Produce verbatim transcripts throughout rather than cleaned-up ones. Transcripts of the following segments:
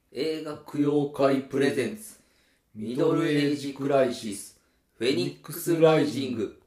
映画供養会プレゼンツミドルエイジクライシスフェニックスライジング。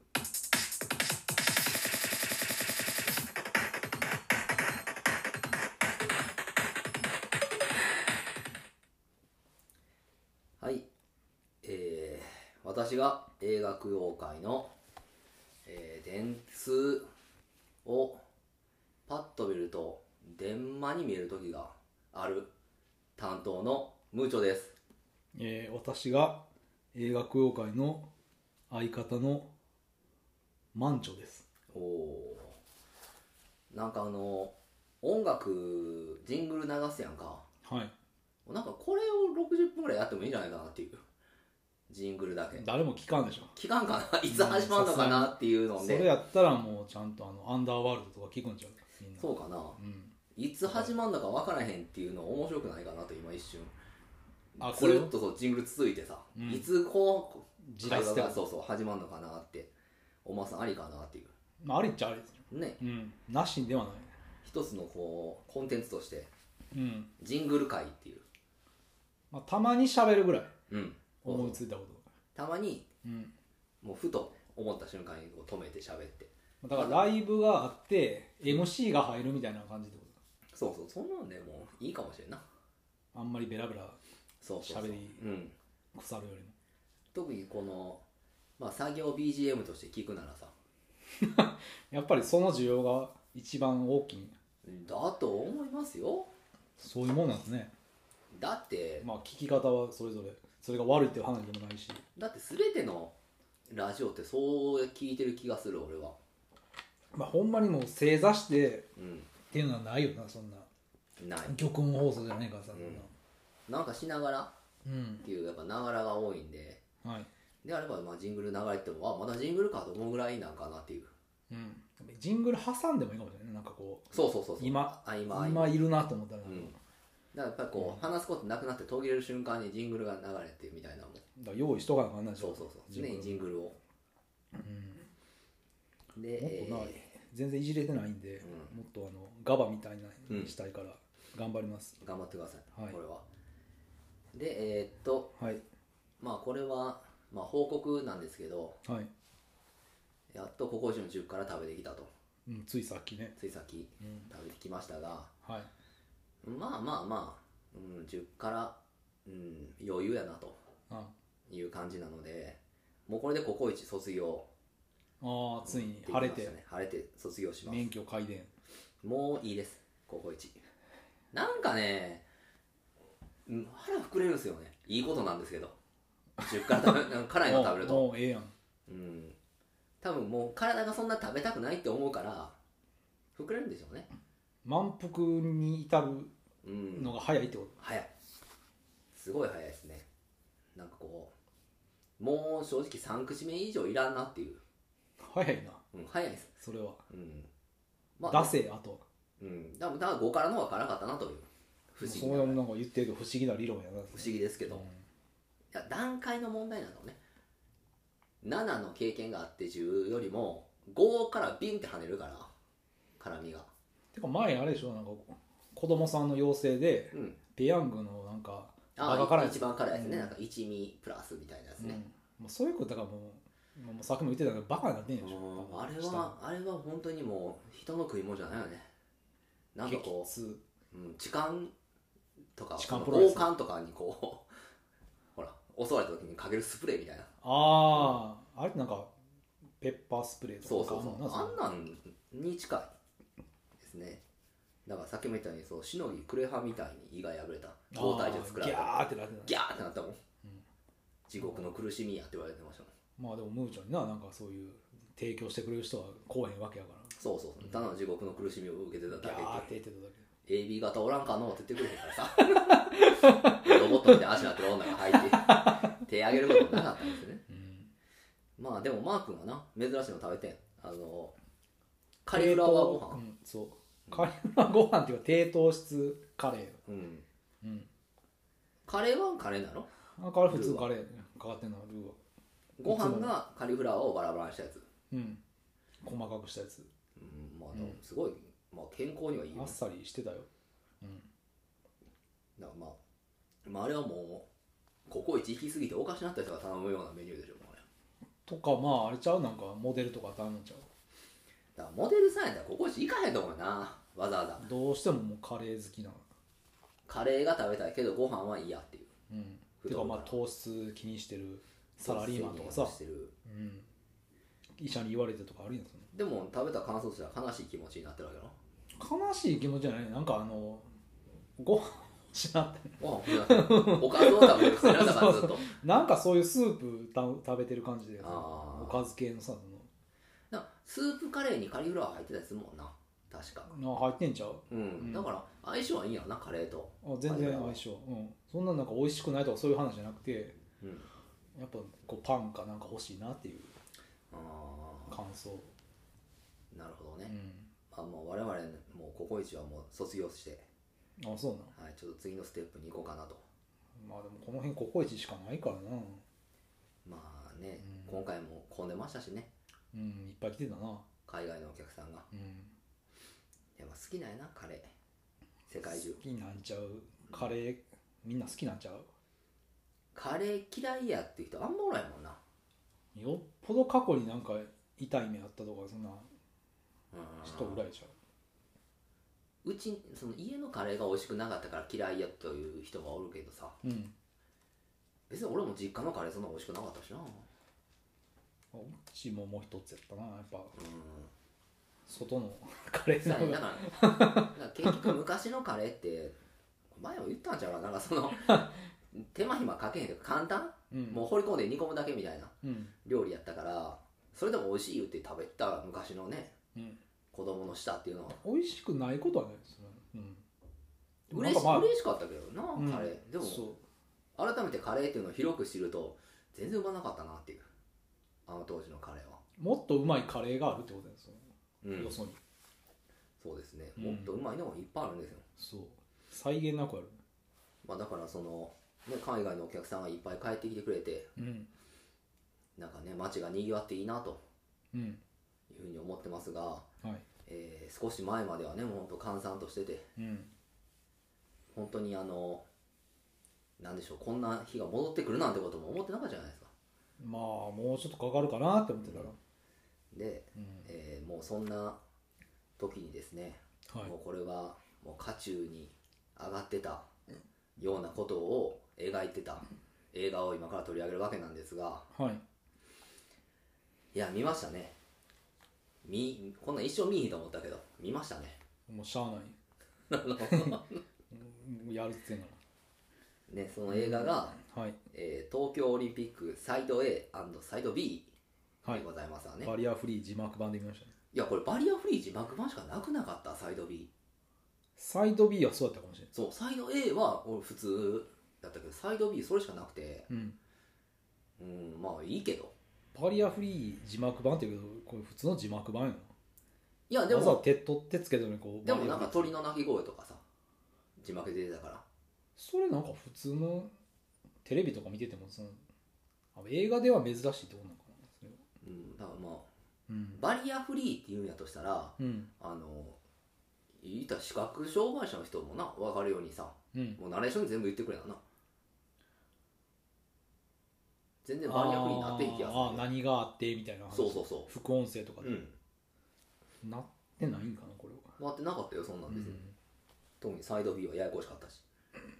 はい、えー、私が映画供養会の、えー、電通をパッと見ると電話に見える時がある担当のムーチョです。 えー、私が映画供養会の相方のマンチョです。 おお、なんかあの音楽ジングル流すやんか。 はい。 なんかこれをろくじゅっぷんぐらいやってもいいんじゃないかなっていう、ジングルだけ誰も聞かんでしょ。 聞かんかな、いつ始まるのかなっていうので、 それやったらもうちゃんとあのアンダーワールドとか聞くんちゃうみんな。 そうかな、 うん、 いつ始まるのか分からへんっていうの面白くないかなと今一瞬。 あ、これずっとそうジングル続いてさ、 うん、 いつこうじらすってがそうそう始まるのかなって思わさんありかなっていう。 まあありっちゃありですよね、 うん、なしではない。 一つのこうコンテンツとしてうん、 ジングル界っていう、 まあ、たまに喋るぐらいうん思いついたこたまにと。うん、 もうふと思った瞬間にこう止めて喋って、 だからライブがあって エムシー が入るみたいな感じってこそうそう、そんなんでもういいかもしれんな。 と。あんまりベラベラそうそうそう、 喋りうん、 腐るよりも。 特にこの、まあ、作業 ビージーエム として聞くならさやっぱりその需要が一番大きい。 だと思いますよ。 そういうもんなんですね。 だってまあ聞き方はそれぞれ、それが悪いっていう話でもないし。 だって全てのラジオってそう聞いてる気がする俺は。 まあほんまにもう正座してうんっていうのはないよな、そんなない玉音放送じゃねえからさ、 うん、なんかしながらうんっていうやっぱながらが多いんで、 はい、 であればまあジングル流れてもあまだジングルかと思うぐらいなんかなっていう、 うん、ジングル挟んでもいいかもしれないね。なんかこうそうそうそうそう、 今あ今今いるなと思ったら、 うん、だからやっぱりこう、うん、話すことなくなって途切れる瞬間にジングルが流れてみたいなもんだから用意しとかなあかんないでしょ。 そうそうそう常にジングルを、 うん、 でもっとな、 えー、 全然いじれてないんで、うん、もっとあのガバみたいなにしたいから頑張ります、 うん、頑張ってください、 はい、 これは。でえー、っと、 はい、 まあこれは、まあ、報告なんですけど、 はい、 やっとココイチのじゅうから食べてきたと、 うん、ついさっきねついさっき食べてきましたが、 うん、はい、 まあまあまあ、うん、じゅうから、うん、余裕やなという感じなので、もうこれでココイチ卒業。 ああ、ついに晴れて、 ね、晴れて卒業します。 免許改伝。 もういいです、ココイチ。なんかね、腹膨れるんですよね。いいことなんですけど、じゅっから食べ辛いの食べるともうええやん、 うん、多分もう体がそんな食べたくないって思うから膨れるんでしょうね。 満腹に至るのが早いってこと、 うん、早い、すごい早いですね。なんかこうもう正直さん口目以上いらんなっていう。 早いな、 うん、早いですそれは、 うんまあ、 出せあと、 うん、だからごからの方が辛かったなという不思議な、 そういうなんか言ってるけど不思議な理論やな。 不思議ですけど、うん、いや段階の問題なのね。ななの経験があってじゅうよりもごからビンって跳ねるから辛みが。 てか前あれでしょ、なんか子供さんの養成で、うん、ペヤングのなんかバカ辛いやつ、一番辛いやつね、うん、なんか一味プラスみたいなやつね、 うん、もうそういうことだからもう、もうさっきも言ってたけどバカになってんでしょ。 あれはあれは本当にもう人の食い物じゃないよね。なんかこう、うん、痴漢とか王冠とかにこうほら襲われた時にかけるスプレーみたいな。 ああ、うん、あれってなんかペッパースプレーとか。 そうそうそう、あんなんに近いですね。だからさっきも言ったようにそうしのぎクレハみたいに胃が破れた胴体で作られたギャーってなってたギャーってなったもん、うん、地獄の苦しみやって言われてましたもん。 まあでもムーチョにな、なんかそういう提供してくれる人は来へんわけやから。 そうそうそう、ただの地獄の苦しみを受けてただけでギャーって言ってただけ。 エービー 型おらんかのって言ってくれへんからさロボットみたいな足なってる女が入って手上げることなかったんですよね、うん、まあでもマー君はな珍しいの食べてん、あのカリフラワーご飯、 うん、そう、カリフラワーご飯っていうか低糖質カレー、 うんうん、 カレーはカレーなの？ あ、カレー普通カレーかかってんのルーは。 ご飯がカリフラワーをバラバラにしたやつ、 うん、細かくしたやつ、 うん、まあでもすごい、うん、まあ、健康にはいいよ、ね、 あっさりしてたよ、うん、 だからまあまあ、あれはもうココイチ行き過ぎておかしなった人が頼むようなメニューでしょもうね。 とかまああれちゃうなんかモデルとか頼むんちゃうだからモデルさんやったらココイチ行かへんと思うな、わざわざ。 どうしてももうカレー好きなのカレーが食べたいけどご飯は嫌っていう。 うんてかまあ糖質気にしてるサラリーマンとかさ、 してる。 うん、医者に言われてとかあるやんそんでも食べた感想としては悲しい気持ちになってるわけやろ。 な悲しい気持ちじゃないなんかあのご飯しなってご飯おかずを食べるってなんだからずっとなんかそういうスープた食べてる感じであーおかず系のさなスープカレーにカリフラワー入ってたりするもんな確か。 な入ってんちゃう、 うん、うん、だから相性はいいんやろなカレーと。 あ全然相性、うん、そんななんか美味しくないとかそういう話じゃなくて、 うん、 やっぱこうパンかなんか欲しいなっていうあ感想。 なるほどね、 うん、 あもう我々もうココイチはもう卒業して、 あそうな、 はい、ちょっと次のステップに行こうかなと。 まあでもこの辺ココイチしかないからな。 まあね、 うん、 今回も混んでましたしね。 うん、いっぱい来てたな。 海外のお客さんが、 うん、 やっぱ好きなんやなカレー。世界中好きなんちゃうカレー、みんな好きなんちゃう。 カレー嫌いやっていう人あんまおらんもんな。 よっぽど過去になんか痛い目あったとかそんな人ぐらいちゃう。うちその家のカレーが美味しくなかったから嫌いやという人がおるけどさ、 う。うん。 別に俺も実家のカレーそんな美味しくなかったしな。 うちももう一つやったなやっぱうん外のカレーのだからだから結局昔のカレーって前も言ったんちゃうかな、なんかその手間暇かけへんけど簡単、 うん、 もう放り込んで煮込むだけみたいなうん料理やったから、それでも美味しい言って食べた昔のねうん、 子供の舌っていうのは美味しくないことはないですね。うん。 嬉し,、 なんかまあ嬉しかったけどな、 うん、 カレーでもそ改めてカレーっていうのを広く知ると全然うまなかったなっていう、あの当時のカレーは。 うもっとうまいカレーがあるってことですよ、 うんよそに。 そうですね、 うんもっとうまいのもいっぱいあるんですよ。 そう際限なくある。 まあ、だからその、ね、海外のお客さんがいっぱい帰ってきてくれて、 うんなんかね街がにぎわっていいなとうんいうふうに思ってますが、 はいえー少し前まではねもうほんと閑散としてて、 うん本当にあのなんでしょう、こんな日が戻ってくるなんてことも思ってなかったじゃないですか。 まあもうちょっとかかるかなって思ってたら、 で、 うんえーもうそんな時にですね、 はいもうこれはもう渦中に上がってたようなことを描いてた映画を今から取り上げるわけなんですが、 はいいや見ましたね。みこんなん一生見いひんと思ったけど見ましたね。 もうしゃあないうんやるって言うんかね、その映画が、 ら。はいえー東京オリンピックサイド A& サイド B はいでございますわね。 バリアフリー字幕版で見ましたね。 いやこれバリアフリー字幕版しかなくなかった。サイド B、 サイド B はそうだったかもしれない。 そうサイド A は俺普通だったけどサイド B それしかなくて、 うんうんまあいいけど、 バリアフリー字幕版って言うけどこれ普通の字幕版やいやでな。わざわもざ手取ってつけたのにこうでもなんかバリアフリー鳥の鳴き声とかさ字幕で出てたから、 それなんか普通のテレビとか見ててもそのあ映画では珍しいってことなのかなそれは。 うん、だからまあうんバリアフリーっていうんやとしたら、 うんあの言ったら視覚障害者の人もな分かるようにさ、 うんもうナレーションに全部言ってくれなな。全然バリアフリーになっていい気がする。 あーあー何があってみたいな話。 そうそうそ副音声とかう、 で、 うん、 なってないんかなこれは。 なってなかったよそんなん別に、 うん特にサイド B はややこしかったし。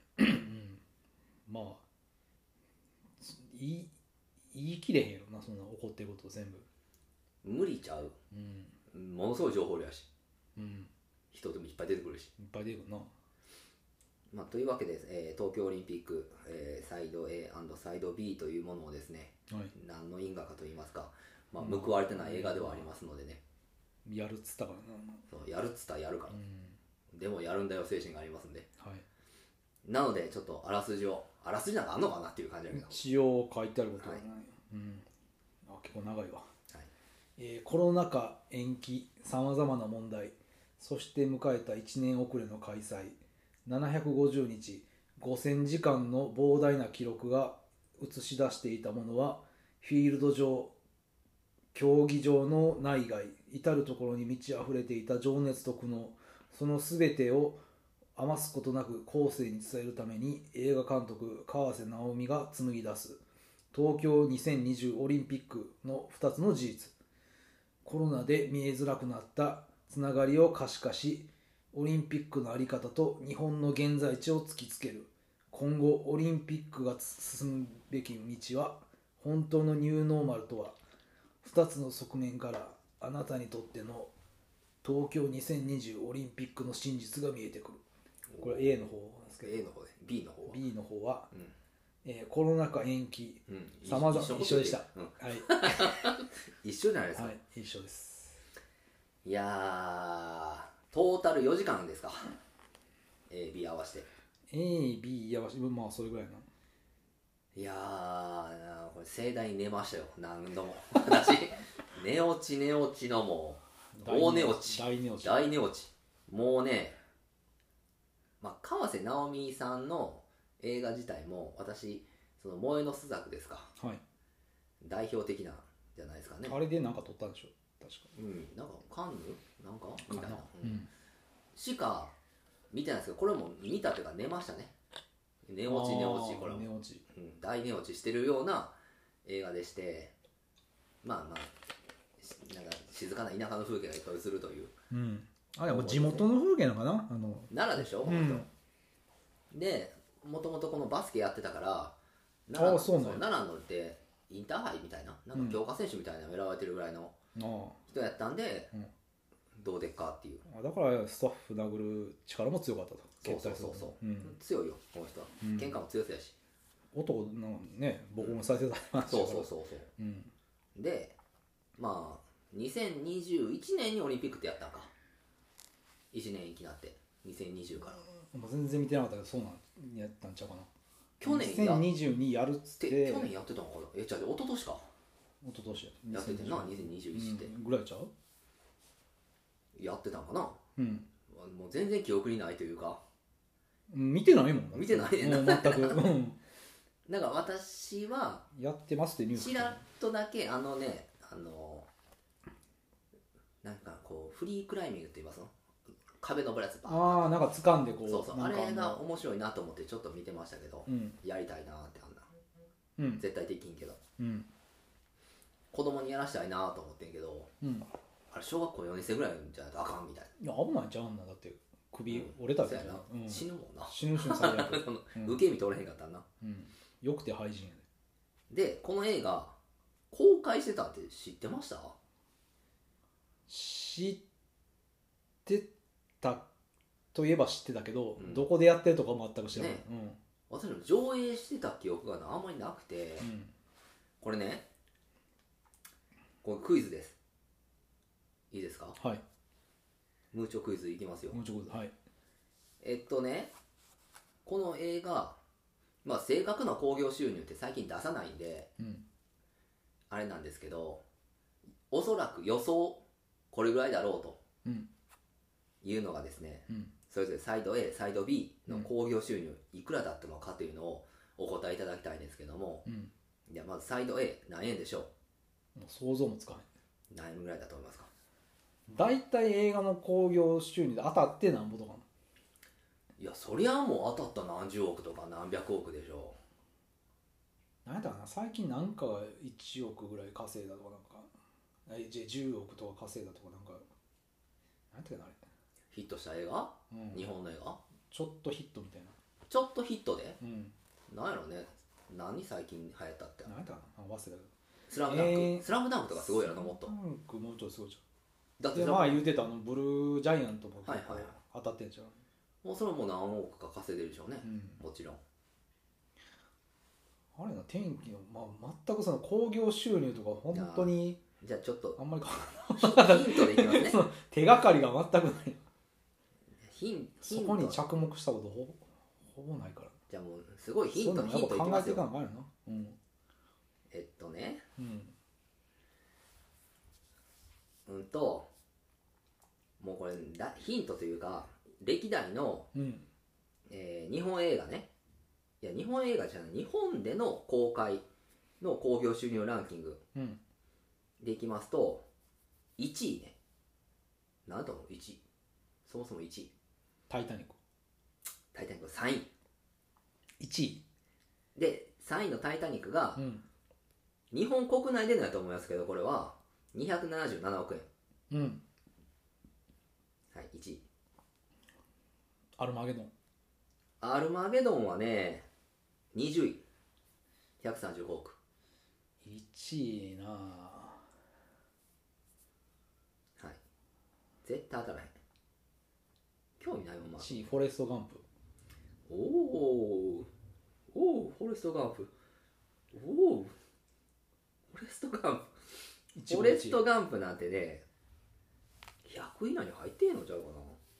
まあ言い言い切れへんやろなそんな怒ってること全部。 無理ちゃう、 うんものすごい情報量やしうん人でもいっぱい出てくるし、 いっぱい出るな。 まあ、というわけで、えー東京オリンピック、えーサイド A& サイド B というものをですね、 はい何の因果かといいますか、まあ、報われてない映画ではありますのでね、 やるっつったからな。 そうやるっつったらやるから、 うんでもやるんだよ精神がありますんで、 はいなのでちょっとあらすじをあらすじなんかあんのかなっていう感じだけど、 一応書いてあることはない、 はいうんあ結構長いわ。 はいえーコロナ禍延期さまざまな問題そして迎えたいちねん遅れの開催ななひゃくごじゅうにちごせんじかんの膨大な記録が映し出していたものはフィールド上競技場の内外至る所に満ち溢れていた情熱と苦悩その全てを余すことなく後世に伝えるために映画監督川瀬直美が紡ぎ出す東京にせんにじゅうオリンピックのふたつの事実。コロナで見えづらくなったつながりを可視化し、オリンピックの在り方と日本の現在地を突きつける。今後オリンピックが進むべき道は、本当のニューノーマルとは、ふたつの側面からあなたにとっての東京にせんにじゅうオリンピックの真実が見えてくる。これは A の方なんですけど、 A の方で B の方は B の方は、 うんえーコロナ禍延期、 うんさまざま一緒一緒でした、 うんはい一緒じゃないですか、 はい、一緒です。 いやートータルよじかんですか A、B 合わせて。 A、B やばし、まあそれぐらいな。 いやーこれ盛大に寝ましたよ何度も私寝落ち寝落ちのもう大寝落ち大寝落ち大寝落ちもうね、まあ、川瀬直美さんの映画自体も私その萌えの朱雀ですか、 はい、 代表的なじゃないですかね。 あれでなんか撮ったんでしょ確か。 うんなんかカンヌなんかみたいな、 ううんん、しか見てないですけど、これも見たというか寝ましたね。寝落ち寝落ちこれも寝落ち、 うん、大寝落ちしてるような映画でして、まあまあしなんか静かな田舎の風景がいっぱい映るという。 うん、あれはもう地元の風景なのかな、あの奈良でしょ、 うこの人ん、 でもともとこのバスケやってたからああそうなんや奈良のってインターハイみたいななんか強化選手みたいなの選ばれてるぐらいのあ人やったんで、 うんどうでっかっていう。 あだからスタッフ殴る力も強かったと。 そうそうそうそう、 うん、 強いよこの人は、 うん喧嘩も強そうやし、 男のねボコボコされてた話そうそうそうそううん、 でまあにせんにじゅういちねんにオリンピックってやったんか、いちねん延期になってにせんにじゅうからもう全然見てなかったけどそうなんやったんちゃうかな。 去年やっにせんにじゅうにやるっつってて去年やってたのかな、えじゃあ一昨年か一昨年やっててんなにせんにじゅういちって、 うんぐらいちゃう。 やってたんかな、 うんもう全然記憶にないというか、 見てないもん見てないねんなもう全く、うん、 なんか私はやってますってニュースちらっとだけあのねあのなんかこうフリークライミングって言いますの壁登るやつバーああなんか掴んでこうそうそうあなんかれが面白いなと思ってちょっと見てましたけど、 うんやりたいなってあんなうん絶対できんけどうん子供にやらしたいなと思ってんけど、 うんあれ小学校よねん生ぐらいじゃないとあかんみたいいや危ないんちゃうんなだって首折れたな、 りそうやな、 うん、 死ぬもんな死ぬ死ぬ最悪、うん受け身取れへんかったんな。 うん、よくて廃人やでこの映画公開してたって知ってました？ で知ってたといえば知ってたけど、 うんどこでやってるとか全く知らない、 ね私も上映してた記憶があんまりなくて、 うんうんこれねこれクイズです。いいですか？ はいムーチョクイズいきますよ。 もうちょっとはいえっとねこの映画まあ正確な興行収入って最近出さないんでうんあれなんですけど、おそらく予想これぐらいだろうとうんいうのがですね、 うんそれぞれサイド A サイド B の興行収入いくらだったのかというのをお答えいただきたいんですけども、 うんじゃあまずサイド A 何円でしょもう想像もつかない。 う？何円ぐらいだと思いますか？ 大体映画の興行収入で当たってなんぼとかいやそりゃもう当たった何十億とか何百億でしょな。なんやったかな最近なんかがいちおくぐらい稼いだとかなんかえじゃあじゅうおくとか稼いだとかなんかなんていうのあれ、 う。ヒットした映画、 うん、 日本の映画ちょっとヒットみたいな。 ちょっとヒットでうんなんやろね、何最近流行ったってなんやったかなあ忘れたけどスラムダンク、 えースラムダンクとかすごいやろなもっと。 タンクもうちょっとすごいじだってゃんでまあ言うてたあのブルージャイアントも結構はいはい当たってんじゃん、 もうそれはもう何億か稼いでるでしょうね、 うん、 もちろん。 あれな天気の、まあ、全くその興行収入とか本当にじゃあちょっとあんまりかヒントでいきますね。 手がかりが全くない。 ヒンそヒントこに着目したことほぼほぼないから。 じゃあもうすごいヒントそういうのヒントいきますやっぱ考えていかよ。 なあかんよな。うんえっとねうんうんともうこれだヒントというか歴代の、 うんえー日本映画ね、いや日本映画じゃない日本での公開の興行収入ランキングうんでいきますといちいね、なんと思ういちい、そもそもいちいタイタニック。 タイタニックさんいいちい。 でさんいのタイタニックが、 うん。 日本国内でのやと思いますけど、これはにひゃくななじゅうななおくえん。 うん。 はい、いちい。 アルマゲドン。 アルマゲドンはねにじゅうい、ひゃくさんじゅうごおく。 いちいなぁ。 はい、絶対当たらへん。興味ないまま。 いちいフォレストガンプ。 おおおお、フォレストガンプ。おお、フォレストガンプ。フォレストガンプなんてねひゃくい以内に入ってんのちゃうかな。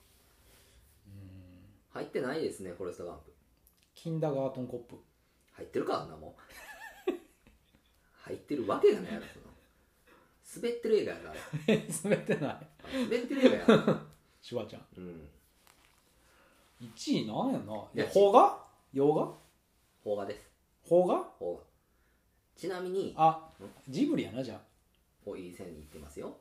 入ってないですね、フォレストガンプ。 キンダガートンコップ。 入ってるか、あんなもん。入ってるわけがないやろ、その滑ってる映画やから。 滑ってない。 滑ってる映画やからシュワちゃん。 うん。 いちいなんやな。いや、 いや邦画洋画邦画です。 邦画邦画。ちなみにあ、ジブリやな、じゃあ。 お、いい線にいってますよ。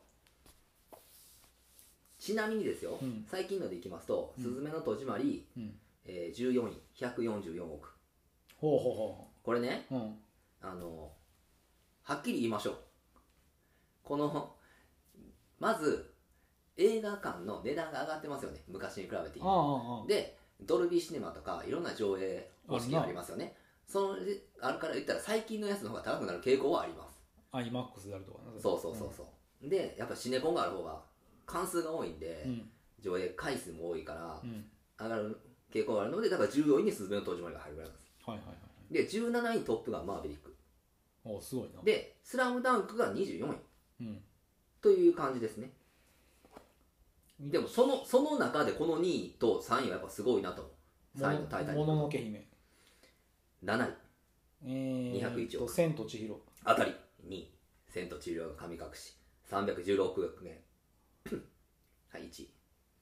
ちなみにですよ、 うん、 最近のでいきますと「 うん、 すずめの戸締まり」 うんえー、じゅうよんいひゃくよんじゅうよんおく。 ほうほうほこれね、 う。うん。 あのはっきり言いましょう。このまず映画館の値段が上がってますよね、昔に比べて。 ああああ。 でドルビーシネマとかいろんな上映方式がありますよね。それあるから言ったら最近のやつの方が高くなる傾向はあります。 アイマックスであるとかな。 そうそうそうそう、うん、でやっぱシネコンがある方が関数が多いんで、 うん、 上映回数も多いから、 うん、 上がる傾向があるので、だからじゅうよんいにすずめの戸締まりが入るぐらいなんです。 はいはいはい。 でじゅうなないにトップガンマーヴェリック。 お、すごいな。 でスラムダンクがにじゅうよんい、 うん、 という感じですね。でもそのその中でこのにいとさんいはやっぱすごいなと思う。さんいのタイタニック。 もののけ姫。 なない、 えー、 にひゃくいちおく。 千と千尋。 当たりにい、千と千尋の神隠しさんびゃくじゅうろくおくえんはい、いちい。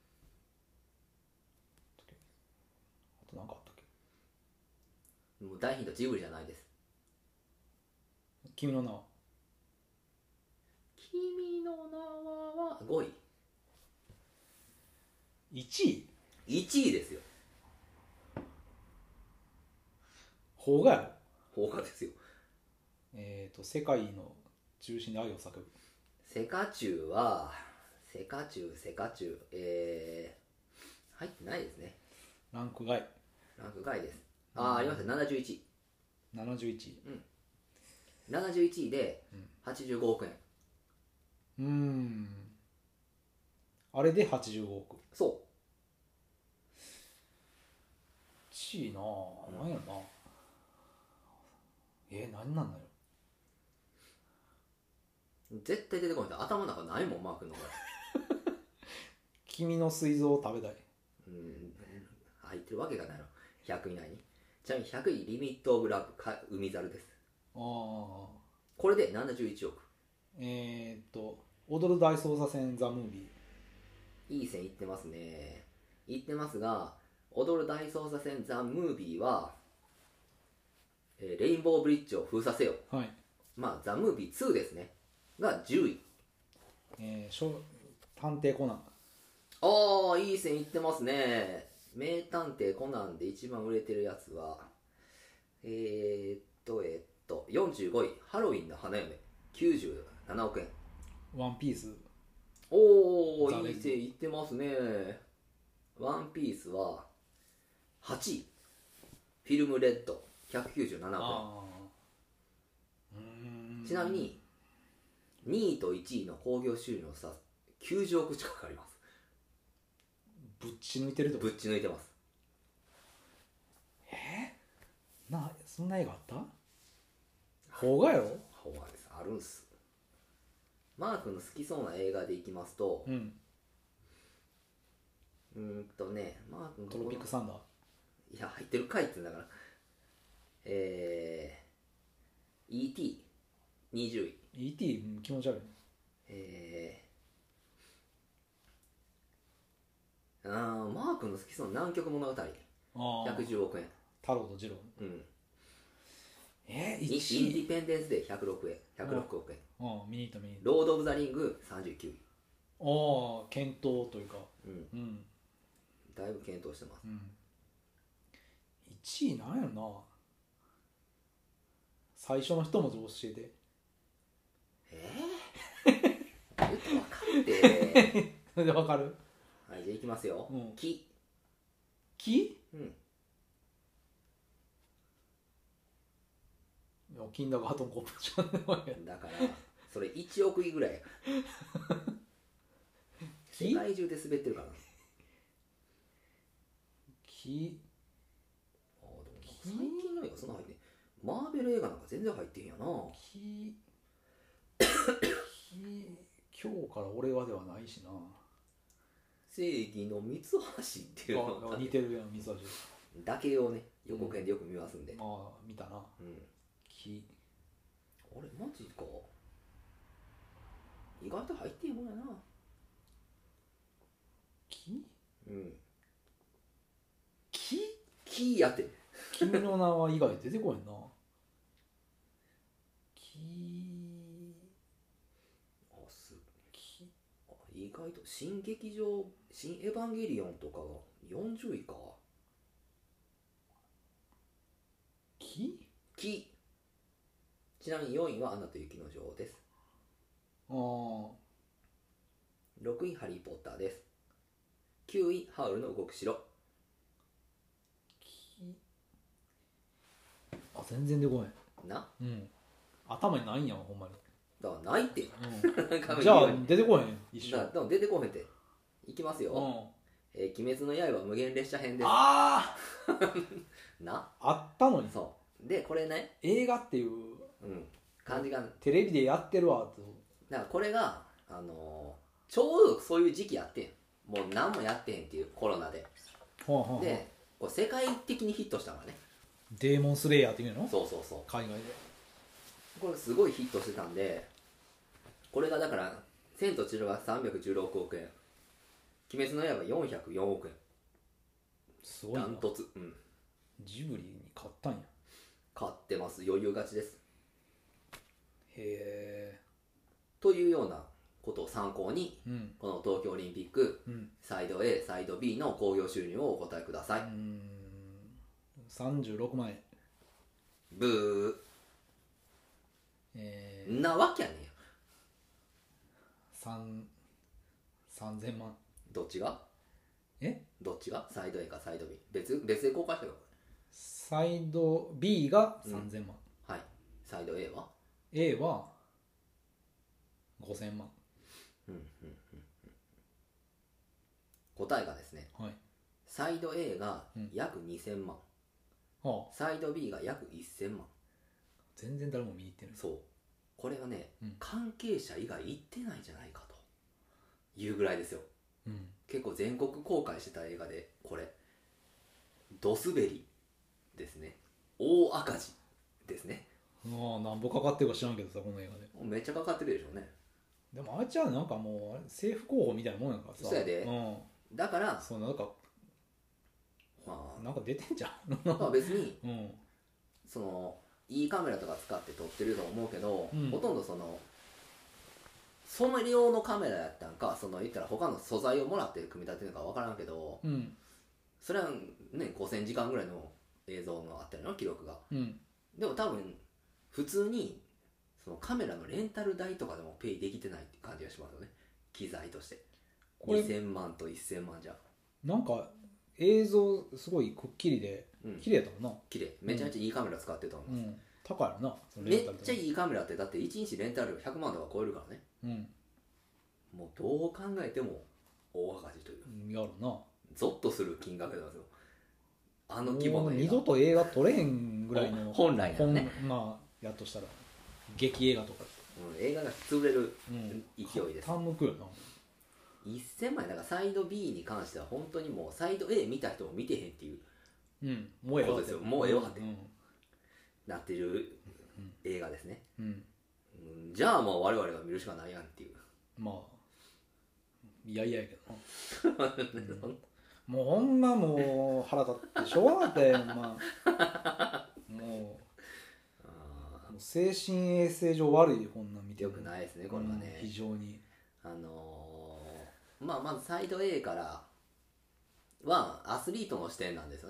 あと何かあったっけ。 もう大ヒント、ジブリじゃないです。 君の名は。 君の名ははごい。 いちいいちいですよ。 邦画やろ。 邦画ですよ。 えっ、ー、と世界の中心で愛を叫ぶ。 セカチュウはセカチュウセカチュウえー、入ってないですね。 ランク外。 ランク外です。ああ、うん、ありました。ななじゅういちい。 ななじゅういちい。 うん。ななじゅういちいではちじゅうごおくえん。 うーん。あれではちじゅうごおく。 そう。 いちいなぁ。何やろな。えー、何なんだよ。 絶対出てこない。頭の中ないもん、マークのこれ。 君の膵臓を食べたい。 うん、入ってるわけがないの。ひゃくい以内に。ちなみにひゃくいリミットオブラブか海猿です。 ああ。 これでななじゅういちおく。 えー、っと踊る大捜査線ザ・ムービー。いい線いってますね。いってますが、踊る大捜査線ザ・ムービーは、えーレインボーブリッジを封鎖せよ。 はい。 まあ、ザ・ムービーツーですね。がじゅうい。 えー、しょ探偵コナン。 ああ、いい線いってますね。名探偵コナンで一番売れてるやつは、えー、っと、えー、っと、よんじゅうごい、ハロウィンの花嫁、きゅうじゅうななおくえん。 ワンピース。 おお、いい線いってますね。ワンピースははちい、フィルムレッド、ひゃくきゅうじゅうななおくえん。 うーん。 ちなみににいといちいの興行収入の差きゅうじゅうおく近くあります。 ぶっち抜いてるとこ。 ぶっち抜いてます。 えー、なそんな映画あった？邦画やろ？ 邦画です。あるんす。マー君の好きそうな映画でいきますと、 うん。 うーんとね、マー君のトロピックサンダー。 いや入ってるかいって言うんだから。えー、イーティーにじゅうい。 イーティー 気持ち悪い。 えー、あーマー君の好きそうな南極物語、ひゃくじゅうおくえん。 太郎と次郎。 うん。 えー、 イいちい。 ンディペンデンスデーひゃくろくえん、ひゃくろくおくえん。 ああ、見に行った見に行った。 ロード・オブ・ザ・リングさんじゅうきゅうい。 ああ、検討というか。 うん、 うん。 だいぶ検討してます。 うん。 ちいなんやろな。最初の一文字教えて。 ええー、言うと分かるってそれでわかる？ はい、じゃあいきますよ、 うん、 きき？ うん、 いやキンダーガートンコップじゃん。 だからそれいちおくいぐらいや世界中で滑ってるからな。 きあーでも最近の映画そんな入ってん。マーベル映画なんか全然入ってへんやな。 きき今日から俺はではないしな。 正義の三橋っていうのあ似てるやん、みそ味。 だけをね予告編でよく見ますんで、 まあ見たな。 うん、 きあれマジか、意外と入っていいもんやな。 きうんきキーやって君の名は以外出てこへんな。きあすきあ意外と新劇場新エヴァンゲリオンとかがよんじゅういか。 ききちなみによんいはアナと雪の女王です。 ああろくいハリーポッターです。きゅういハウルの動く城。 きあ全然出こへん。 なうん頭にないんやわほんまに。 だからないって、 うん、じゃあ出てこへん一緒。 だでも出てこへんっていきますよ、 うん、 えー、鬼滅の刃無限列車編です。 あなああったのに。 そうでこれね、 映画っていううん感じがテレビでやってるわと。 だからこれがあのー、ちょうどそういう時期やってん、もう何もやってへんっていうコロナで、 はあはあはあ、 でこれ世界的にヒットしたからね。 デーモンスレイヤーっていうの？ そうそうそう、 海外でこれすごいヒットしてたんで、これがだから「千と千尋」がさんびゃくじゅうろくおくえん、「鬼滅の刃」よんひゃくよんおくえん、 すごいな。 ダントツ、うん、 ジブリに買ったんや。 買ってます、余裕勝ちです。 へえ。 というようなことを参考に、 うん、 この東京オリンピック、 うん、 サイド A サイド B の興行収入をお答えください。 うーんさんじゅうろくまんえん。 ブえーなわけやねんや。 ー、三三千万。 どっちがえどっちがサイド A かサイド B、 別別で公開してるかサイド B がさんぜんまん、 ら。はい、サイド A は A はごせんまん。 うんうんうんうん、答えがですね、 はい。 サイド A が約にせんまん、 はあ、 サイド B が約せんまん。 全然誰も見に行ってない。 そうこれはね、 うん関係者以外行ってないんじゃないかというぐらいですよ。 うん。 結構全国公開してた映画で、これドスベリですね、大赤字ですね。 ああ、なんぼかかってるか知らんけどさ、この映画で。 めっちゃかかってるでしょうね。 でもあいつはなんかもうあれ政府候補みたいなもんやからさ。 そうやでうん。 だからそうなんかまあなんか出てんじゃん。 まあ別にうん。 そのいいカメラとか使って撮ってると思うけど、 うん、 ほとんどそのその量のカメラやったんか、その言ったら他の素材をもらって組み立てるのか分からんけど、 うん、 それはねごせんじかんぐらいの映像があったよな記録が。 うん。 でも多分普通にそのカメラのレンタル代とかでもペイできてないって感じがしますよね、機材として。 これにせんまんとせんまんじゃなんか映像すごいくっきりで、 うん綺麗やったもんな。 綺麗、めちゃめちゃいいカメラ使ってると思います、 うん。高いよな。そのめっレンタルとかちゃいいカメラってだっていちにちレンタルひゃくまんとか超えるからね。 うん。 もうどう考えても大赤字というやるな。 ゾッとする金額なんですよ、あの規模の映画。 もう二度と映画撮れへんぐらいの本来ならね、 本まあやっとしたら劇映画とか、 うん、映画が潰れるうん、 勢いです。 単向くよな。 せんまん円だからサイド B に関しては本当にもうサイド A 見た人も見てへんっていううんもうええわそうですよもうええわってうんなってる映画ですね、 うん、 うん、じゃあもう我々が見るしかないやんっていうまあいやいややけどな、うん、もうほんまもう腹立ってしょうがなかったよ、まあ、もうあ精神衛生上悪い本なん見てよくないですねこれはね、 うん、非常にあのー、まあまずサイド A からはアスリートの視点なんですよね。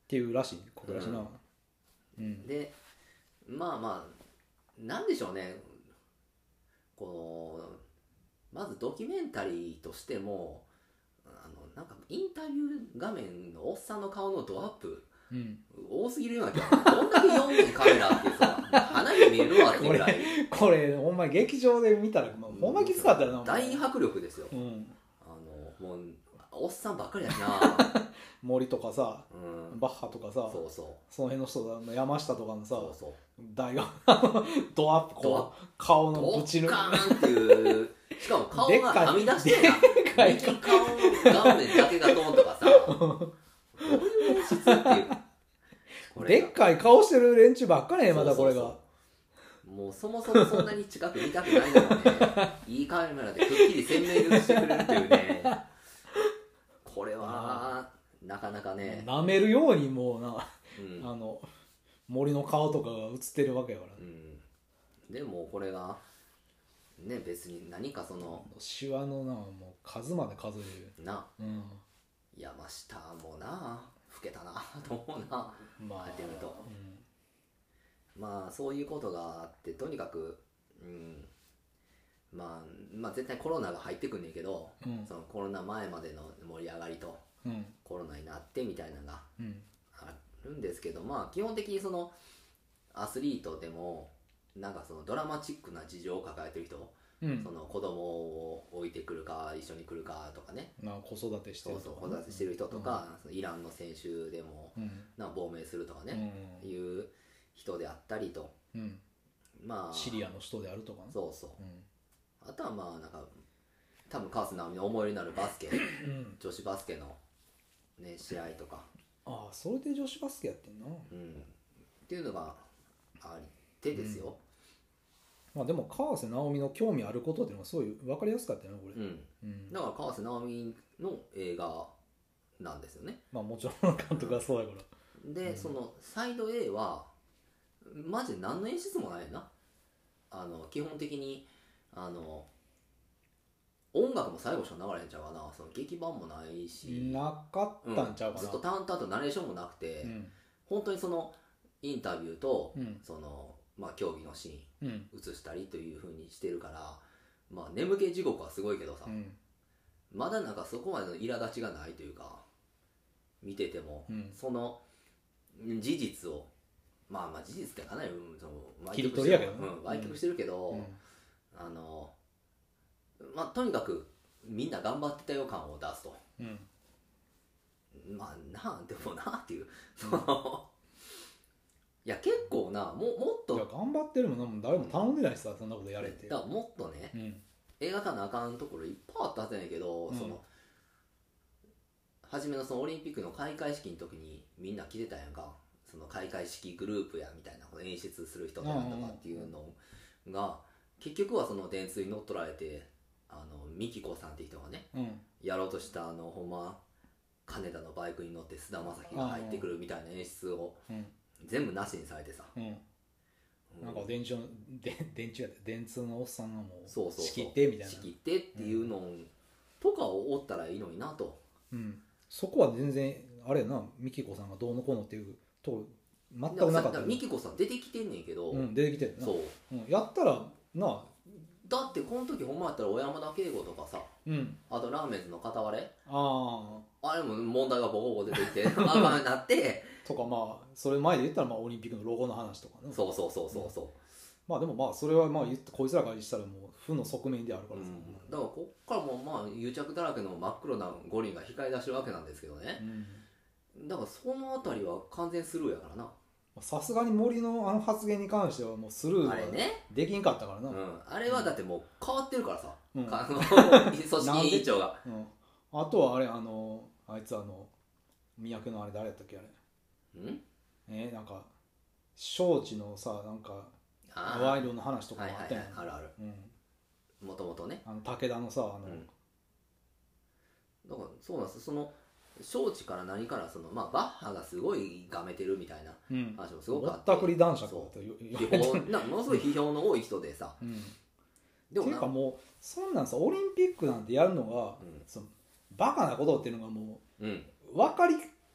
ていうらしいことらしいな、 うんうんでまあまあなんでしょうね、このまずドキュメンタリーとしてもあのなんかインタビュー画面のおっさんの顔のドアップうん多すぎるような気がする。どんだけよんびんカメラってさ花火見えるわってぐらいこれほんま劇場で見たら、まあ、ほんまきつかったよな、 大迫力ですよ、 うん、 あのもうおっさんばっかりやしな森とかさ、 うん、 バッハとかさ、 そうそうその辺の人だ、山下とかのさ、 そうそう大学ドアップこう顔のドぶち抜ッカーンっていうしかも顔がはみ出してるな右顔の顔面だけがドーンとかさどういう演出っていうこれがでっかい顔してる連中ばっかりねまだこれが。 そうそうそうもうそもそもそんなに近く見たくないのにねいいカメラでくっきり鮮明にしてくれるっていうねこれはなかなかね舐めるようにもうな、 うんあの森の顔とかが映ってるわけやから、 うん、でもこれがね別に何かそのシワのなもう数まで数えるな、 うん、 山下もな老けたなと思うな、 まあやってみると、 うん、 まあそういうことがあってとにかく、うんまあ、まあ絶対コロナが入ってくんねんけど、 うん、 そのコロナ前までの盛り上がりと、 うん、 コロナになってみたいなのがうんあるんですけど、まあ基本的にそのアスリートでもなんかそのドラマチックな事情を抱えてる人、 うん、 その子供を置いてくるか一緒に来るかとかね、 まあ子育てしてるとか、ね、 そうそう子育てしてる人とか、うん、そのイランの選手でも、 うん、 なんか亡命するとかね、 うん、 いう人であったりと、 うん、 まあシリアの人であるとかね、 そうそう、 うん、 あとはまあなんか多分川瀬直美の思い入れのあるバスケ、うん、女子バスケの、ね、試合とか、 ああそれで女子バスケやってんな、 うん、っていうのがありてですよ、 うん、まあでも川瀬直美の興味あることっていうのがすごい分かりやすかったよねこれ、 うんうん、 だから川瀬直美の映画なんですよね。 まあもちろん監督がそうやから、 で、うん、そのサイド A はマジで何の演出もないな。あの基本的にあの音楽も最後しか流れへんちゃうかな。その劇版もないしなかったんちゃうかな、 うん、ずっと淡々とナレーションもなくて、 うん、 本当にそのインタビューと、 うん、 そのまあ、競技のシーン、 うん、 映したりという風にしてるから、まあ、眠気地獄はすごいけどさ、うん、まだなんかそこまでの苛立ちがないというか見てても、うん、その事実をまあまあ事実ってかなり、うん、その切り取りやけどね、 うん、歪曲してるけど、うん、あのまあとにかくみんな頑張ってた予感を出すと、うん、まあなでもなっていうそのいや結構な も, もっといや頑張ってるもんなもん誰も頼んでないしさそんなことやれてだからもっとね、うん、映画化なあかんところいっぱいあったはずやねんけど、うん、その初めのそのオリンピックの開会式の時にみんな来てたやんかその開会式グループやみたいな演出する人とかっていうのが結局はその電通に乗っ取られてあのミキコさんっていう人がね、うん、やろうとしたあのほんま金田のバイクに乗って菅田将暉が入ってくるみたいな演出を、うん全部なしにされてさ、うんうん、なんか電柱で電柱やって電通のおっさんがもうそうそうそう仕切ってみたいな仕切ってっていうのとかをおったらいいのになと、 うん、そこは全然あれやなミキコさんがどうのこうのっていうとこ全くなかったミキコさん出てきてんねんけど、 うん、出てきてるなそう、 うん、やったらなだってこの時ほんまやったら小山田圭吾とかさ、うん、あとラーメンズの片割れああれも問題がボコボコ出てきてあかんになってとかまあそれ前で言ったらまあオリンピックのロゴの話とかねそうそうそうそうそう、うん、 まあでもまあそれはまあ言ってこいつらからしたらもう負の側面であるからさ、うん、 だからこっからもまあ癒着だらけの真っ黒な五輪が控え出してるわけなんですけどね、うん、だからそのあたりは完全スルーやからなさすがに森のあの発言に関してはもうスルーはできんかったからなあれね、うん、あれはだってもう変わってるからさ、うん、あの組織委員長が、うん、 あとはあれあのあいつあの三宅のあれ誰やったっけあれんえー、なんか招致のさなんか賄賂の話とかもあったやん、 はいはいはい、あるあるもともとねあの武田のさあの、うん、 だからそうなんですその招致から何からその、まあ、バッハがすごいがめてるみたいな話もすごくあって、 ぼったくり男爵だと批評なものすごい批評の多い人でさ、うん、 でもていうかもうそんなんさオリンピックなんてやるのが、うん、そのバカなことっていうのがもう、うん、分かり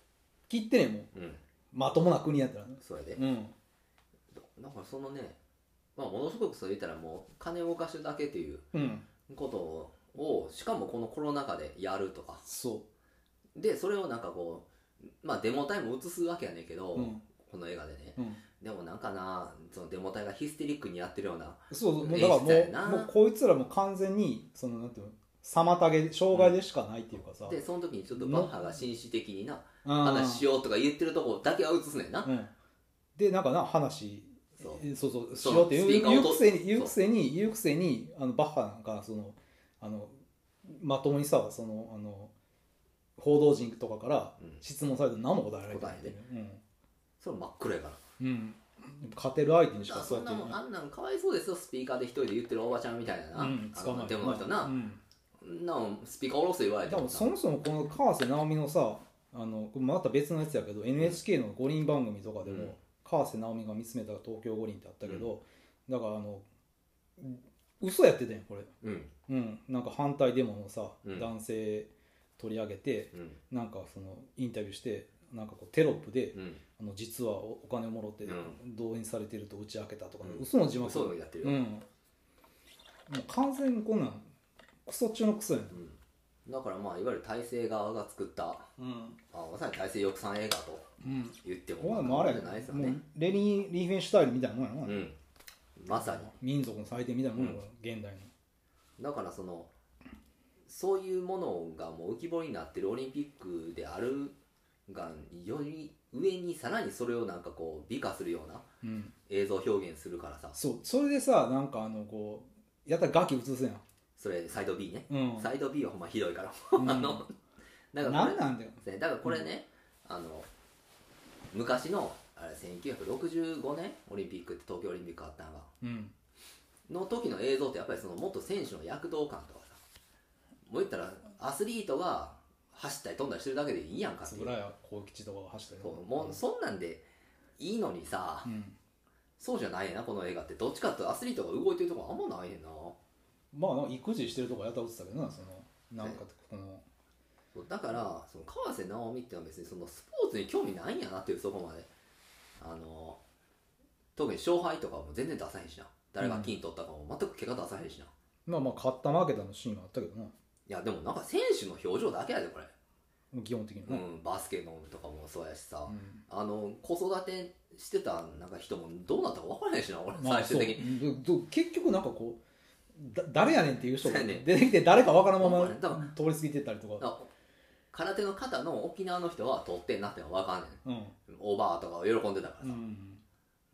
切ってねもう、 うん、 まともな国やったらね。 それで、 うん、 だからそのね、まあ、ものすごくそう言ったらもう金を動かすだけっていうことを、しかもこのコロナ禍でやるとか、 そうでそれをなんかこう、まあ、デモ隊も映すわけやねんけど、 うん、 この映画でね、 うん、 でもなんかな、そのデモ隊がヒステリックにやってるような、 そうそう、だからもう、もうこいつらも完全にそのなんていうの、妨げ障害でしかないっていうかさ、 でその時にちょっとバッハが紳士的にな話しようとか言ってるとこだけは映すねんな、 うん、でなんかな話そうそうそうしようって言う言うくせに言うくせに言うくせにあのバッハなんかそのあのまともにさそのあの報道陣とかから質問されて何も答えられてない、うん、 それ真っ黒やから、 うん、勝てる相手にしかそうやって、そんなもんあんなんかわいそうですよ、スピーカーで一人で言ってるおばちゃんみたいなな、うん、あのデモの人な、うん、なんスピーカー下ろせ言われても、 でもそもそもこの川瀬直美のさあのまた別のやつやけど エヌエイチケー の五輪番組とかでも、うん、川瀬直美が見つめた東京五輪ってあったけど、うん、だからあの嘘やってたんやこれ、うんうん、なんか反対デモのさ、うん、男性取り上げて、うん、なんかそのインタビューしてなんかこうテロップで、うん、あの実はお金をもろって動員されてると打ち明けたとか、うん、嘘の字幕嘘やってるよ、 うん、もう完全にこんなんクソ中のクソやん、 うん、だからまあいわゆる体制側が作った、うん、あまさに体制抑散映画と言っても、 うん、もうあれじゃないですよね、もうレニー・リーフェンシュタイルみたいなもんやな、うん、 まさに民族の祭典みたいなもんや、うん、現代のだからそのそういうものがもう浮き彫りになってるオリンピックであるがより上にさらにそれをなんかこう美化するような映像表現するからさ、 うん、そうそれでさなんかあのこうやったらガキ映すやん、 それサイド B ね、 うん、 サイド B はほんまひどいから、 うん、あのだから何なんだよ、 だからこれね、うん、あの昔のあれせんきゅうひゃくろくじゅうごねんオリンピックって東京オリンピックあったのが、うん、の時の映像ってやっぱりそのもっと選手の躍動感とかさ、もう言ったらアスリートが走ったり飛んだりしてるだけでいいやんかっていう、 円谷幸吉とかが走ったりそうもうそんなんでいいのにさ、うん、そうじゃないねんなこの映画って。どっちかっていうとアスリートが動いてるとこあんまないねんな。 まあ育児してるとこやったら映ってたけどな、そのなんかこの、 そうだからその川瀬直美ってのは別にそのスポーツに興味ないんやなっていう、そこまであの特に勝敗とかも全然出さへんしな、誰が金取ったかも全く結果出さへんしな、 うん、まあまあ勝った負けたのシーンがあったけどな。 いやでもなんか選手の表情だけやでこれ基本的に、ね、 うん、バスケのとかもそうやしさ、うん、あの子育てしてたなんか人もどうなったか分からへんしな俺、まあ、最終的に結局なんかこうだ誰やねんっていう人が出てきて誰か分からんまま通り過ぎてったりとか、 空手の方の沖縄の人は取ってんなってのは分かんねん、うん、オーバーとか喜んでたからさ、うん、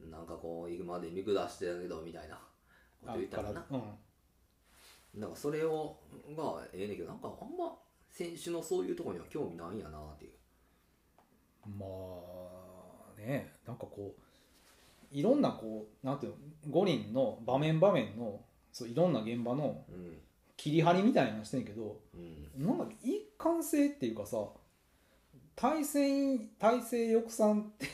なんかこう行くまで見下してたけどみたいなこと言ったらな、うん、なんかそれをがええねんけどなんかあんま選手のそういうところには興味ないんやなっていう。 まあね、なんかこういろんなこうなんていうの五輪の場面場面のそういろんな現場の切り張りみたいなのしてんけど、うん、なんか一貫性っていうかさ、体制体制抑散って、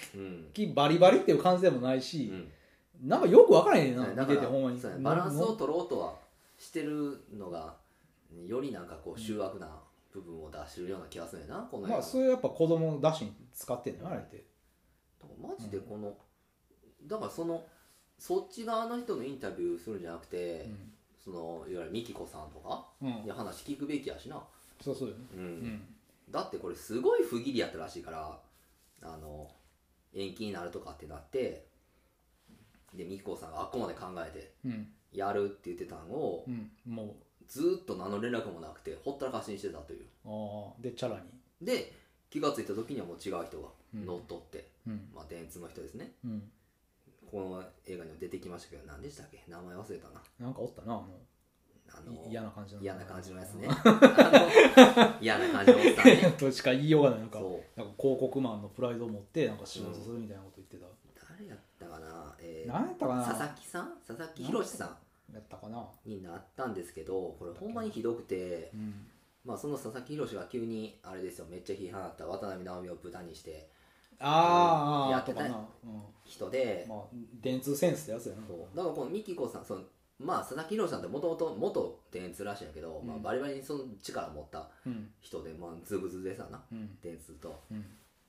うん、バリバリっていう感じでもないし、うん、なんかよく分からへんねんな、見ててほんまにバランスを取ろうとはしてるのがよりなんかこう醜悪な、うん部分を出してるような気がするなこのまあそれやっぱ子供の出しに使ってんのよあれってだからマジでこの、うん、だからそのそっち側の人のインタビューするんじゃなくて、うん、そのいわゆるミキコさんとかに話聞くべきやしな、うん、 そうそうよね、 うんうん、だってこれすごい不義理やったらしいからあの延期になるとかってなってでミキコさんがあっこまで考えてやるって言ってたのを、うん、もうずっと何の連絡もなくてほったらかしにしてたという。 あでチャラにで気がついた時にはもう違う人が乗っ取って、うんまあ、電通の人ですね、うん、この映画にも出てきましたけど何でしたっけ、名前忘れたな、 なんかおったなあのあの嫌な感じの嫌な感じのやつねあの嫌な感じのおっさんねとしか言いようがない。なんかなんか広告マンのプライドを持ってなんか仕事するみたいなこと言ってた、うん、 誰やったかな、えー、何やったかな、 佐々木さん佐々木宏さんやったかなになったんですけど、これほんまにひどくて、うん、まあその佐々木宏が急にあれですよ、めっちゃ批判あった渡辺直美を豚にしてああやってた人で、 まあ電通センスってやつやな。 だからこのミキコさん、そのまあ佐々木宏さんってもともと元電通らしいんやけど、うんまあ、バリバリにその力を持った人で、まあ、ズブズブでさな、うん、電通と、うん、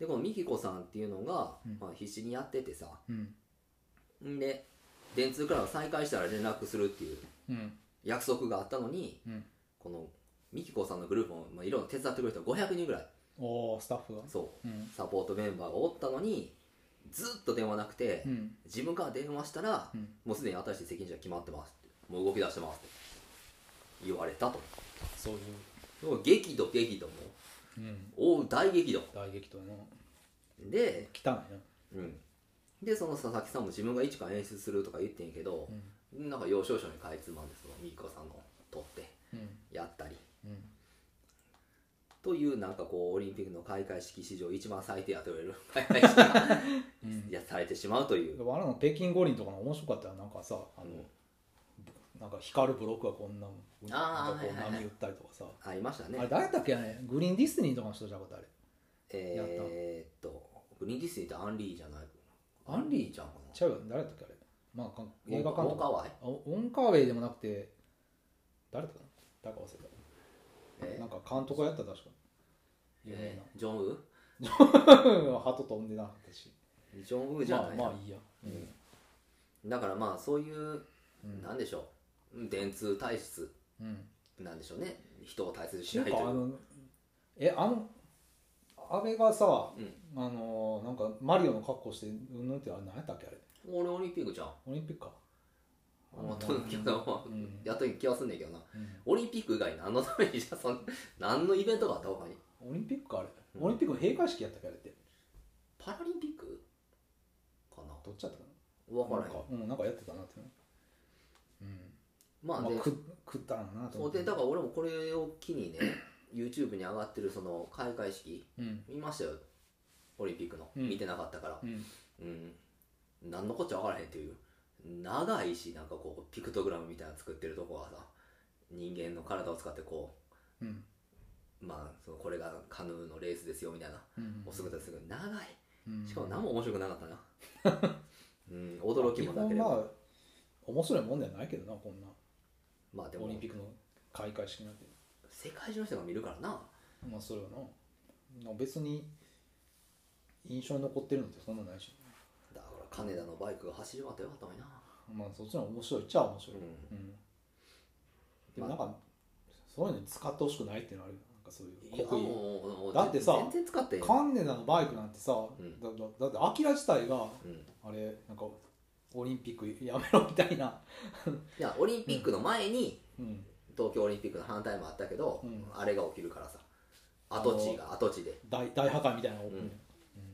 でこのミキコさんっていうのが、 うんまあ、必死にやっててさ、 うんんで電通から再開したら連絡するっていううん約束があったのに、 うんこのミキコさんのグループも、まあ、いろいろ手伝ってくれる人ごひゃくにんぐらいおースタッフがそううんサポートメンバーがおったのにずっと電話なくて、 うん自分から電話したら、 うんもうすでに新しい責任者決まってますってもう動き出してますって言われたと。 そういうもう激怒激怒もうんおう大激怒大激闘ので、 汚いなうん、でその佐々木さんも自分が一から演出するとか言ってんけど、なんか要所要所にかいつまんでそのミキコさんの撮ってうんやったりうんというなんかこうオリンピックの開会式史上一番最低やと言われる開会式がうんやされてしまうという、 でもあれの北京五輪とかの面白かったよなんかさあの、 うんなんか光るブロックがこんなあーなんかこうはいはいはい波打ったりとかさ、 ありましたね。 あれ誰だっけねグリーンディスニーとかの人じゃなかったあれえー、っとグリーンディスニーってアンリーじゃないアンリーちゃんかなちゃうよ誰だったっけあれまあか映画監督ウォンカワイあウォンカーウェイでもなくて誰だったかな誰か忘れえたなんか監督がやった確か有名な、 えージョンウ鳩飛んでなかったしジョンウじゃないな、 まあまあいいやうん、だからまあそういう、 うんなんでしょう電通体質うんなんでしょうね人を大切にしななんいというかあのえあの安倍がさ、 うんあのなんかマリオの格好してうんぬんってあれ何やったっけあれ俺オリンピックじゃんオリンピックかまあとにかくまあうんやっとる気はすんねんけどなうんオリンピック以外何のためにじゃあそん何のイベントがあった他にオリンピックかあれ、 うんオリンピックの閉会式やったっけあれってパラリンピックかなどっちやったか分からへんななんか、うん、なんかやってたなってうんまあで、 まあ、く食ったんだなと思ってそうでだから俺もこれを機にね YouTube に上がってるその開会式うん見ましたよオリンピックの、 うん見てなかったからうんうん何のこっちゃ分からへんっていう長いしなんかこうピクトグラムみたいなの作ってるとこがさ人間の体を使ってこうんうまあそのこれがカヌーのレースですよみたいなうんお姿ですけど長いうんしかも何も面白くなかったなうん驚きもなければ基本まあ面白いもんではないけどなこんなまあでもオリンピックの開会式なんて世界中の人が見るからなまあそれはな別に印象に残ってるのってそんなないしだから金田のバイクが走り回ってよかったのになまあそっちの方が面白いっちゃ面白い、 うんうんでもなんかそういうのに使ってほしくないっていうのはあるよなんかそういういや国威もうもうだってさ全然使ってへんカンネダのバイクなんてさ、 んだだだってアキラ自体がうんあれなんかオリンピックやめろみたいな、 いやオリンピックの前にうん、 東京オリンピックの反対もあったけど、 うんあれが起きるからさ跡地が跡地で大大破壊みたいなのが起こる、 うん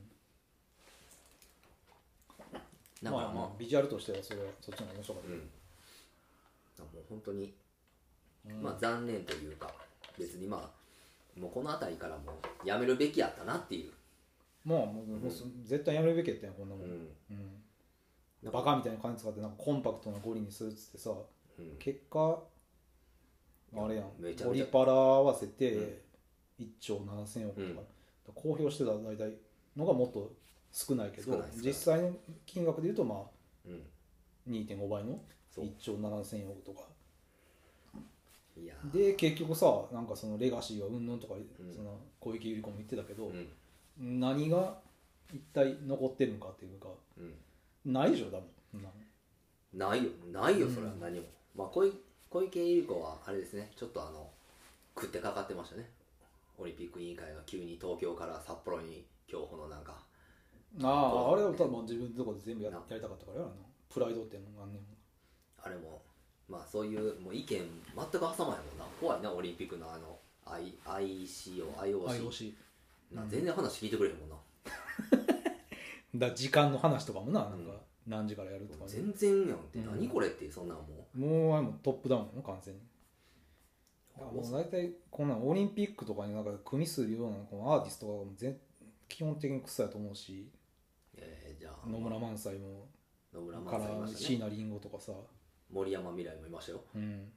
うんだからまあ、 まあまあビジュアルとしてはそれはそっちの方が面白かっうん、もう本当に、 た、うんまあ残念というか別にまあもうこの辺りからもうやめるべきやったなっていう、 まあもう,、もう絶対やめるべきやったよこんなもん、 うんうんなんかバカみたいな金使ってなんかコンパクトなゴリにするっつってさうん結果あれやんめちゃめちゃゴリパラ合わせていっちょうななせんおくとか、 うん公表してた大体のがもっと少ないけど少ない少ない実際の金額でいうとまあうん、 にてんごばいのそういっちょうななせんおくとかいやで結局さなんかそのレガシーはうんぬんとか、 んその小池百合子も言ってたけど、 うん何が一体残ってるのかっていうかうん、 ないでしょだもんなないよないようんそれは何も、まあ小池小池百合子はあれですねちょっとあの食ってかかってましたねオリンピック委員会が急に東京から札幌に競歩のなんかあああれは多分自分のところで全部やなやりたかったからやろなプライドっていうのがあんねんあれもまあそういうもう意見全く挟まへんもんな怖いなオリンピックのあの I アイシーオー、アイオーシー、 アイオーシーな全然話聞いてくれへんもんな、 だ時間の話とかもななんか何時からやるとか、ね全然やんってうん何これっていうそんなんももうあれもトップダウンよ完全にだからもう大体こんなんオリンピックとかになんか組みするようなこのアーティストとかも全基本的にクソやと思うしえー、じゃあ野村萬斎も野村から萬斎いましたね椎名林檎とかさ森山未来もいましたようん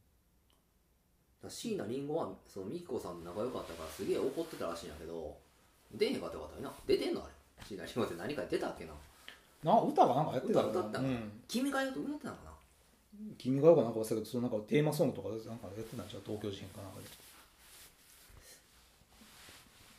椎名林檎はその美紀子さんと仲良かったからすげえ怒ってたらしいんやけど出へんかったよかったよな出てんのあれ椎名林檎って何か出たっけなな歌がなんかやってたよ歌歌ったのうん、 君が代と歌ってたのかな君が代かなんか忘れたけどそのなんかテーマソングとかなんかやってたんちゃう東京事変かなんかで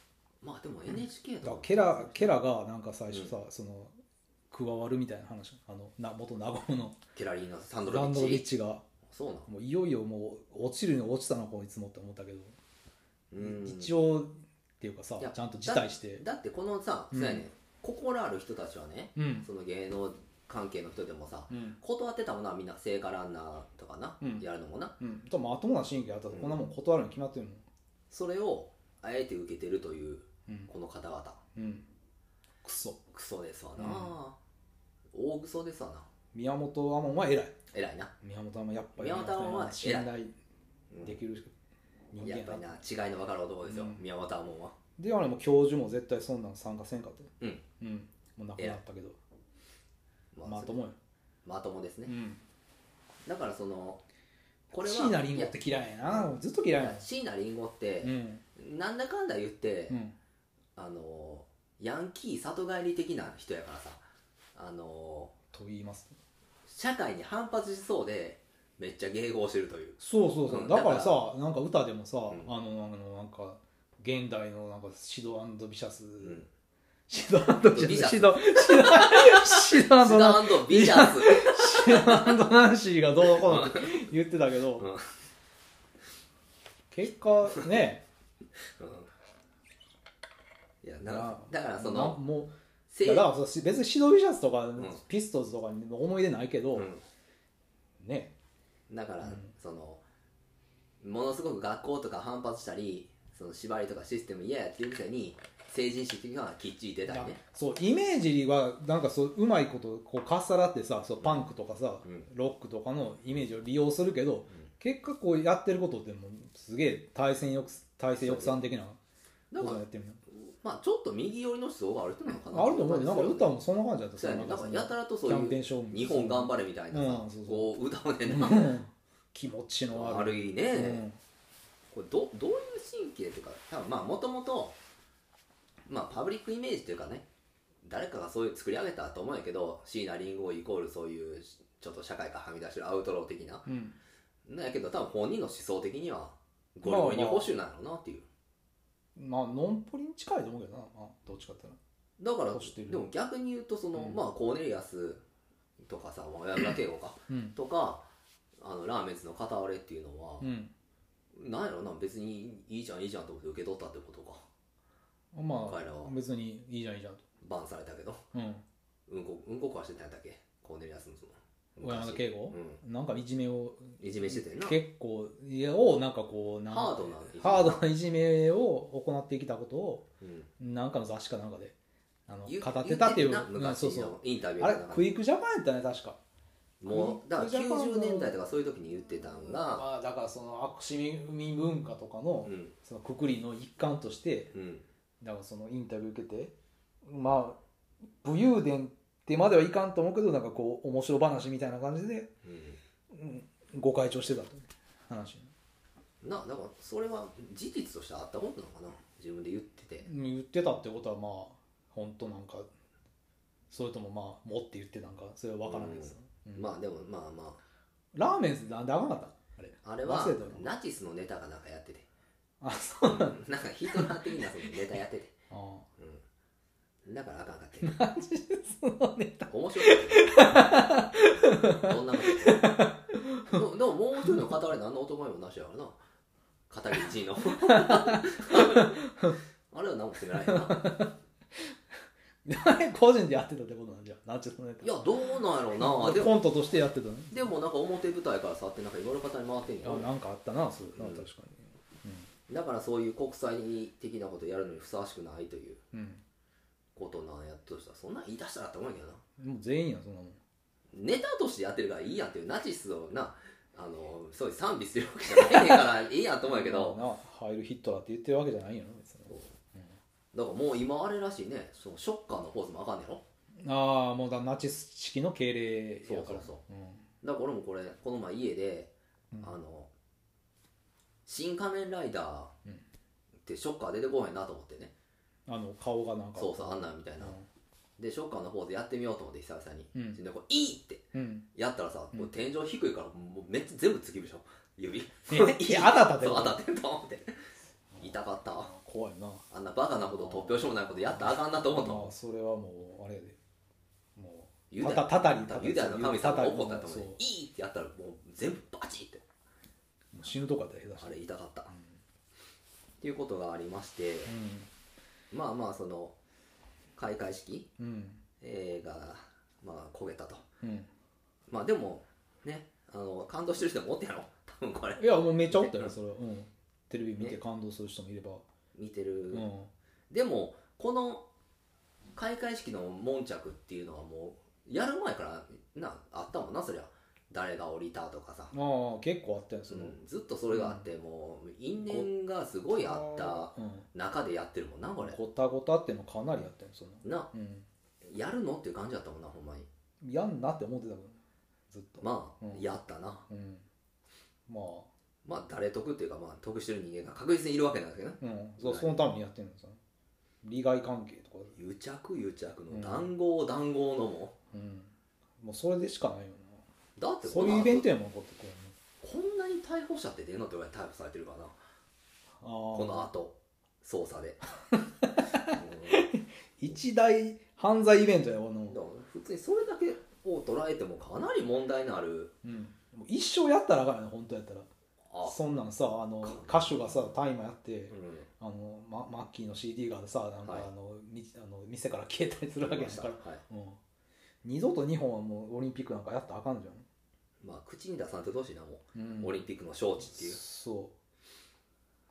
まあでも エヌエイチケー とかだからケラケラがなんか最初さ、うん、その加わるみたいな話、あのな元ナゴムのケラリーナサンドロランドロビッチがそうなんもういよいよもう落ちるに落ちたのこいつもって思ったけど、 うん、 一応っていうかさちゃんと辞退してだ、だってこのさ、うん、そうやね心ある人たちはね、 うん、 その芸能関係の人でもさ、 うん、 断ってたもんなみんな聖火ランナーとかな、うん、やるのもな、 うん、とまともな神経あったらこんなもん断るに決まってるもん、 それをあえて受けてるという、うん、この方々、 うん、クソクソですわな、うん、大クソですわな。 宮本亞門は偉い偉いな。 宮本亞門やっぱり宮本亞門は信頼できる人間やっぱりな違いの分かる男ですよ、うん、宮本亞門は。 であれも教授も絶対そんなん参加せんかったうんうんもうなくなったけど、まあ、まともよまともですね、 うん、 だからそのこれは椎名林檎って嫌いやな、ずっと嫌いやな。 椎名林檎って、うん、なんだかんだ言って、うん、あのヤンキー里帰り的な人やからさ、あのと言います社会に反発しそうでめっちゃ迎合してるという。 そうそうそう、うん、だからさなんか歌でもさ、うん、あのあのなんか現代のなんかシド&ビシャス、うん、シド&ビシャスシドシド& ビシャスシド&ナンシーがどうのこうのって言ってたけど、うん、結果ね、 うん、いやなだからそのもういやだから別にシドビシャスとか、うん、ピストルズとかに思い出ないけど、うん、ねだから、うん、そのものすごく学校とか反発したりその縛りとかシステム嫌やっていうくせに成人式がきっちり出たりね。 そうイメージはなんかそううまいことこうかっさらってさそうパンクとかさ、うん、ロックとかのイメージを利用するけど、うん、結果こうやってることってもうすげえ体制抑体制抑散的なことをやってるの。 まあちょっと右寄りの思想がある人なのかな。 あると思うね。なんか歌もそんな感じだった。 そうやね。なんかやたらとそういう日本頑張れみたいなさ、うん、そうそうこう歌うねんな、 うん、気持ちの悪い。 悪いね。うんこれ ど, どういう神経というか多分まあもともとまあパブリックイメージというかね誰かがそういう作り上げたと思うんやけど椎名林檎イコールそういうちょっと社会からはみ出してるアウトロー的な、うん、なんやけど多分本人の思想的にはゴリゴリに保守なんやろうなっていう、 まあ、まあ、ノンポリに近いと思うけどな、まあ、どっちかってだからでも逆に言うとその、うん、まあコーネリアスとかさ山田圭吾か、うん、とかあのラーメンズの片割れっていうのは、うんなんやろな別にいいじゃんいいじゃんと思って受け取ったってことか。 まあ別にいいじゃんいいじゃんとバンされたけど、うん、うんこうんこ食わしてたんやったっけコーネリアスのその小山田圭吾、うん、なんかいじめをいじめしててな結構いやをなんかこうなんハードなハードないじめを行ってきたことを、うん、なんかの雑誌かなんかであの語ってたっていう昔のインタビューあれクイックジャパンやったね確か。 もうだからきゅうじゅうねんだいとかそういう時に言ってたんが、 まあ、だからその悪趣味文化とかの、うん、そのくくりの一環として、うん、だからそのインタビュー受けてまあ武勇伝ってまではいかんと思うけどなんかこう面白話みたいな感じで、うんうん、ご開帳してたと話な。だからそれは事実としてあったことなのかな自分で言ってて言ってたってことはまあ本当なんかそれともまあもって言ってたんかそれは分からないです、 うん、まあでもまあまあラーメンズなんであかんかったあれあれはナチスのネタがなんかやっててあそうなんだ、 うん、なんかヒトラー的なそのネタやっててあ、うん、だからあかんかってナチスのネタ面白かったどんなことでもでももう一人の片割れ何の男にもなしやからな片桐仁のあれは何も責められへんな個人でやってたってことなんじゃナチスのネタいやどうなんやろうなでコントとしてやってたねでもなんか表舞台からさってなんかいろいろ方に回ってんのなんかあったなそういうの、うん、確かに、 うん、だからそういう国際的なことやるのにふさわしくないということなんやとしたらそんなん言い出したらって思うんやけどなもう全員やそんなもんネタとしてやってるからいいやんっていうナチスをなあのそういう賛美するわけじゃないからいいやんと思うんやけどなハイルヒットラーって言ってるわけじゃないよな別にだからもう今あれらしいねそのショッカーのポーズもあかんねやろああもうだナチス式の敬礼やからそうそうそう、うん、だから俺もこれこの前家で、うん、あの新仮面ライダーってショッカー出てこへんなと思ってねあの顔がなんかそうそうあんなんみたいな、うん、でショッカーのポーズやってみようと思って久々に、うん、でこれいいってやったらさ、うん、天井低いからもうめっちゃ全部突きるでしょ指いや当たったってそう当たってんと思って痛かったわ怖いな。 あんなバカなこと突拍子もないことやったらあかんなと思ったもん。 まあそれはもうあれやで、もうユダたたたりユダの神様が怒ったと思うそうね。いいってやったらもう全部バチってもう死ぬとこやったら下手したあられ痛かった、っていうことがありまして、まあまあその開会式、 うんうんえー、がまあ焦げたと。 うんまあでもね、あの感動してる人もおってやろ多分これいやもうめっちゃおったよそれは、うん、テレビ見て感動する人もいれば、 見てる、 うんでもこの開会式の悶着っていうのはもうやる前からなあったもんな。そりゃ誰が降りたとかさ、 ああ結構あったよその、 うん、ずっとそれがあって、もう因縁がすごいあったうん中でやってるもんなこれごたごたっていうのかなりあったよその、 な。 うん、 やるのっていう感じだったもんなほんまに。 やんなって思ってたけどずっとまあ、 うんやったな。 うんまあまあ誰得っていうか、まあ得してる人間が確実にいるわけなんですけどね。 うんそうそのためにやってるのさ、利害関係とか、 癒着癒着の談合談合のも、 うん、もうそれでしかないよだってな。そういうイベントやもんこってここんなに逮捕者って出んのってぐらい逮捕されてるからな。 あこの後捜査で、 一大犯罪イベントやこの、 うん、だから普通にそれだけを捉えてもかなり問題のある、 うん、もう一生やったらあかんよね本当やったら。 あ、 そんなんさあの歌手がさ大麻やって、 うん、 あのママッキーの シーディー がさなんか、 はいあのみあの店から消えたりするわけやから、 はい、 うん、二度と日本はもうオリンピックなんかやったらあかんじゃん、 まあ口に出さんとどうしいなもう、 うん、 オリンピックの招致っていう。 そう、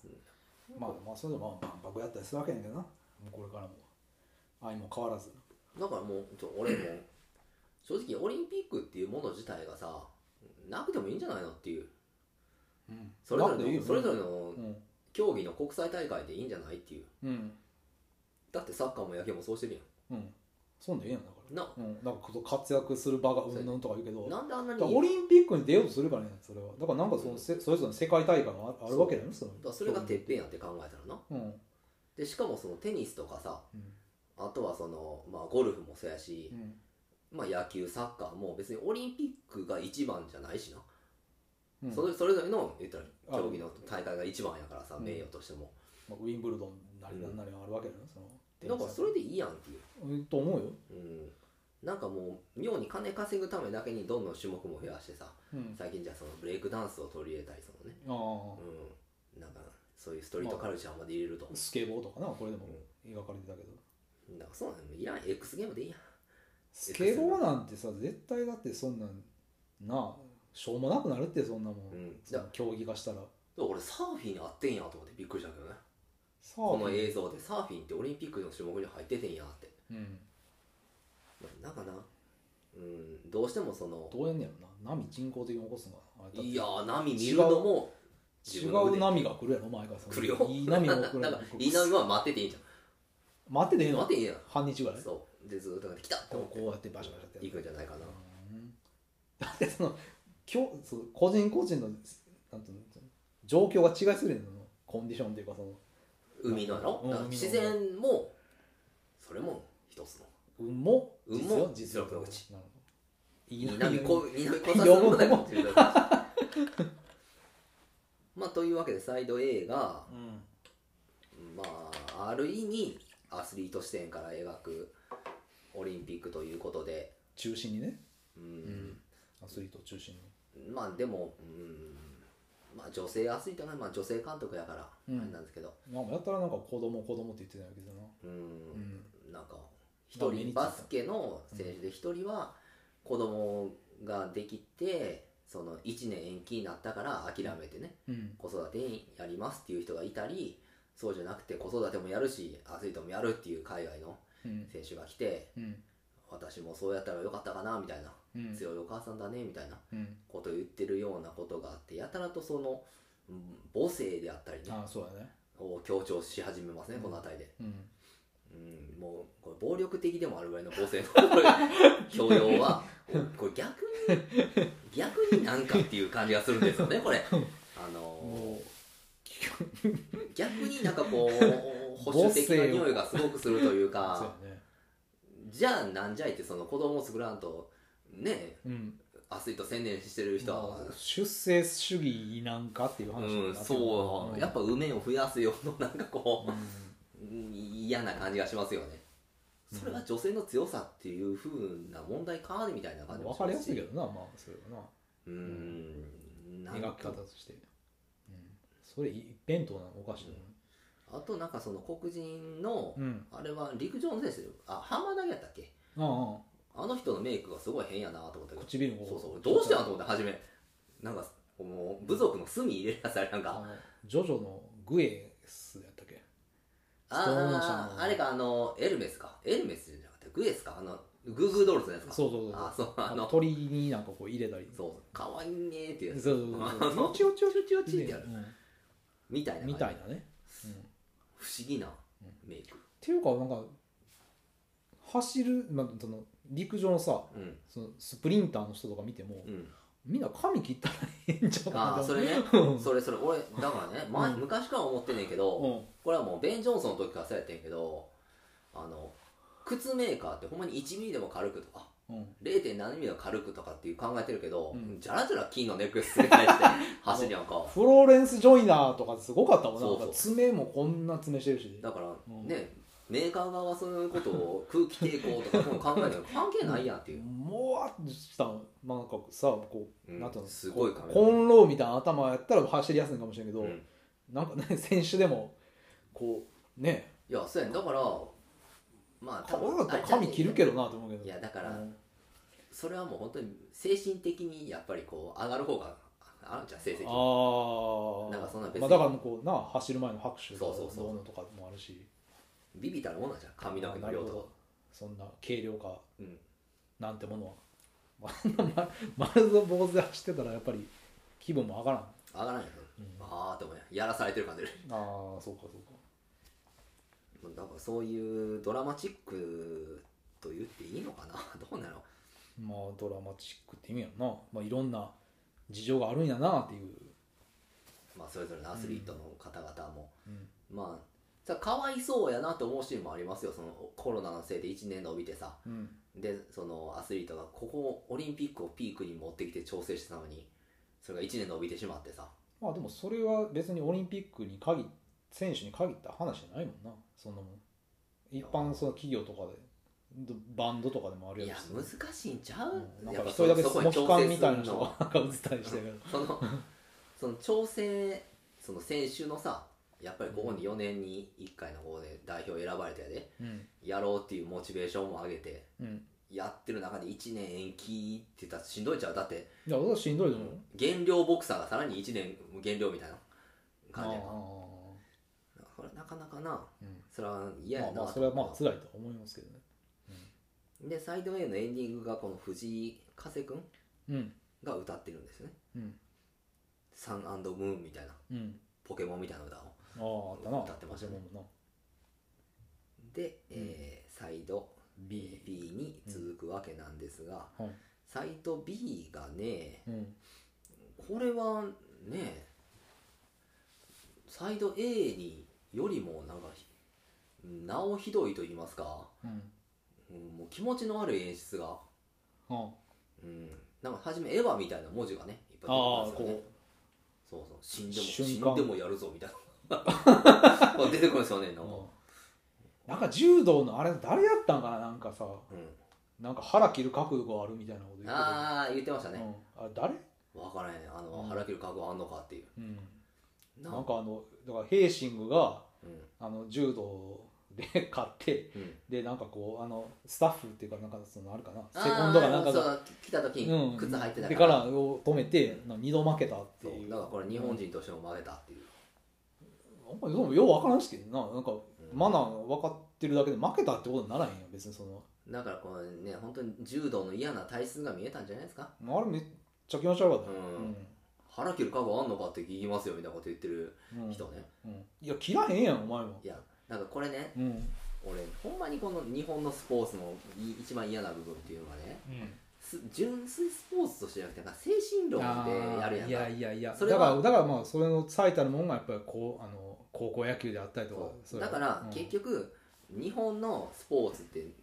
うん、まあまあそれでまあ万博やったりするわけやけどな、もうこれからも愛も変わらず。 だからもうちょ俺も正直オリンピックっていうもの自体がさなくてもいいんじゃないのっていう、 うん、 それぞれなんでいいよのそれぞれのうん競技の国際大会でいいんじゃないっていう。 うんだってサッカーも野球もそうしてるやんうんそんでいいやんだからな。 うん、なんか活躍する場がうんぬんとか言うけど、 なんであんなにだからオリンピックに出ようとするからねそれは。だからなんかそのせ、それぞれの世界大会がああるわけだよね。そのだからそれがてっぺんやって考えたらな。 うんでしかもそのテニスとかさ、 うんあとはその、まあ、ゴルフもそうやし、 うんまあ、野球サッカーも別にオリンピックが一番じゃないしな、 うんそれそれぞれの言ったら競技の大会が一番やからさ、 うん名誉としても、 まあ、ウィンブルドンなりなんなりあるわけだよねそのだからそれでいいやんっていう、 うんと思うよ、 うん、なんかもう妙に金稼ぐためだけにどんどん種目も増やしてさ、 うん、 最近じゃあそのブレイクダンスを取り入れたりそのね、 あうん、なんかそういうストリートカルチャーまで入れると、 あスケボーとかなこれでも描かれてたけど、 だからそうなのいらん X ゲームでいいやん。 スケボーなんてさ絶対だってそんなんなあしょうもなくなるってそんなもん、 うんその競技化したら。 俺サーフィンに合ってんやと思ってびっくりしたけどね。 サーフィンこの映像でサーフィンってオリンピックの種目に入っててんやって、 うんなんかな、うん、どうしてもそのどうやんねやろな波人工的に起こすのかなあれだっていやー波見るのも違う波が来るやろ前から来るよ。 いい波が来るなんかいい波は待ってていいんじゃん。 待ってていいの待っていいやん。 半日ぐらいそうでずーっと来たって思ってこうこうやってバシャバシャってや行くんじゃないかな。 うんだってその今日その個人個人のなんていうの状況が違いすぎるのコンディションっていうかその海のやろ、 うんだから自然もそれも一つの運も運も実実力のうち。 なるほどいい南なこ南こさすもないかもしれない。まあというわけでサイド A がうんまあある意味アスリート視点から描くオリンピックということで、 中心にね、 ううんん、アスリートを中心にまあでも、うんまあ、女性アスリートが、まあ、女性監督やからあうんれなんですけど、 なんかやったらなんか子供子供って言ってたけどなうんなんか一まあ目についた人バスケの選手で一人は子供ができてそのいちねん延期になったから諦めてね、 うん子育てやりますっていう人がいたり、そうじゃなくて子育てもやるしアスリートもやるっていう海外のうん選手が来て、 うん私もそうやったらよかったかなみたいな、 うん強いお母さんだねみたいなうんことを言ってるようなことがあって、やたらとそのうん母性であったりねああそうだねを強調し始めますね、この辺りで、 うんうん、もうこれ暴力的でもあるぐらいの母性の強要はこれ逆に逆になんかっていう感じがするんですよねこれあのも逆になんかこう保守的な匂いがすごくするといううそうかやねじゃあなんじゃいってその子供を作らんとねうんアスリート専念してる人は、 まあ出世主義なんかっていう話にうん、 なってるそう、 うんやっぱ埋めを増やすようななんかこう、 うん嫌な感じがしますよね。それは女性の強さっていう風な問題かみたいな感じも分かりやしますし、 すいけどな、まあそれはなうーん、なん描きか方として、うん、それ一辺倒なのおかしいな、 あとなんかその黒人の、 うんあれは陸上の選手、あ、浜田やったっけ、 あああの人のメイクがすごい変やなと思ったけど、 唇もそうそう、どうしてなと思って初め、なんかもう部族の隅入れるやつあれなんか、 あのジョジョのグエスやったっけ、ストーン社のああ、あれか、あのエルメスか、エルメスじゃなくてグエスか、あのグーグードールズのやつか、 そうそうそうそうあ、そう、あの鳥になんかこう入れたり、 そう、かわいいねーっていうやつ、 そうそうそうあのよちよちよちよちよちってやるうんみたいな感じみたいなね、うん、っ不思議なメイク、 ていうかなんか走る、まあ、その陸上のさ、 うんそのスプリンターの人とか見ても、 うん、 みんな髪切ったらええんちゃうかなああそれねうんそれそれ俺だからね、まうん昔から思ってんねんけど、 うんこれはもうベン・ジョンソンの時からそうやってんけど、あの靴メーカーってほんまにいちミリでも軽くとかうんれいてんななミリでも軽くとかっていう考えてるけど、 うんじゃらじゃら金のネックレスつけたりして走りやんか。 フローレンス・ジョイナーとかすごかったもんな、 そうそうなんか爪もこんな爪してるしだからうんね、メーカー側はそういうことを空気抵抗とかそういうの考えてる関係ないやんっていう、 もわっとしたの、まあ、なんかさこう、 うんなんていうのすごい髪コーンローみたいな頭やったら走りやすいかもしれんけど、 うんなんかね選手でもこうねいやそうやんだからまあかわかったら髪切るけどなと思うけどいやだから、 うんそれはもう本当に精神的にやっぱりこう上がる方があるんじゃん成績ああなんかそんな別にまあ、だからもうこうな走る前の拍手そうそうそうどうのとかもあるしビビたるもんなんじゃん髪の毛の量とかあなるほどそんな軽量化うんなんてものはまあ丸ぞ坊主で走ってたらやっぱり気分も上がらん上がらないよ、 うんああでもねやらされてる感じでああそうかそうかだからそういうドラマチックと言っていいのかなどうなのまあドラマチックって意味やんな、まあ、いろんな事情があるんやなっていう、 まあそれぞれのアスリートの方々も、 うんまあさかわいそうやなと思うシーンもありますよそのコロナのせいでいちねん延びてさうん、 でそのアスリートがここオリンピックをピークに持ってきて調整してたのにそれがいちねん延びてしまってさまあでもそれは別にオリンピックに限っ選手に限った話じゃないもんなそんなもん一般その企業とかでバンドとかでもあるいややつ難しいんちゃう、 うん、なんやっぱか一人だけそこにモヒカンみたいな調整するの人がなんか映ったりしてるそのその調整その選手のさやっぱりここによねんにいっかいの方で代表選ばれてやでうんやろうっていうモチベーションも上げてうんやってる中でいちねん延期って言ったらしんどいちゃうだっていや私はしんどいと思う、 減量ボクサーがさらにいちねん減量みたいな感じやなあこれなかなかなーうんそれは嫌やなまあまあそれはまあ辛いとは思いますけどねでサイド A のエンディングがこの藤井風くんうんが歌ってるんですよねうんサン&ムーンみたいなうんポケモンみたいな歌をあああったな歌ってましたねポケモンもで、えーサイド B B に続くわけなんですが、 なはいサイド B がねうんこれはねサイド A によりもなんかなおひどいと言いますか、 うんうん、もう気持ちの悪い演出が、 あうん、なんか初めエヴァみたいな文字がねいっぱいあ出てくるんですよねこそうそう死んでも瞬間死んでもやるぞみたいなこう出てくるんですよねなんか、 うんなんか柔道のあれ誰やったんかななんかさうん、 なんか腹切る覚悟があるみたいなこと言ってああ言ってましたたね、 うん、あ誰、 分からへんあの、 うん腹切る覚悟あんのかっていううん、 ななんかあのだからヘイシングがうんあの柔道で勝ってうんでなんかこうあのスタッフっていうかなんかそのあるかなあーセコンドがなんかそう来た時うんに靴履いてたでか、 かららを止めてなんか二度負けたってそういうだからこれ日本人としても負けたっていう、 あんまりそうよう分からんしけどななんかマナー分かってるだけで負けたってことにならへんよ別にそのだからこのね本当に柔道の嫌な体質が見えたんじゃないですか、 あれめっちゃ気持ち悪かったようん腹切る覚悟あんのかって聞きますよみたいなこと言ってるうん人ね、 うんいや切らへんやんお前もいやなんかこれねうん俺ほんまにこの日本のスポーツのい一番嫌な部分っていうのがねす純粋スポーツとしてじゃなくてなんか精神論でやるやんかいやいやいやそれはだからだからまあそれの最たるもんがやっぱりこうあの高校野球であったりとかそうだから結局日本のスポーツって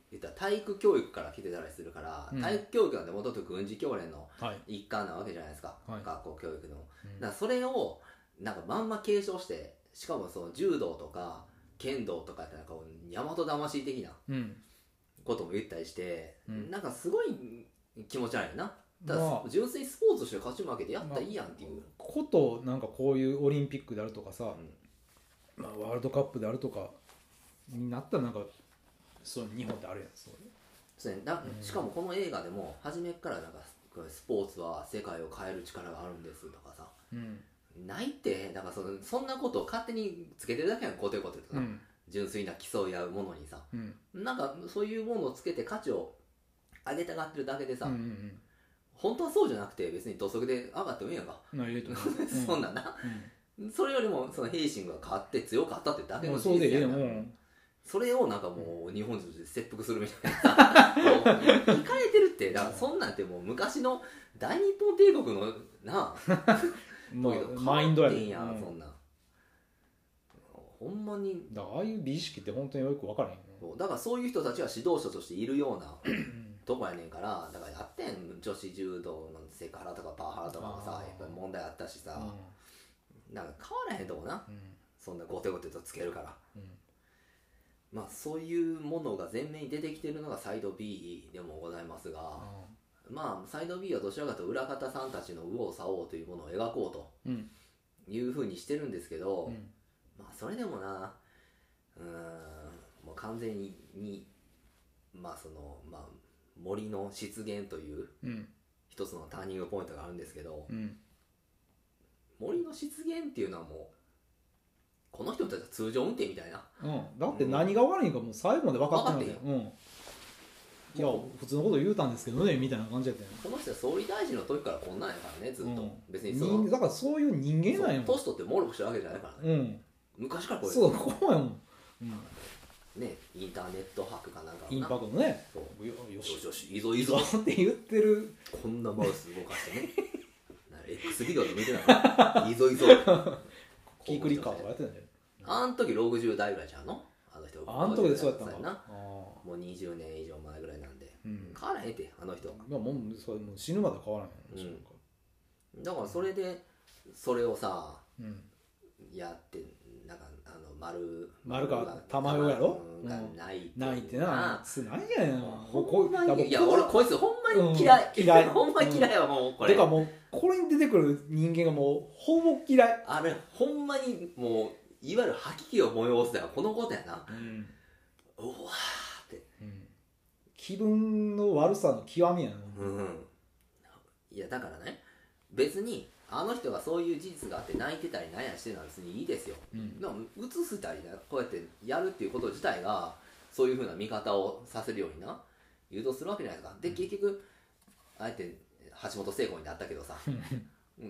言ったら体育教育から来てたりするから、うん、体育教育なんてもともと軍事教練の一環なわけじゃないですか、はい、学校教育の、うん、だからそれをなんかまんま継承して、しかもその柔道とか剣道とかってなんか大和魂的なことも言ったりして、うん、なんかすごい気持ち悪いな。だから、まあ、純粋にスポーツとして勝ち負けてやったらいいやんっていう、まあ、 ことなんかこういうオリンピックであるとかさ、うん、まあ、ワールドカップであるとかになったらなんかそう日本ってあるやん。そうそう、ね、だしかもこの映画でも初めからなんかスポーツは世界を変える力があるんですとかさ、うん、ないってだから そ, そんなことを勝手につけてるだけやん、コテコテとか、うん、純粋な競い合うものにさ、うん、なんかそういうものをつけて価値を上げたがってるだけでさ、うんうんうん、本当はそうじゃなくて別に土足で上がってもいいやんか、うん、そんなんな、うん、それよりもそのヘイシングが勝って強かったってだけの事実やんか、それをなんかもう日本人で切腹するみたいなさいかれてるって。だからそんなんてもう昔の大日本帝国のなまあマインドやねんや、うん、そんなほんまにだからああいう美意識って本当によく分からへんの。だからそういう人たちは指導者としているようなとこやねんから、だからやってん女子柔道のセクハラとかパワハラとかもさ、やっぱり問題あったしさ、うん、なんか変わらへんとこな、うん、そんなゴテゴテとつけるから、うん、まあそういうものが前面に出てきてるのがサイド B でもございますが、うん、まあサイド B はどちらかというと裏方さんたちの右往左往というものを描こうというふうにしてるんですけど、うん、まあそれでもな、うーん、もう完全にまあそのまあ森の出現という一つのターニングポイントがあるんですけど、うん、森の出現っていうのはもうこの人たちは通常運転みたいな、 うん、だって何が悪いんかもう最後まで分かってない、うん、いや普通のこと言うたんですけどねみたいな感じやったよね。 この人は総理大臣の時からこんなんやからねずっと、うん、別にそのだからそういう人間なんやもん。 年取ってもろくしてるわけじゃないからね、うん、昔からこれそうこうやもん、うんね、インターネットハックかなんかインパクトね、 そうよしよしいいぞいいぞって言ってる。 こんなマウス動かしてねX ビデオで見てないいいぞいいぞキークリッカーとかやってたんじゃない。 あん時ろくじゅう代ぐらいじゃんのあの人。 あん時でそうやったのな。もうにじゅうねん以上前ぐらいなんで、うん、変わらへんてあの人。 まあもうそれもう死ぬまで変わらない、 うん、だからそれでそれをさ、うん、やってなんかあの丸丸か玉よやろがないってないってなつないやん。 ほんまにいや俺こいつほんまに嫌い、うん、嫌いほんまに嫌いはもうこれ。 てかもうこれに出てくる人間がもうほぼ嫌い。 あれほんまにもういわゆる吐き気を催すのはこのことやな、うん、うわーって、うん、 気分の悪さの極みやな、うん、 いやだからね別にあの人がそういう事実があって泣いてたり何やしてるのは別にいいですよ、うん、でも映すたりねこうやってやるっていうこと自体がそういう風な見方をさせるようにな誘導するわけじゃないですか。で結局あえて橋本聖子になったけどさうん、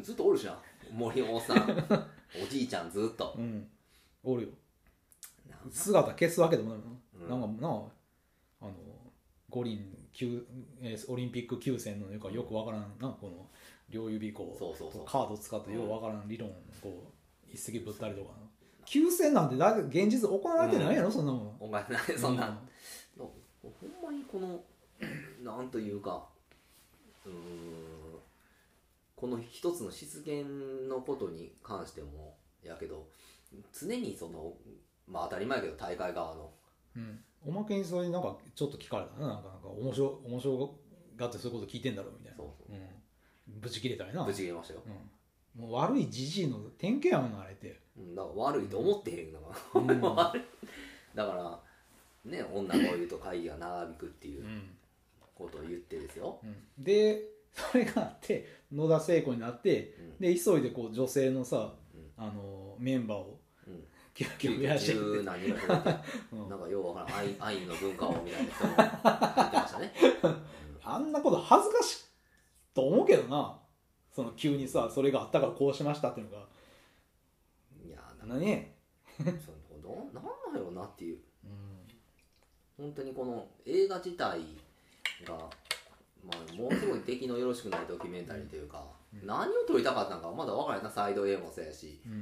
ずっとおるしな森尾さんおじいちゃんずっと、うん、 おるよ。姿消すわけでもないの、うん、なんかなあの五輪オリンピック休戦のよくよくわからんなこの両指こうそうそうそうカード使ってようわからん理論をこう一石ぶったりとか休戦なんてだ現実行われてないやろ、うん、そんなもん。 お前ないそんな、うん、ほんまにこのなんというかうーんこの一つの出現のことに関してもやけど常にそのまあ当たり前やけど大会側の、 うん、おまけにそれなんかちょっと聞かれたななんかなんか面白面白がってそういうこと聞いてんだろうみたいな。そうそう、うん、ブチ切れたりな。 ブチ切れましたよ、 うん、もう悪いじじいの典型やもんなあれって、 うん、だから悪いと思ってへんのが、うん、だからね女の言うと会議が長引くっていうことを言ってですよ、 うん、でそれがあって野田聖子になって、うん、で急いでこう女性のさ、うん、あのメンバーを急遽増やして十何人が増えて、うん、なんかようわからん愛愛の文化をみたいな人も言ってましたね、うん、 あんなこと恥ずかしいと思うけどな。その急にさそれがあったからこうしましたっていうのがいや何そのなんなんやろうなっていう、うん、本当にこの映画自体がまあ、もうすごい出来のよろしくないドキュメンタリーというか、うん、何を撮りたかったのかまだ分からないな。サイド A もそうやし、うん、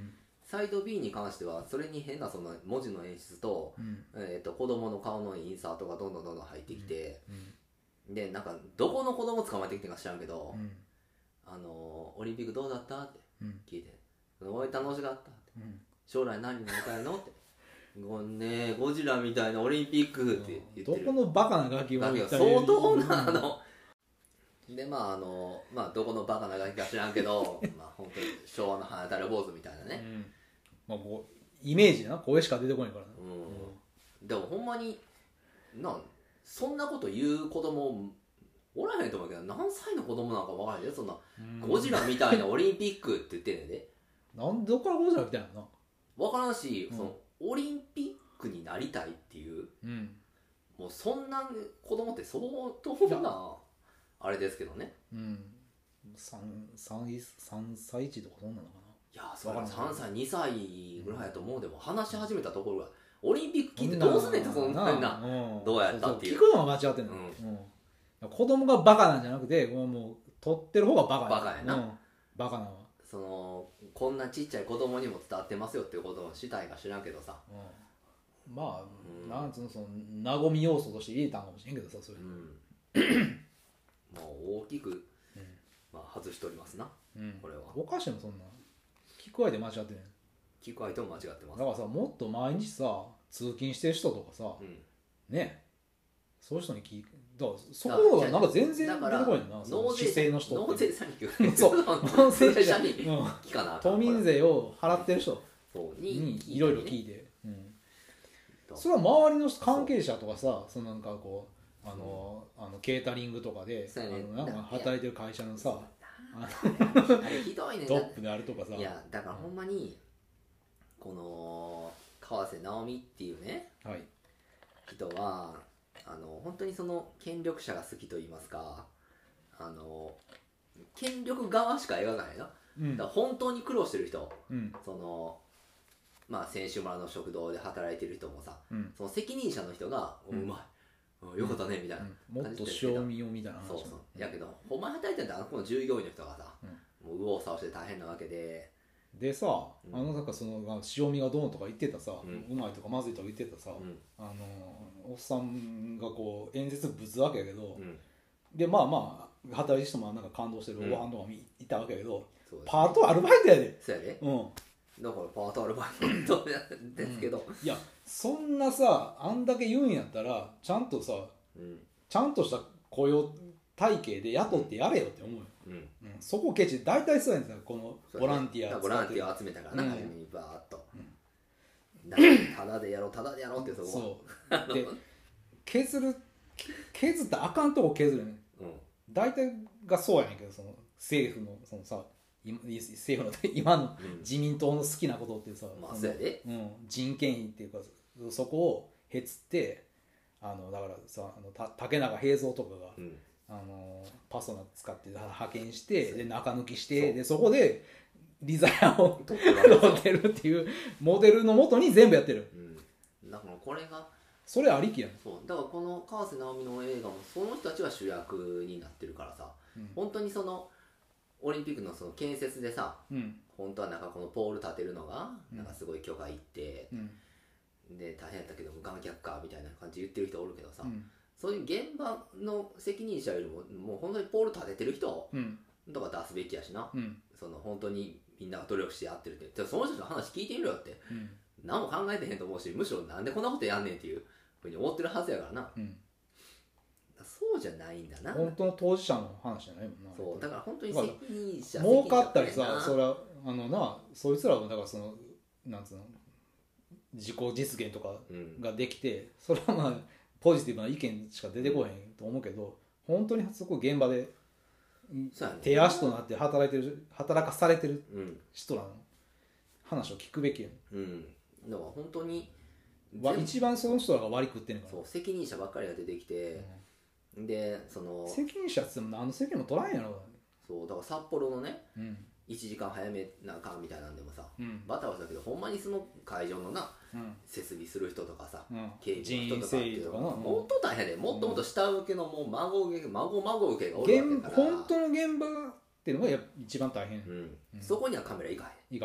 サイト B に関してはそれに変なその文字の演出と、 うんえー、と子供の顔のインサートがどんどんどんどん入ってきて、 うんでなんかどこの子供捕まえてきてるか知らんけど、 うんあのオリンピックどうだったってうん聞いて「おい楽しかった」ってうん 「将来何になりたいの?」って「ごねゴジラみたいなオリンピック」って言ってる。 どこのバカなガキをガキが相当なあのでまああのまあどこのバカなガキか知らんけどまあ本当に昭和の花垂れ坊主みたいなね、 うんまあ、こうイメージな声しか出てこないからな、 うん、でもほんまになんそんなこと言う子供おらへんと思うけど何歳の子供なんか分からへんでそんな、 うんゴジラみたいなオリンピックって言ってんねんでなんでどっからゴジラ来たんやろな。 分からんし、 うんそのオリンピックになりたいっていううんもうそんな子供って相当なあれですけどね。 うん三三三歳児とかそんなのかいやそれわからんさんさいにさいぐらいやと思うでも話し始めたところがオリンピック聞いてどうすんねんってそんなにな、 うんどうやったっていうそそ聞くのは間違ってんの、うん子供がバカなんじゃなくてもうもう取ってる方がバカやバカやなうん、バカなのは、 そのこんなちっちゃい子供にも伝わってますよっていうことをしたいか知らんけどさ、 うん、まあ、 うんなんつうのその和み要素として入れたんかもしれんけどさそれ、 うんもう大きく、まあ、外しておりますなうん、 これは。 おかしいもんそんな聞く相手間違ってね聞く相手も間違ってますだからさもっと毎日さ通勤してる人とかさ、 うんねそういう人に聞いだからそこがなんか全然出てこだからないなその納税姿勢の人納って税者に聞くそう納税者にうん聞かなあかん都民税を払ってる人そうににいろいろ聞いて、うん、それは周りの関係者とかさそのなんかこうあの、あのケータリングとかで、 そうやねあのなんか働いてる会社のさああれひどいねのトップであるとかさいやだからほんまにこの川瀬直美っていうねはい人はあの本当にその権力者が好きと言いますかあの権力側しか描かないな、 うんだから本当に苦労してる人うんそのまあ選手村の食堂で働いてる人もさうんその責任者の人が「ううんまい、うんよかったね」みたいな、 もっと賞味をみたいな話そうそうやけどほんまに働いてるんだあの子の従業員の人がさ、もう右往左往して大変なわけででさ、 うんあのなんかその塩味がどうとか言ってたさ、 ううんまいとかまずいとか言ってたさ、 うんあのおっさんがこう演説ぶつわけやけど、 うんでまあまあ働いてる人もなんか感動してるうんおばはんとかもいいたわけやけど、 そうですねパートアルバイトやで、 そうやでうん、 だからパートアルバイトなんですけど、 いやそんなさあんだけ言うんやったらちゃんとさうんちゃんとした雇用体系で雇ってやれよって思うよ、 うん、 うん、そこケチ大体そうやねんさこのボランティアそうやねボランティアを集めたからな、 うん初めにバーッと、だからただでやろうただでやろうってそこそうで削る削ったらあかんとこ削るねんうん大体がそうやねんけどその政府のそのさ今政府の今のうん自民党の好きなことってさ、 まあそのそうやでうん、人件費っていうかそこをへつってあのだからさあのた竹中平蔵とかが、 うんあのパソナ使って派遣してで中抜きしそうてでそこでリザヤを取ってるわけですよ取ってるっていうモデルのもとに全部やってるうん、だからこれがそれありきやん、 そうだからこの川瀬直美の映画もその人たちが主役になってるからさうん本当にそのオリンピックのその建設でさうん本当はなんかこのポール立てるのがうんなんかすごい許可いって、 うんで大変やったけど無観客かみたいな感じで言ってる人おるけどさ、 うんそういう現場の責任者よりももう本当にポール立ててる人うんとか出すべきやしな、 うんその本当にみんなが努力してやってるってでその人たちの話聞いてみろよってうん何も考えてへんと思うしむしろなんでこんなことやんねんっていうふうに思ってるはずやからなうんそうじゃないんだな本当の当事者の話じゃないもんなそうだから本当に責任者儲かったり責任者さそれはあのなそいつらはだからそのなんつうの自己実現とかうんができてそれはまあポジティブな意見しか出てこへんと思うけど本当にそこ現場でそうやね手足となって働いてる働かされてるうん人らの話を聞くべきやんうんだから本当にわ全部一番その人らが割り食ってんねんからそう責任者ばっかりが出てきて、でその責任者っつっても何の責任も取らんやろそうだから札幌のねうんいちじかん早めなあかんみたいなんでもさうんバタバタだけどほんまにその会場のなうん設備する人とかさうん警備人員の人とかっていうのは整理とかな本当大変でもっともっと下請けのもう孫受け孫孫受けがおるわけ現だから本当の現場っていうのがやっぱ一番大変うんうんそこにはカメラいかへんいかんこ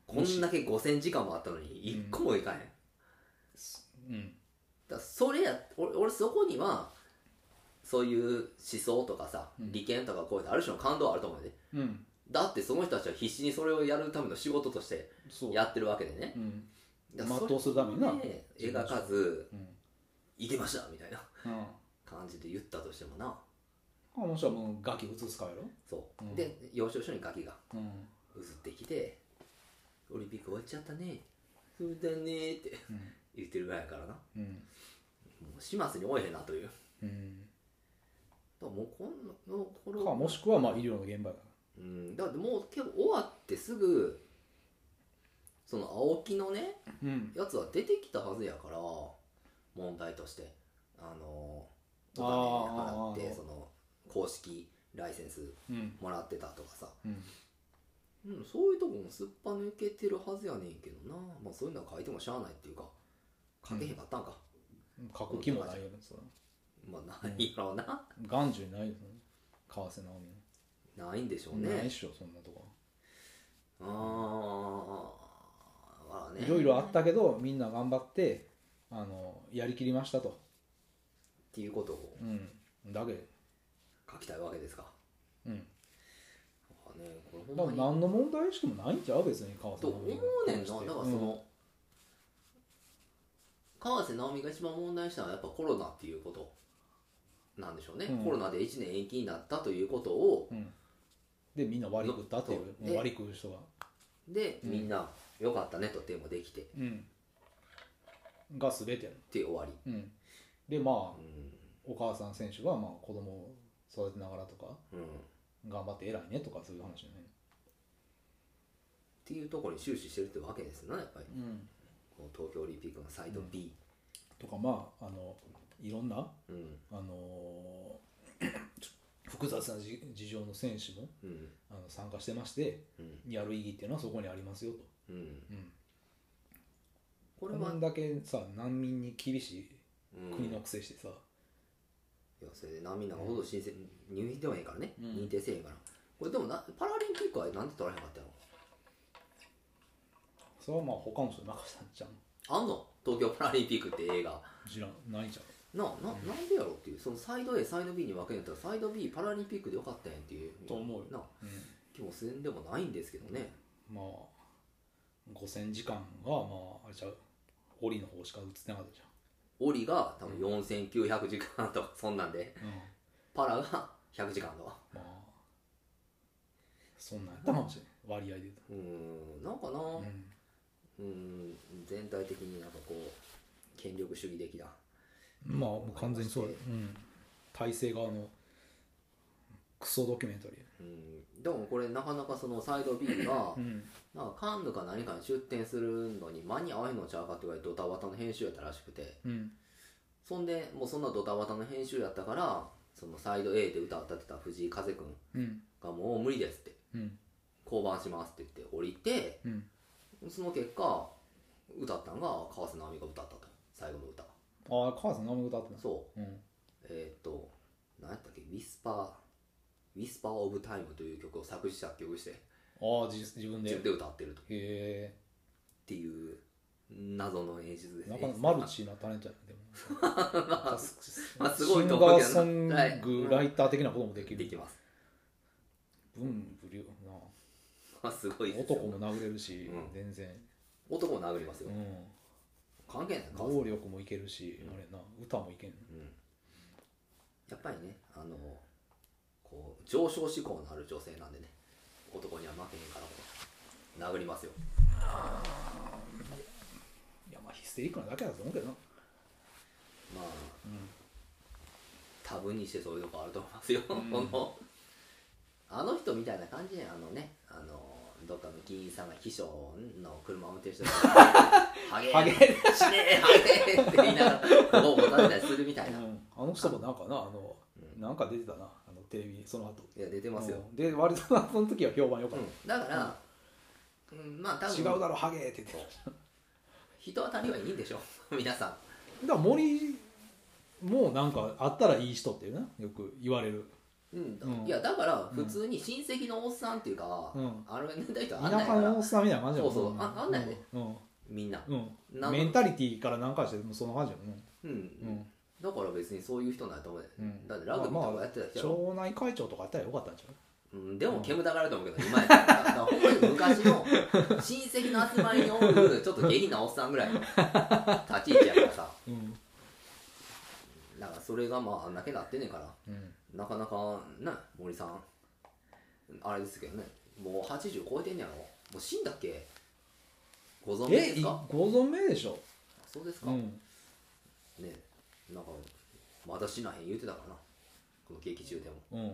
こんだけごせんじかんもあったのにいっこもいかへん、 うん、 だからそれや俺、俺そこにはそういう思想とかさ、うん、利権とかこういうある種の感動はあると思うで、うん、だってその人たちは必死にそれをやるための仕事としてやってるわけでね、 全うするためにな描かず、うん、いけましたみたいな、うん、感じで言ったとしてもな、 あの人はもうガキ映すかやろ、 そう、うん、で要所要所にガキが映ってきて、うん、オリンピック終わっちゃったねそうだねって、うん、言ってるぐらいやからな、うん、もう始末に終えへんなという、うん、だからもうこんなこれかもしくはまあ医療の現場だ、 うん、だってもう結構終わってすぐその青木のね、うん、やつは出てきたはずやから問題としてあのお金払ってその公式ライセンスもらってたとかさ、うんうん、そういうとこもすっぱ抜けてるはずやねんけどな、まあ、そういうのは書いてもしゃあないっていうか書けへんかったんか、 うん、書く気もないよねそれまあないやろうな、 眼中にないよね川瀬直美ないんでしょうねないっしょそんなとこああいろいろあったけどみんな頑張ってあのやりきりましたとっていうことを、 うん、だけ書きたいわけですか、うん、 あ、ね、これほんまに何の問題意識もないんちゃう別に川瀬直美と思うねんな。だからその、うん、川瀬直美が一番問題したのはやっぱコロナっていうことなんでしょうね、うん、コロナでいちねん延期になったということを、うん、 でみんな割り食ったっていう割り食う人がで、うん、みんなよかったねとテーマできて、うん、 が全てやるって終わり、うん、 でまあ、うん、お母さん選手がまあ子供を育てながらとか、うん、頑張って偉いねとかそういう話じゃないっていうところに終始してるってわけですよねやっぱり、うん、この東京オリンピックのサイド B、 うん、とかまああのいろんな、うん、あの複雑な事情の選手も、うん、あの参加してまして、うん、やる意義っていうのはそこにありますよと、うんうん、これはこんだけさ難民に厳しい国のくせしてさ、 いやそれで難民なんかほど申請、うん、入院でもへんからね、うん、認定せえへんからこれでもなパラリンピックはなんで取らへんかったのそれはまあ他の人任せたんちゃうあんの東京パラリンピックって映画知らんないじゃんなあ な,、うん、なんでやろっていうそのサイド A サイド B に分けるんだったらサイド B パラリンピックでよかったやんっていうと思うよな、うん、気もせんでもないんですけどね、 まあごせんじかんはまああれちゃうオリの方しか映ってなかったじゃんオリが多分よんせんきゅうひゃくじかんとかそんなんで、うん、パラがひゃくじかんとかまあそんなんやったかもしれない割合で言うとうんなんかな、うん、うん全体的になんかこう権力主義的なまあもう完全にそう、うん、体制側のクソドキュメンタリー、 うん、でもこれなかなかそのサイド B が、うん、なんかカンヌか何かに出展するのに間に合わへんのちゃうかって言われてドタバタの編集やったらしくて、うん、そんでもうそんなドタバタの編集やったからそのサイド A で歌を歌ってた藤井風くんがもう無理ですって、うん、降板しますって言って降りて、うん、その結果歌ったのが川瀬直美が歌ったと最後の歌ああ川瀬直美が歌ってたそう、うん、えー、っと何やったっけウィスパーウィスパーオブタイムという曲を作詞作曲してああ自分で自分で歌ってるとへっていう謎の演出ですね。 なかなかマルチなタレントやなでもまあ、まあすごいと思うけどシンガーソングライター的なこともできる、 できます文武両な、 まあ、すごいです男も殴れるし、うん、全然男も殴りますよ、うん、関係ない能力もいけるし、うん、あれな歌もいけん、うん、 やっぱりねあのこう上昇志向のある女性なんでね男には負けへんから殴りますよ。 いやまあヒステリックなだけだと思うけどな。 まあ、うん、多分にしてそういうとこあると思いますよ、うん、あの人みたいな感じであのねあのどっかの議員さんが秘書の車を運転してるハゲー死ねーハゲーって言いながらこう持たれたりするみたいな、うん、 あの人もなんかなあの、うん、なんか出てたなあのテレビにその後いや出てますよ、 うん、で割とその時は評判良かった、 うん、だから、うんうん、まあ多分違うだろハゲーって言ってた人当たりはいいんでしょ皆さんだから森もなんかあったらいい人っていうなよく言われるうんうんいやだから普通に親戚のおっさんっていうか、 うんあの年代とあんなん田舎やからのおっさんみたいな感じやもんそうそうああんなんやでうんみんな、 うんなんメンタリティーから何かしてもうその感じやもんねうんうんだから別にそういう人なんやと思うで、 うんだってラグビーとかやってた人やろ、 町内会長とかやったらよかったんちゃうん、でも煙たがると思うけど今やったらだからほんまに昔の親戚の集まりにおるちょっと下品なおっさんぐらいの立ち位置やからさううんだからそれがまああんだけなってんねんからうんなかなかな森さんあれですけどねもうはちじゅう超えてんねやろもう死んだっけご存命でえすかご存命でしょそうですか、 うんねなんかまだ死なへん言うてたからなこの劇中でもうん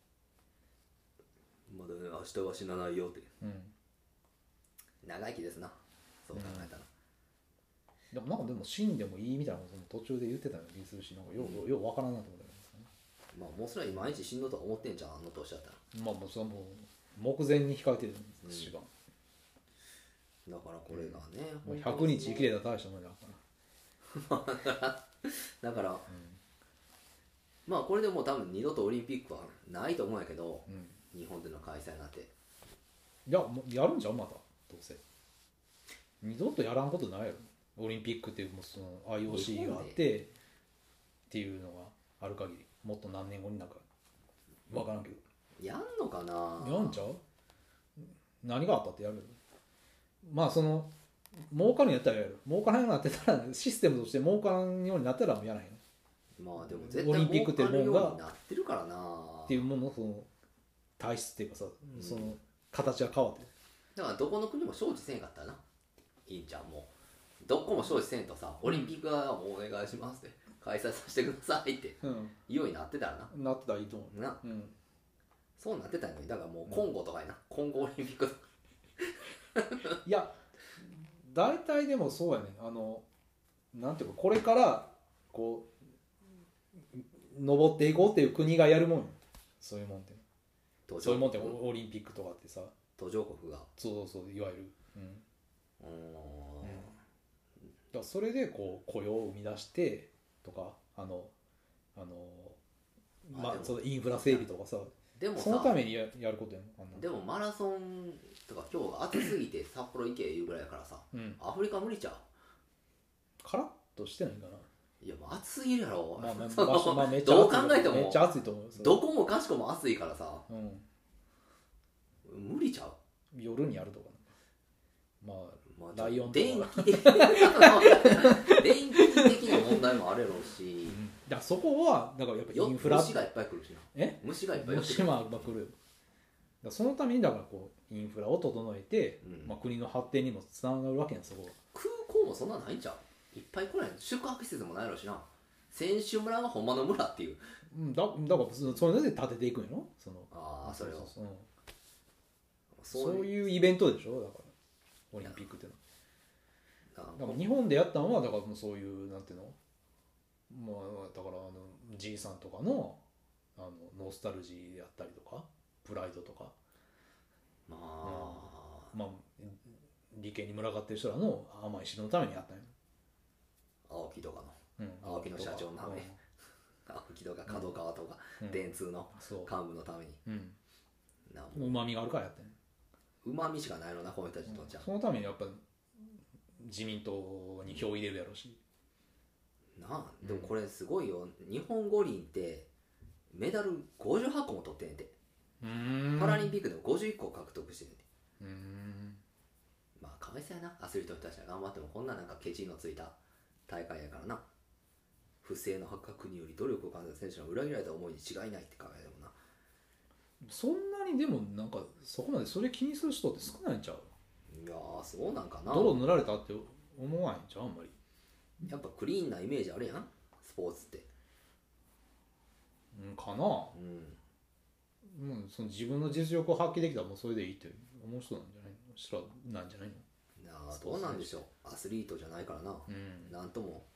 まだね明日は死なないよってうん長生きですなそう考えたら、 でもなんかでも死んでもいいみたいなことも途中で言ってたような気するしなんかようようわからんなと思ったんですよねまあもうそれは毎日死ぬとは思ってんじゃんあの年だったらまあもうそれはもう目前に控えてるんですしが、 だからこれがね、 もうひゃくにち生きれたら大したもんだからだから、まあこれでもう多分二度とオリンピックはないと思うんやけど、 うん日本での開催になっていやもうやるんじゃんまたどうせ二度とやらんことないやろオリンピックっていうもうその アイオーシー があってっていうのがある限りもっと何年後になんか分からんけどやんのかなやんちゃう何があったってやるまあその儲かるんやったらやる儲からんようになってたらシステムとして儲からんようになったらもうやらへんまあでも絶オリンピックって儲かるもんがようになってるからなっていうもののその体質っていうかさ、 んその形が変わってるだからどこの国も招致せんかったらないいんちゃうもうどこも招致せんとさオリンピックはもうお願いしますって開催させてくださいってうん言うようになってたらななってたらいいと思うなうんそうなってたのにだからもう今後とかやな、今後オリンピックとかいや大体でもそうやねあのなんていうかこれからこう登っていこうっていう国がやるもんよそういうもんって途そういうもんって国オリンピックとかってさ途上国がそうそうそういわゆる、うん、 うーんだからそれでこう雇用を生み出してとかあのあのまああでもそのインフラ整備とかさでもさそのためにややることやんあんなでもマラソンとか今日暑すぎて札幌行けいうぐらいやからさうんアフリカ無理ちゃカラッとしてないかなういやもう暑すぎるやろ、 まあまあその場所まあめっちゃどう暑い考えてもめっちゃ暑いと思うよそれどこもかしこも暑いからさうん無理ちゃう夜にやるとかねまあまあライオンとか電気的電気的な問題もあるやろうし、 だからそこはだからやっぱよインフラ虫がいっぱい来るしなえ虫がいっぱい寄ってく虫るもまあ来るよだからそのためにだからこうインフラを整えて、 うんまあ、国の発展にもつながるわけやんそこは空港もそんなないんちゃういっぱい来ない宿泊施設もないやろうしな選手村がほんまの村っていううんだだからそそれで建てていくんやろそのああそれをうそうそそうういういうイベントでしょだからオリンピックっていうのはだから日本でやったのはだからもうそういうなんていうのまあだからあのじいさんとかのあのノスタルジーであったりとかプライドとかまあ、 まあ理系に群がってる人らの甘い汁のためにやったんや、 青木とかのうん、 青木の社長のために青木とか角川とか、電通のそう幹部のためにうんなうまみがあるからやってんうまみしかないのなこの人たちにとっちゃ、 そのためにやっぱ自民党に票入れるやろしなあでもこれすごいよ日本五輪ってメダルごじゅうはっこも取ってんねんてうんパラリンピックでもごじゅういっこ獲得してんねんてうんまあかわいそうやなアスリートの人たちは頑張ってもこんななんかケチのついた大会やからな不正の発覚により努力を感じた選手の裏切られた思いに違いないって考えてもなそんなにでもなんかそこまでそれ気にする人って少ないんちゃういやーそうなんかな泥塗られたって思わないんちゃうあんまりやっぱクリーンなイメージあるやんスポーツってうんかなうんうんその自分の実力を発揮できたらもうそれでいいって思う人なんじゃないの人らなんじゃないのなあどうなんでしょうアスリートじゃないからな、 うんなんとも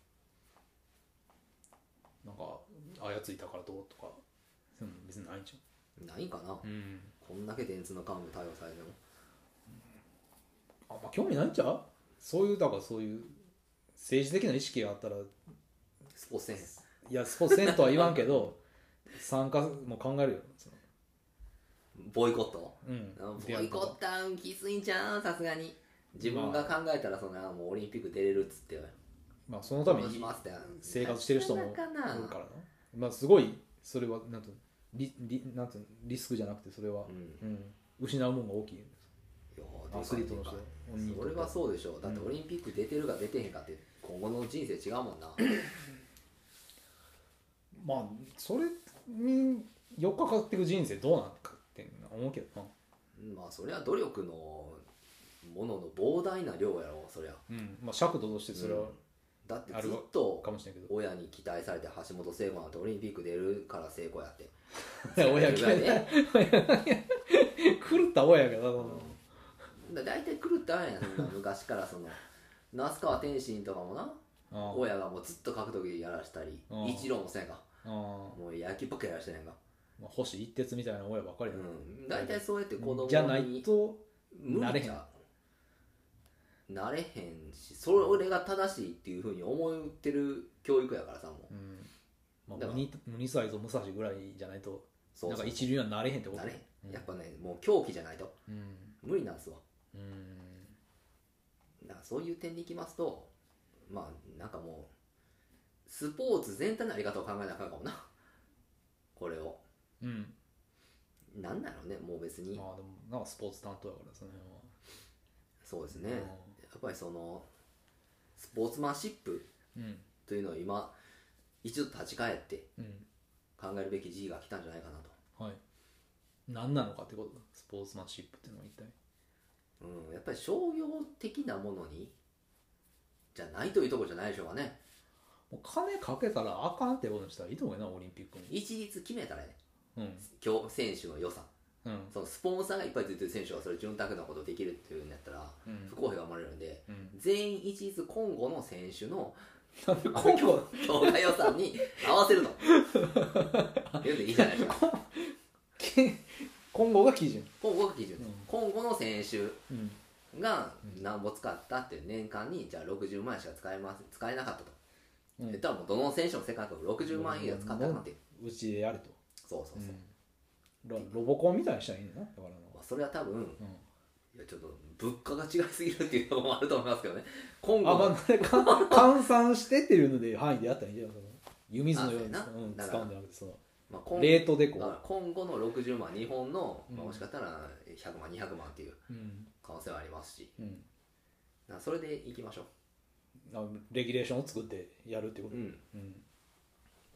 なんかあやついたからどうとかそういうの別にないんちゃないんかな、 ううんこんだけ電通の幹部逮捕されてもあんま興味ないんちゃうそういうだからそういう政治的な意識があったらスポーツせんへんいやスポーツせんとは言わんけど参加も考えるよそのボイコット、 うんボイコットはきついんちゃうさすがに自分が考えたらそのもうオリンピック出れるっつってまあそのために生活してる人もいるからなまあすごいそれはなんとリリなんとリスクじゃなくてそれは、うんうん、失うものが大きいアスリートの人それはそうでしょうだってオリンピック出てるか出てへんかって今後の人生違うもんなまあそれによっかかっていく人生どうなんかって思うけどなまあそれは努力のものの膨大な量やろそりゃ、 うんまあ、尺度としてそれは、うん、 だってずっと親に期待されて橋本聖子なんてオリンピック出るから成功やって親期待ね狂った親やけど、 うん、だいたい狂った親やん昔からその那須川天心とかもな親がもうずっと格闘技やらしたりイチローもせんかもう野球ばっかりやらしてないんか星一徹みたいな親ばっかりやな、うん、大体そうやって子供にじゃないとなれへんなれへんしそれが正しいっていうふうに思ってる教育やからさもう、うんまあ、ムニサイズ武蔵ぐらいじゃないとそうそうなんか一流にはなれへんってことなれへん、うん、やっぱねもう狂気じゃないと、うん、無理なんですわ、うん、だからそういう点にいきますとまあなんかもうスポーツ全体のあり方を考えなあかんかもなこれをうんなんなのねもう別にまあでもなんかスポーツ担当やからその辺はそうですね、やっぱりそのスポーツマンシップというのを今一度立ち返って考えるべき時期が来たんじゃないかなと、 うん、はい何なのかってことスポーツマンシップっていうのは一体うんやっぱり商業的なものにじゃないというところじゃないでしょうかねもう金かけたらあかんってことにしたらいいと思うよなオリンピックに一律決めたらね、うん、今日選手の良さうん、そのスポンサーがいっぱいついてる選手はそれ潤沢なことできるっていうんだったら不公平が生まれるんで、うん、全員一律今後の選手の今後強化予算に合わせると言うんでいいじゃないですか今後が基準今後が基準、うん、今後の選手が何ぼ使ったって年間にじゃあろくじゅうまん円しか使えます使えなかったと、うん、言ったらもうどの選手も世界各国ろくじゅうまん円以上使ったかなってうちでやるとそうそうそう、うんロ, ロボコンみたいにしたらいいんだなだからのそれは多分、うん、いやちょっと物価が違いすぎるっていうのもあると思いますけどね今後あ、まあ、 換算してっていうので範囲でやったらいいんじゃないですか湯水のように、うん、使うんじゃなくてその、まあ、レートでこう今後のろくじゅうまん日本の、まあ、もしかしたらひゃくまんにひゃくまんっていう可能性はありますし、うん、だそれでいきましょうレギュレーションを作ってやるってこと、うんうん、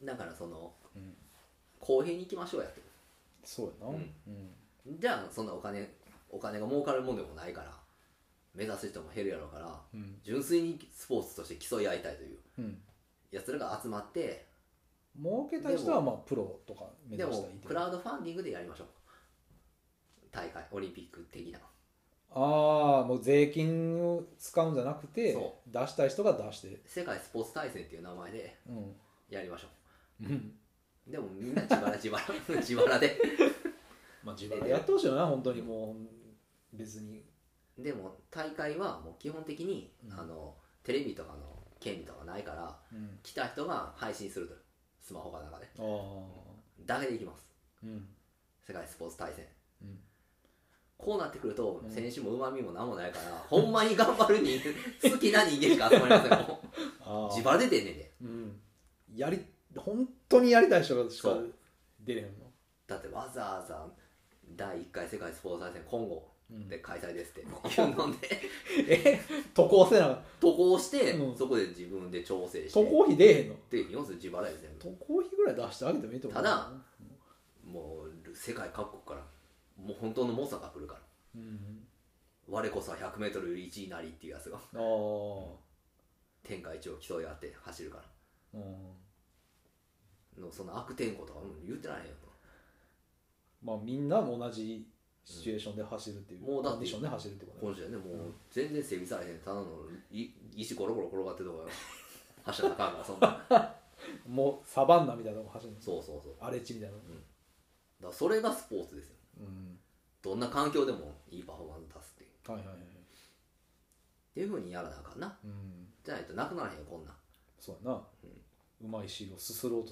だからその、うん、公平にいきましょうやってそうやな、うんうん、じゃあそんなお金お金が儲かるもんでもないから目指す人も減るやろうから、うん、純粋にスポーツとして競い合いたいという、うん、やつらが集まって儲けた人はまあプロとか目指したらいいでもクラウドファンディングでやりましょう大会オリンピック的なああもう税金を使うんじゃなくて出したい人が出して世界スポーツ大戦っていう名前でやりましょう、うんでもみんな自腹自腹自腹でまあ自腹でやってほしいよな本当にもう別にでも大会はもう基本的に、うん、あのテレビとかの権利とかないから、うん、来た人が配信するとスマホかなんかでだけでいきます、うん、世界スポーツ大戦、うん、こうなってくると、うん、選手もうまみも何もないから、ほんまに頑張るに好きな人間しか集まりませんよ自腹で出んねんで、 うん、やり本当にやりたい人がしか出れへんのだってわざわざだいいっかい世界スポーツ大戦今後で開催ですっていうので、うん、 え渡航せな渡航して、うん、そこで自分で調整して渡航費出えへんのって要するに自腹や全部渡航費ぐらい出してあげてもいいと思うただ、うん、もう世界各国からもう本当の猛者が来るから、うん、我こそは ひゃくメートルいちいなりっていうやつが天下一を競い合って走るからうんのその悪天候とか言ってないよまあみんなも同じシチュエーションで走るっていう、うん、もうだってコンディションで走るってことね今週ねもう全然整備されへんただの石ゴロゴロ転がってるとこ走らなあかんからそんなもうサバンナみたいなとこ走るそうそうそう荒れ地みたいな、うん、 だからそれがスポーツですよ、うん、どんな環境でもいいパフォーマンス出すっていう、はいはいはい、っていうふうにやらなあかんな、うん、じゃないとなくならへんよこんなんそうやな、うんうまい汁をすすろうとする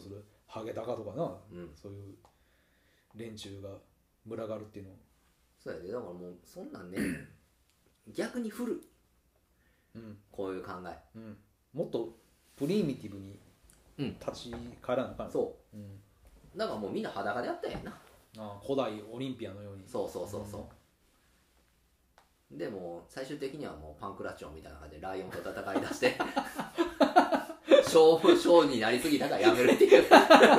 ハゲタカとかな、 うん、 そういう連中が群がるっていうのは。 そうやで、だからもうそんなんね逆に振る、 うん、 こういう考え、 うん、もっとプリミティブに立ち返らなあかん、 そう、 うん、 だからもうみんな裸でやったんやんな。 ああ古代オリンピアのように。 そうそうそうそう、うん、でも最終的にはもうパンクラチョンみたいな感じでライオンと戦い出してショー、ショーになりすぎたからやめるっていう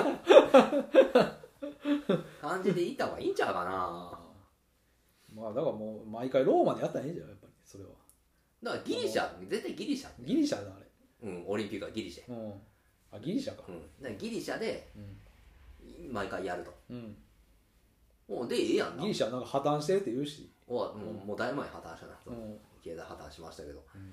感じでいった方がいいんちゃうかな。 まあだからもう毎回ローマでやったらいいんじゃん、やっぱりそれは。 だからギリシャ、絶対ギリシャ、 ギリシャだあれ、うん、オリンピックはギリシャ、 うん、あギリシャか、 うん、だからギリシャで毎回やると、 うん、 もうでええやんな。 ギリシャなんか破綻してるって言うし、 おう、うん、もうだいぶ前に破綻したな、うん、経済破綻しましたけど、うん、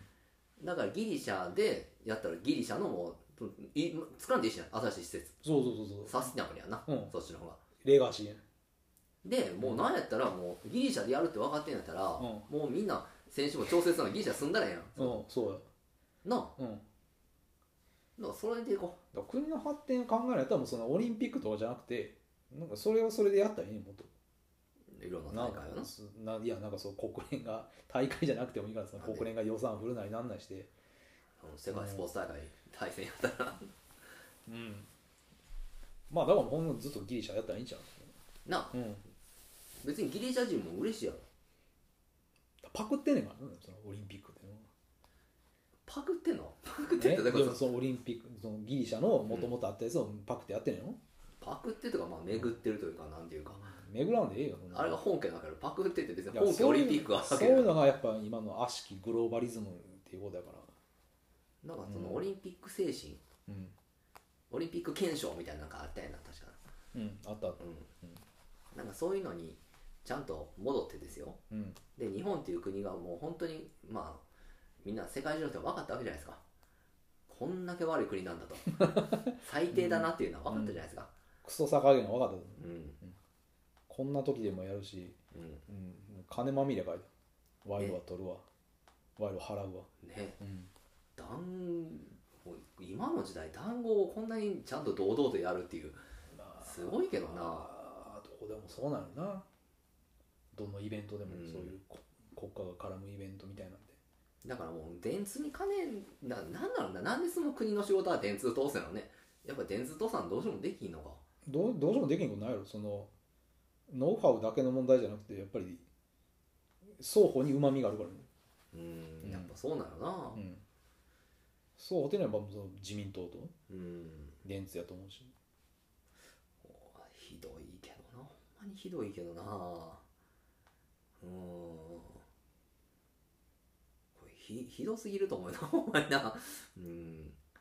だからギリシャでやったらギリシャのもうい作らんでいいしな、新しい施設。 そうそうそうそう、 サスティナブルやな、うん、そっちの方がレガシーで、もうなんやったらもうギリシャでやるって分かってんやったら、うん、もうみんな選手も調整するのギリシャ住んだらええやん。 うん、そうやなあ、うん、だからそれでいこう。だから国の発展を考えないともうそのオリンピックとかじゃなくて、なんかそれはそれでやったらいいね、もっといろんな大会をな。ないや、なんかそう国連が大会じゃなくてもいいから、その国連が予算を振るなりなんなりして、 世界スポーツ大会対戦やったらうん、まあだからほんのずっとギリシャやったらいいんちゃうなあ、うん、別にギリシャ人も嬉しいやろ。 パクってんねんからね、そのオリンピックってのは。 パクってんの？パクってんの？だからそのオリンピック、そのギリシャのもともとあったやつをパクってやってんのよ、うん、 パクってとかまあ巡ってるというか、なんていうか、 巡らんでええよ。 あれが本家だからパクってって別に本家オリンピックはそういうのがやっぱ今の悪しきグローバリズムっていうことだから。 なんかそのオリンピック精神、うん、オリンピック憲章みたいなのがあったやな、確かに。うん、あったあった、うんうん、なんかそういうのにちゃんと戻ってですよ、うん、で日本っていう国がもう本当にまあみんな世界中の人が分かったわけじゃないですか、こんだけ悪い国なんだと最低だなっていうのは分かったじゃないですか、うん、 クソさ加減が分かった、うんうん、こんな時でもやるし、うんうん、金まみれかい賄賂は取るわ、賄賂払うわね、うん、 団今の時代談合をこんなにちゃんと堂々とやるっていう、すごいけどな。 あどこでもそうなのな、どのイベントでもそういう、うん、国家が絡むイベントみたいなんで。 だからもう電通に金な、なんだろうな、なんでその国の仕事は電通通せなのね。やっぱ電通通さんどうしてもできんのか。 ど う, どうしてもできんことないやろ。そのノウハウだけの問題じゃなくて、やっぱり双方にうまみがあるからね。 うん、やっぱそうなのな、うん、 そうっていうのはやっぱその自民党と電通やと思うし、 うん、ひどいけどな、ほんまにひどいけどな。うん、これ ひ, ひどすぎると思うなほんまにな。うん、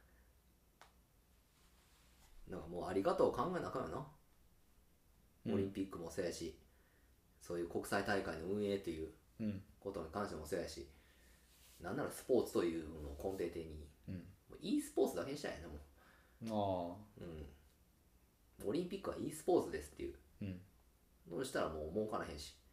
なんかもうありがとう考えなあかんよな、うん、オリンピックもそうやし、そういう国際大会の運営っていうことに関してもそうやし、なんならスポーツというのを根底に、うん、もう e スポーツだけにしたいなもう。ああ、うん、オリンピックは e スポーツですっていう、うん、どうしたらもう儲からへんし、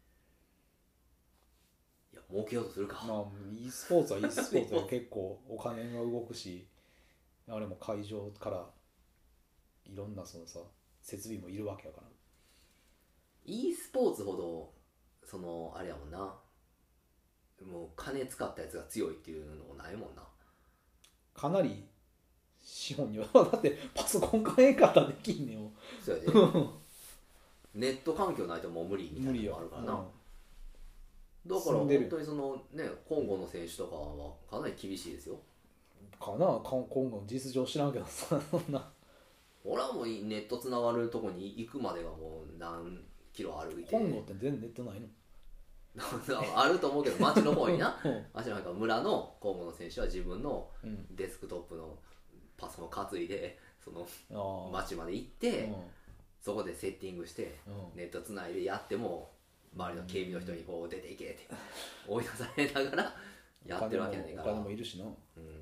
いや儲けようとするか、 まあ e スポーツは e スポーツは結構お金が動くし、あれも会場からいろんなそのさ設備もいるわけやから、 e スポーツほどそのあれやもんな、もう金使ったやつが強いっていうのないもんな。 かなり資本にはだってパソコン買えんかったらできんねんよ。 そうやでネット環境ないともう無理みたいなのがあるからな、うん、だから本当にそのねコンゴの選手とかはかなり厳しいですよ。 かな、今後の実情知らんけどさそんな。 俺はもうネットつながるとこに行くまでがもう何キロ歩いて、 コンゴって全然ネットないのあると思うけど町の方にな町の方が村のコンゴの選手は自分のデスクトップのパソコンを担いでその町まで行って、うん、そこでセッティングして、うん、ネットつないでやっても周りの警備の人にこう出ていけって追い出されながらやってるわけやねんから。 お金もいるしな、うん、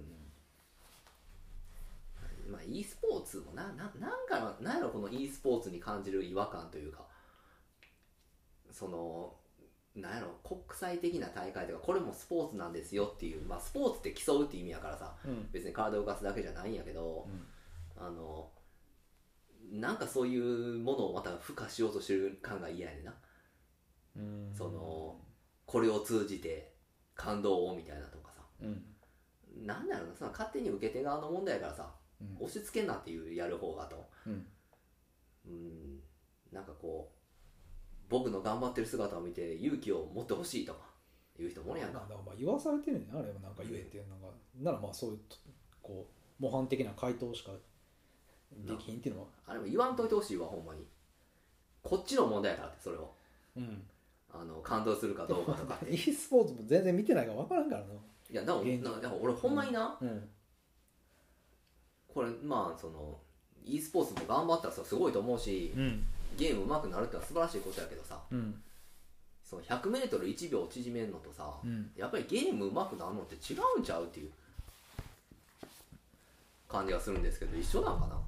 まあ e スポーツもな、な、なんかなんやろこの e スポーツに感じる違和感というか、そのなんやろ国際的な大会とかこれもスポーツなんですよっていう、まあスポーツって競うって意味やからさ、うん、別に体を動かすだけじゃないんやけど、うん、あのなんかそういうものをまた付加しようとしてる感が嫌やねんな。 うんそのこれを通じて感動をみたいなとかさ、 うん、 なんだろうな、その勝手に受け手側の問題やからさ、 うん、 押し付けんなっていうやる方がと、 うん、 うん、なんかこう僕の頑張ってる姿を見て勇気を持ってほしいとか言う人もおるやんか。 だからまあ言わされてるんやな、あれはなんか言えっていうのが、ならまあそういうこう模範的な回答しかできひんっていうのは、 あれも言わんといてほしいわ、ほんまに。こっちの問題やからって、それをうん、 あの感動するかどうかとか e スポーツも全然見てないから分からんからな。 いや、でも現状なでも俺ほんまにな、 うん、 これまあその e スポーツも頑張ったらさすごいと思うし、 うん、 ゲーム上手くなるってのは素晴らしいことやけどさ、 うん、 その ひゃくメートルいちびょう縮めるのとさ、 うんやっぱりゲーム上手くなるのって違うんちゃうっていう感じがするんですけど、一緒なんかな。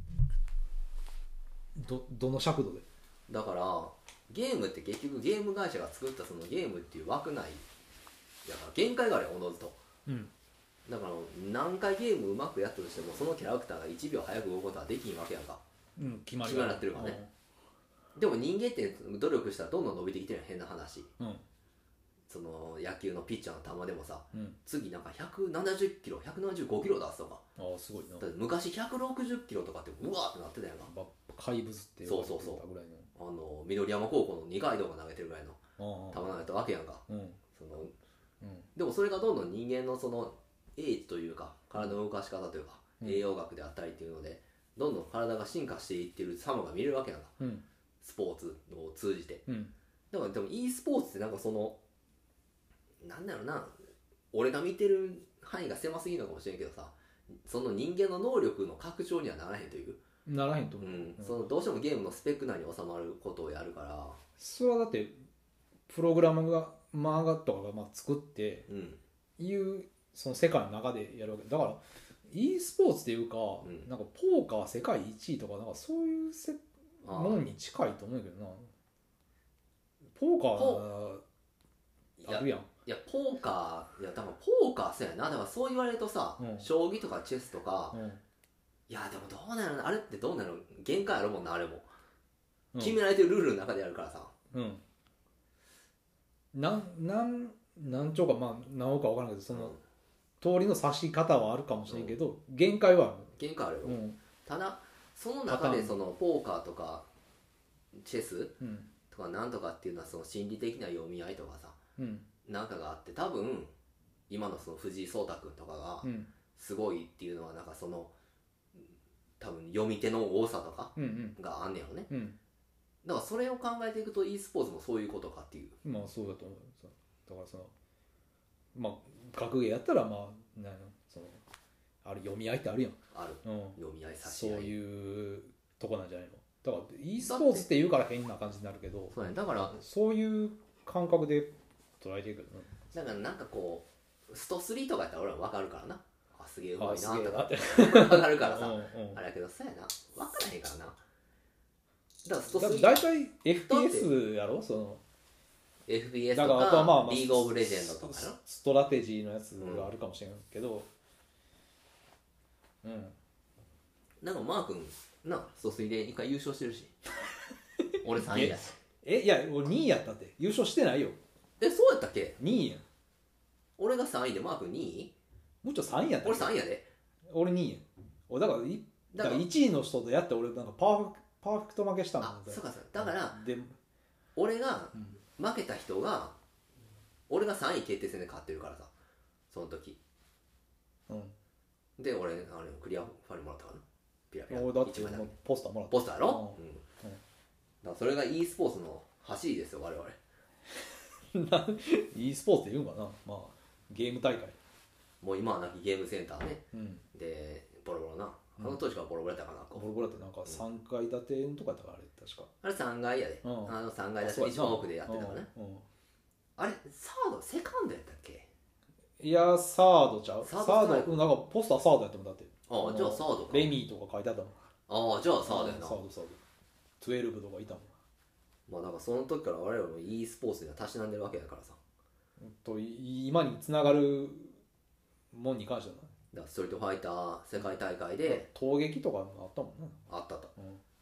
どどの尺度で。 だからゲームって結局ゲーム会社が作ったそのゲームっていう枠内だから限界があるよ、おのずと。 うんだから何回ゲームうまくやったとしてもそのキャラクターがいちびょう早く動くことはできんわけやんか。 うん、決まり決まりになってるからね。でも人間って努力したらどんどん伸びてきてるやん、変な話。 うん、 その野球のピッチャーの球でもさ、 うん、 次なんかひゃくななじゅっキロひゃくななじゅうごキロ出すとか。 ああすごいな。 だって昔ひゃくろくじゅっキロとかってうわーってなってたやんか。 ば怪物って言われてたぐらいの。 あの緑山高校の二階堂が投げてるぐらいのああ球投げたわけやんか。 うんそのうんでもそれがどんどん人間のその英知というか体の動かし方というか、 うん栄養学であったりっていうのでどんどん体が進化していってる様が見れるわけやんか、 うんスポーツを通じて。 うんでもでも e スポーツってなんかそのなんだろうな、俺が見てる範囲が狭すぎるのかもしれんけどさ、その人間の能力の拡張にはならへんという、 ならへんとう思う、 ん、そのどうしてもゲームのスペック内に収まることをやるから、 それはだってプログラムがマーガとかがまあ作ってうんいうその世界の中でやるわけだから e スポーツっていうか、 うんなんかポーカー世界一位とかなんかそういうせあもんに近いと思うけどな。ポーカーあるやん。 いやポーカーいやだからポーカーそうやな。だからそう言われるとさ、 うん将棋とかチェスとか、 うんいやでもどうなのあれってどうなの、限界あるもんなあれも、 うん決められてるルールの中でやるからさ。 うんなんなんなんちょうかまあ何億か分からんけどその、 うん通りの指し方はあるかもしれんけど、限界はあ限界あるよ、 る。うんただその中でそのポーカーとかチェスうんとかなんとかっていうのはその心理的な読み合いとかさうんなんかがあって、多分今のその藤井聡太君とかがうんすごいっていうのはなんかその多分読み手の多さとかうんがあんねやろね。 うんだからそれを考えていくと e スポーツもそういうことかっていう。 うんまあそうだと思う。だからそのまあ格ゲーやったらまあなんやろそのある読み合いってあるやん。 あるうん読み合い差しそう合い。 いうとこなんじゃないの。だから e スポーツって言うから変な感じになるけど、 そうね、だからそういう感覚で捉えていくけどだからなんかこうストスリーとかやったら俺は分かるからな、あすげえうな。 まいなとかあって分かるからさ、 うんうんあれやけどそうやな分からへんからな。だからストだスリー大体 エフピーエス やろそのエフピーエスだとかからあとはまあ、まあ、 リーグオブレジェンドとかのスストラテジーのやつがあるかもしれないけどうん、 なんかマー君なストスリーで一回優勝してるし俺さんいやし。 えいや俺にいやったって優勝してないよ。 えそうやったっけ。 にいやん。 俺がさんいでマー君にい。 もうちょいさんいやったっけ。 俺さんいやで。 俺にいやん。俺だからいだからいちいの人とやって俺なんかパーフェクパーフェクト負けしたもん。 あそうかそうか。だからで俺がうん負けた人が俺がさんい決定戦で勝ってるからさその時うんで俺あれクリアファイルもらったかな。ピラピラ俺だって一枚だけもうポスターもらったポスターやろ、 ううんんだからそれが e スポーツの走りですよ我々。 e スポーツって言うんかな。まあゲーム大会。 もう今はなきゲームセンターねうんでボロボロな、あの当時からボロボロやったかな、こうボロボロってなんかさんかい建てのとかやったからあれ確か。 あれさんがいやで、 うんあのさんがい建てあそうやな一番奥でやってたからね、 うんうんあれサードセカンドやったっけ。 いやサードちゃう。 ササーードストライクうんなんかポスターサードやってもんだって。 ああじゃあサードか。 レミーとか書いてあったもん。 ああじゃあサードやな。 サードサードじゅうにとかいたもん。 まあなんかその時から我々も e スポーツにはたしなんでるわけだからさ。 うんとい今につながるもんに関してはな。 だからストリートファイター世界大会で、 陶撃とかもあったもんな。 あったあったうん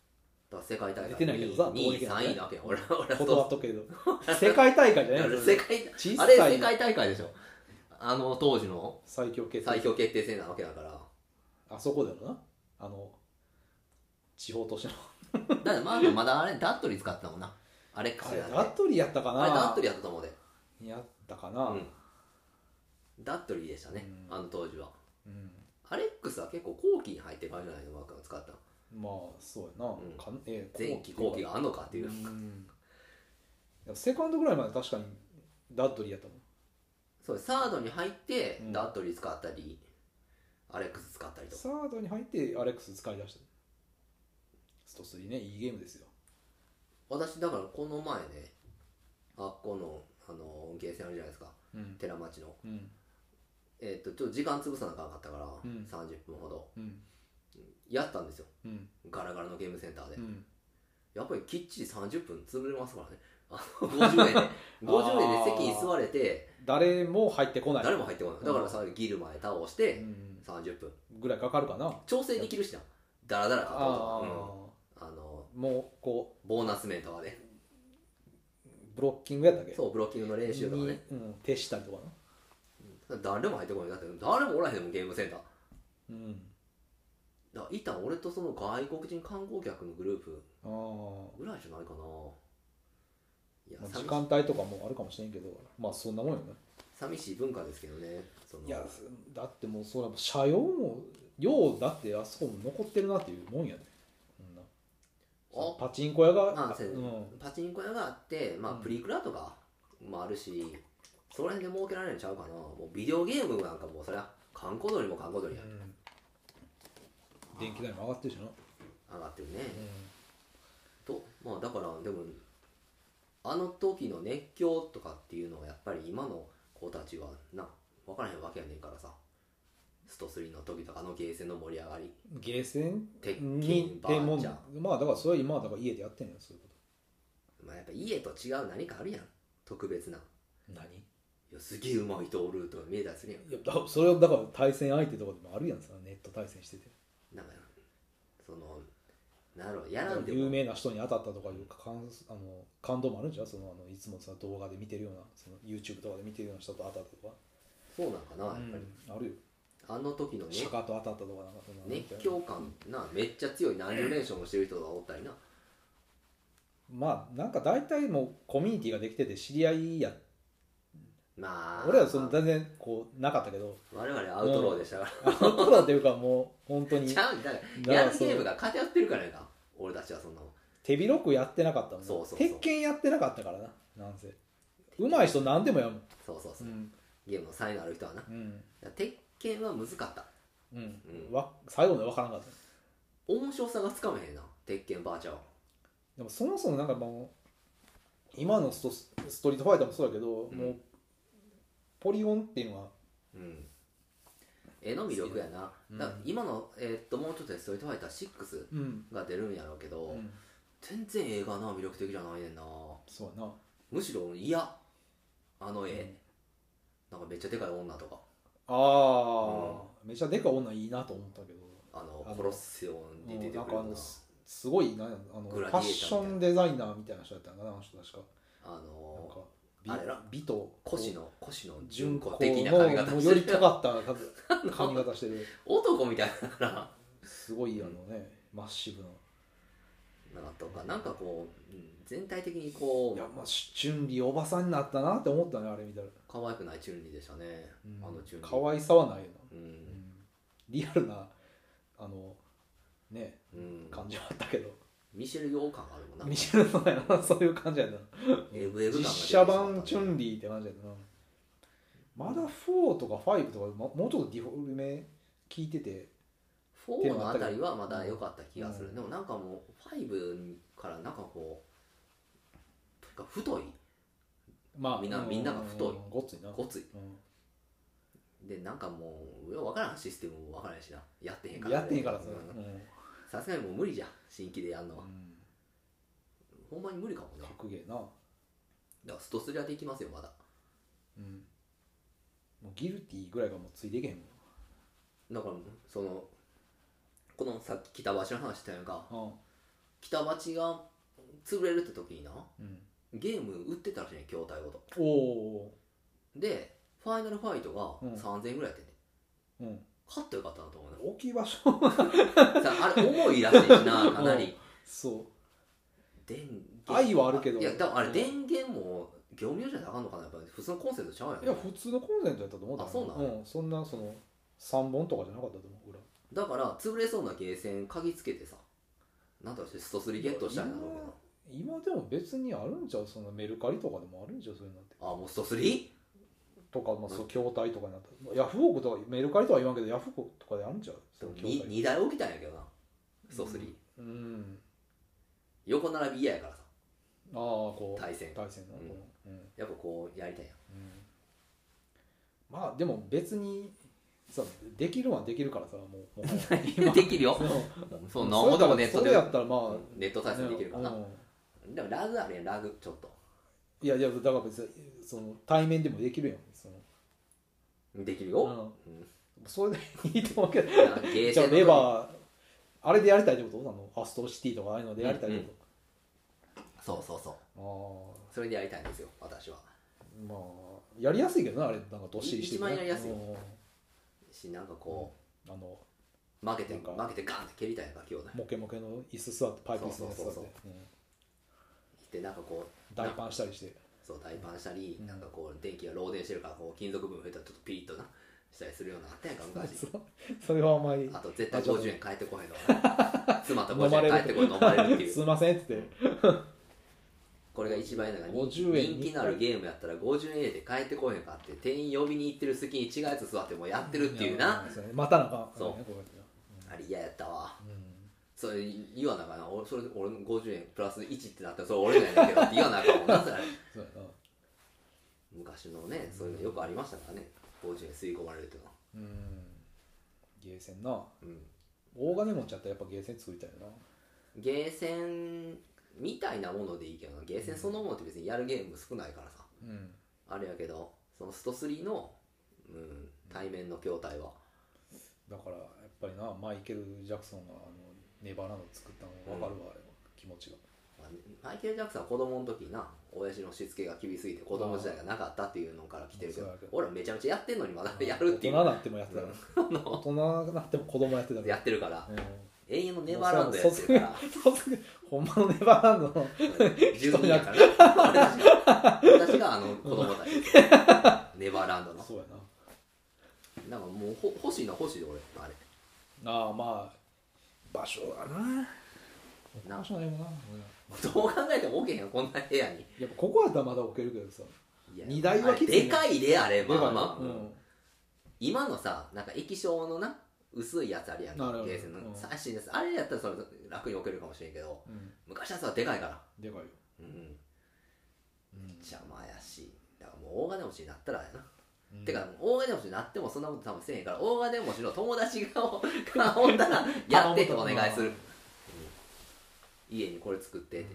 だから世界大会出てないけどさにいさんいなわけよ俺は俺は断っとくけど世界大会じゃないの世界小さいあれ世界大会でしょあの当時の最強決定最強決定戦なわけだからあそこだよなあの地方都市のだからまだまだあれダットリー使ってたもんなアレックスあれやってダットリーやったかなあれダットリーやったと思うでやったかな、 うんダットリーでしたね、 うんあの当時はうんアレックスは結構後期に入ってからじゃないのマークが使ったのまあそうやな、 んかんえー前期後期があんのかっていう、 うんいやセカンドぐらいまで確かにダッドリーやったもんそうサードに入ってうんダットリー使ったり、アレックス使ったりとかサードに入ってアレックス使い出したストスリーねいいゲームですよ私だからこの前ねあっこのあのゲーセンあるじゃないですかうん寺町のうんえっ、とちょっと時間潰さなあかんかったから、 うんさんじゅっぷんほどうんやったんですようんガラガラのゲームセンターで、 うんやっぱりきっちりさんじゅっぷん潰れますからねあのごじゅうえんでごじゅうえんで席に座れて誰も入ってこない誰も入ってこないだからさギルまで倒しうてんさんじゅっぷんぐらいかかるかな調整できるしなダラダラ勝とうとか、 あうん、あのーもうこボーナス面とかでうブロッキングやったっけそうブロッキングの練習とかねにうん、徹したりとかな誰も入ってこないだって誰もおらへんもんゲームセンターうんだから一旦俺とその外国人観光客のグループあーぐらいじゃないかないやまあ寂し時間帯とかもあるかもしれんけどまあそんなもんよね寂しい文化ですけどねそのいやだってもうそれは車用もようだってあそこも残ってるなっていうもんやで、そんなあパチンコ屋が、 まあせうんパチンコ屋があって、まあ、 うんプリクラとかもあるし、その辺で儲けられるんちゃうかなもうビデオゲームなんかもうそりゃ観光鳥も観光鳥やん電気代も上がってるしな、 上がってるね、とまあだからでもあの時の熱狂とかっていうのはやっぱり今の子たちはな分からへんわけやねんからさストスリーの時とかあのゲーセンの盛り上がりゲーセン鉄に筋バーもじゃんまあだからそれは今はだから家でやってんのよそういうこまあやっぱ家と違う何かあるやん特別なと何いやすげえうまい人おるとか見えたりするやんいやだそれはだから対戦相手とかでもあるやんさネット対戦しててなんかそのなんやろやらんでも有名な人に当たったとかいう感あの感動もあるんじゃんそのあのいつもさ動画で見てるようなその YouTube とかで見てるような人と当たったとかそうなんかなやっぱり、 あるよあの時のね釈迦と当たったとかなんかそんな熱狂感なめっちゃ強い何十連勝もしてる人がおったりなまあなんか大体もうコミュニティができてて知り合いやまあ俺はその全然こうなかったけど我々アウトローでしたから、 アウトローっていうかもう本当にちゃうんだからやるゲームが偏ってるからやか俺たちはそんな手広くやってなかったもんなそうそうそう鉄拳やってなかったからななんせ上手い人何でもやるもんそうそうそう、 うんゲームの才能ある人はなうん鉄拳は難かったうん、 うんわ最後まで分からなかった面白さがつかめへんな鉄拳バーチャーはでもそもそもなんかもう今のストストリートファイターもそうだけど、 うんもうポリゴンっていうのはうん絵の魅力やな、 うんだから今の、えーっともうちょっとでストリートファイターシックスうん、 が出るんやろうけど、 うん、 全然映画な魅力的じゃないねんなそうやなむしろ嫌あの絵、なんかめっちゃでかい女とかああ、めちゃでかい女いいなと思ったけどあのあのコロッセオンに出てくるよなんかあうなのすすごいなあのフグラディエーターァッションデザイナーみたいな人だったんかなあの人確かあなんのか美あれな美と腰の腰の純子純子的なの髪型もうよりしてる尖った髪型してる男みたいななすごいあのねマッシブななんとかなんかこう、うん全体的にこいうやまあチュンリーおばさんになったなって思ったねあれ見たら、 可愛くないチュンリーでしたね、 うんあのチュンリー可愛さはないよな、 ううんん、 リアルなあのねうん、 感じはあったけどミシェル羊羹あるもんなミシェルのやなそういう感じやなエブエブ感が出て実きてしまったね写版チュンリーって感じやなまだフォーとかファイブとかももうちょっとディフォルメ聞いててフォーのあたりはまだ良かった気がする、 うんでもなんかもうファイブからなんかこうとにかく太いまあみんなみんなが太いごっついなごついうんでなんかもうよう分からんシステムも分からんしなやってへんからやってへんからさ、 うんうんさすがにもう無理じゃん新規でやんのは、 うんほんまに無理かもね格ゲーな、 だからストスリャでいきますよまだうん、もうギルティぐらいがもうついていけへんもんだからそのこのさっき北橋の話したやんかうん北町が潰れるって時になうんゲーム売ってたらしいね筐体ごとおおでファイナルファイトうんがさんぜんえんぐらいやってんね、 うん買ったらよかったなと思うね置き場所さあれ重いらしいしなかなりそう電愛はあるけどいやだからあれうん電源も業務用じゃなあかんのかなやっぱり普通のコンセントちゃうやんいや普通のコンセントやったと思うあそうなのうん、そんなそのさんぼんとかじゃなかったと思う裏だから潰れそうなゲーセン鍵つけてさなんとかしてストスリーゲットしたいなと思うけど今でも別にあるんちゃうそのメルカリとかでもあるんちゃうそういうのってあもうストスリとか、まあ、そう筐体とかになったヤフオクとかメルカリとは言わんけどヤフオクとかであるんちゃうそのー筐体に台置きたいんやけどなストスリー、 うん横並び嫌やからさああこう対戦対戦の、 うんうんやっぱこうやりたいやんまあでも別にさできるのはできるからさもうもうできるよそうそうなんぼでもネットでそれやったらまあ、 ネット対戦できるからな、 うんでもラグあるやんラグちょっといやいやだから別にその対面でもできるやんそのできるよ、 うんうんそれでいいと思うけどいやゲーじゃあセンのレバーあれでやりたいってことなのアストロシティとかああいうのでやりたいってこそうそうそうと、 それでやりたいんですよ私はああまあやりやすいけどなあれなんかどっしりしててね一番やりやすいうんしなんかこあのう負けてなんか負けてガンって蹴りたいから今日ねモケモケの椅子座ってパイプ椅子のやつ座そうそうってうんでなんかこう大パンしたりしてそう大パンしたり、 うんなんかこう電気が漏電してるからこう金属部分増えたらちょっとピリッとなしたりするようなあったやんか昔そうそれはあんまりあと絶対ごじゅうえん返ってこへんの妻とごじゅうえん返ってこい飲まれるっていうすいませんって言ってこれが一番いいのがごじゅうえん人気のあるゲームやったらごじゅうえん入れて帰ってこへんかって店員呼びに行ってる隙に違うやつ座ってもうやってるっていうな、 やそうねまたなんかそうねこうやってあれ嫌やったわうんそれ言わなあかんな俺それ俺のごじゅうえんプラスいちってなったらそれ俺なんだけどって言わなあかんもんなそれそうやな昔のねそういうのよくありましたからねごじゅうえん吸い込まれるっていうのはうんゲーセンなうん大金持ちやったらやっぱゲーセン作りたいよなゲーセンみたいなものでいいけどなゲーセンそのものって別にやるゲーム少ないからさうんあれやけどそのストスリーの、うん、対面の筐体はだからやっぱりなマイケル・ジャクソンがあのネバーランド作ったの分かるわ、あれは気持ちがマイケル・ジャクソンは子供の時な親父のしつけが厳しすぎて子供時代がなかったっていうのから来てるけどそうやけど俺はめちゃめちゃやってんのにまだやるっていう大人になってもやってたから大人になっても子供やってたからやってるからうん永遠のネバーランドやってるから卒業ほんまのネバーランドのじゅうにやからな俺たちが私があの子供たちですよネバーランドのそうやななんかもうほ欲しいの欲しいで俺あれああまあ場所はなな場所ないもんなどう考えても置けへんよこんな部屋にやっぱここやったらまだ置けるけどさいや荷台はきついねでかいであれまあまあ、 うん今のさなんか液晶のな薄いやつあるやんなるほどゲーセンのうん最新ですあれやったらそれ楽に置けるかもしれんけどうん昔はさでかいからでかいようんうん邪魔やしだからもう大金持ちになったらやな、 うんてか大金持ちになってもそんなこと多分せえへんから大金持ちの友達ががおったらやってってお願いする、うん家にこれ作ってって、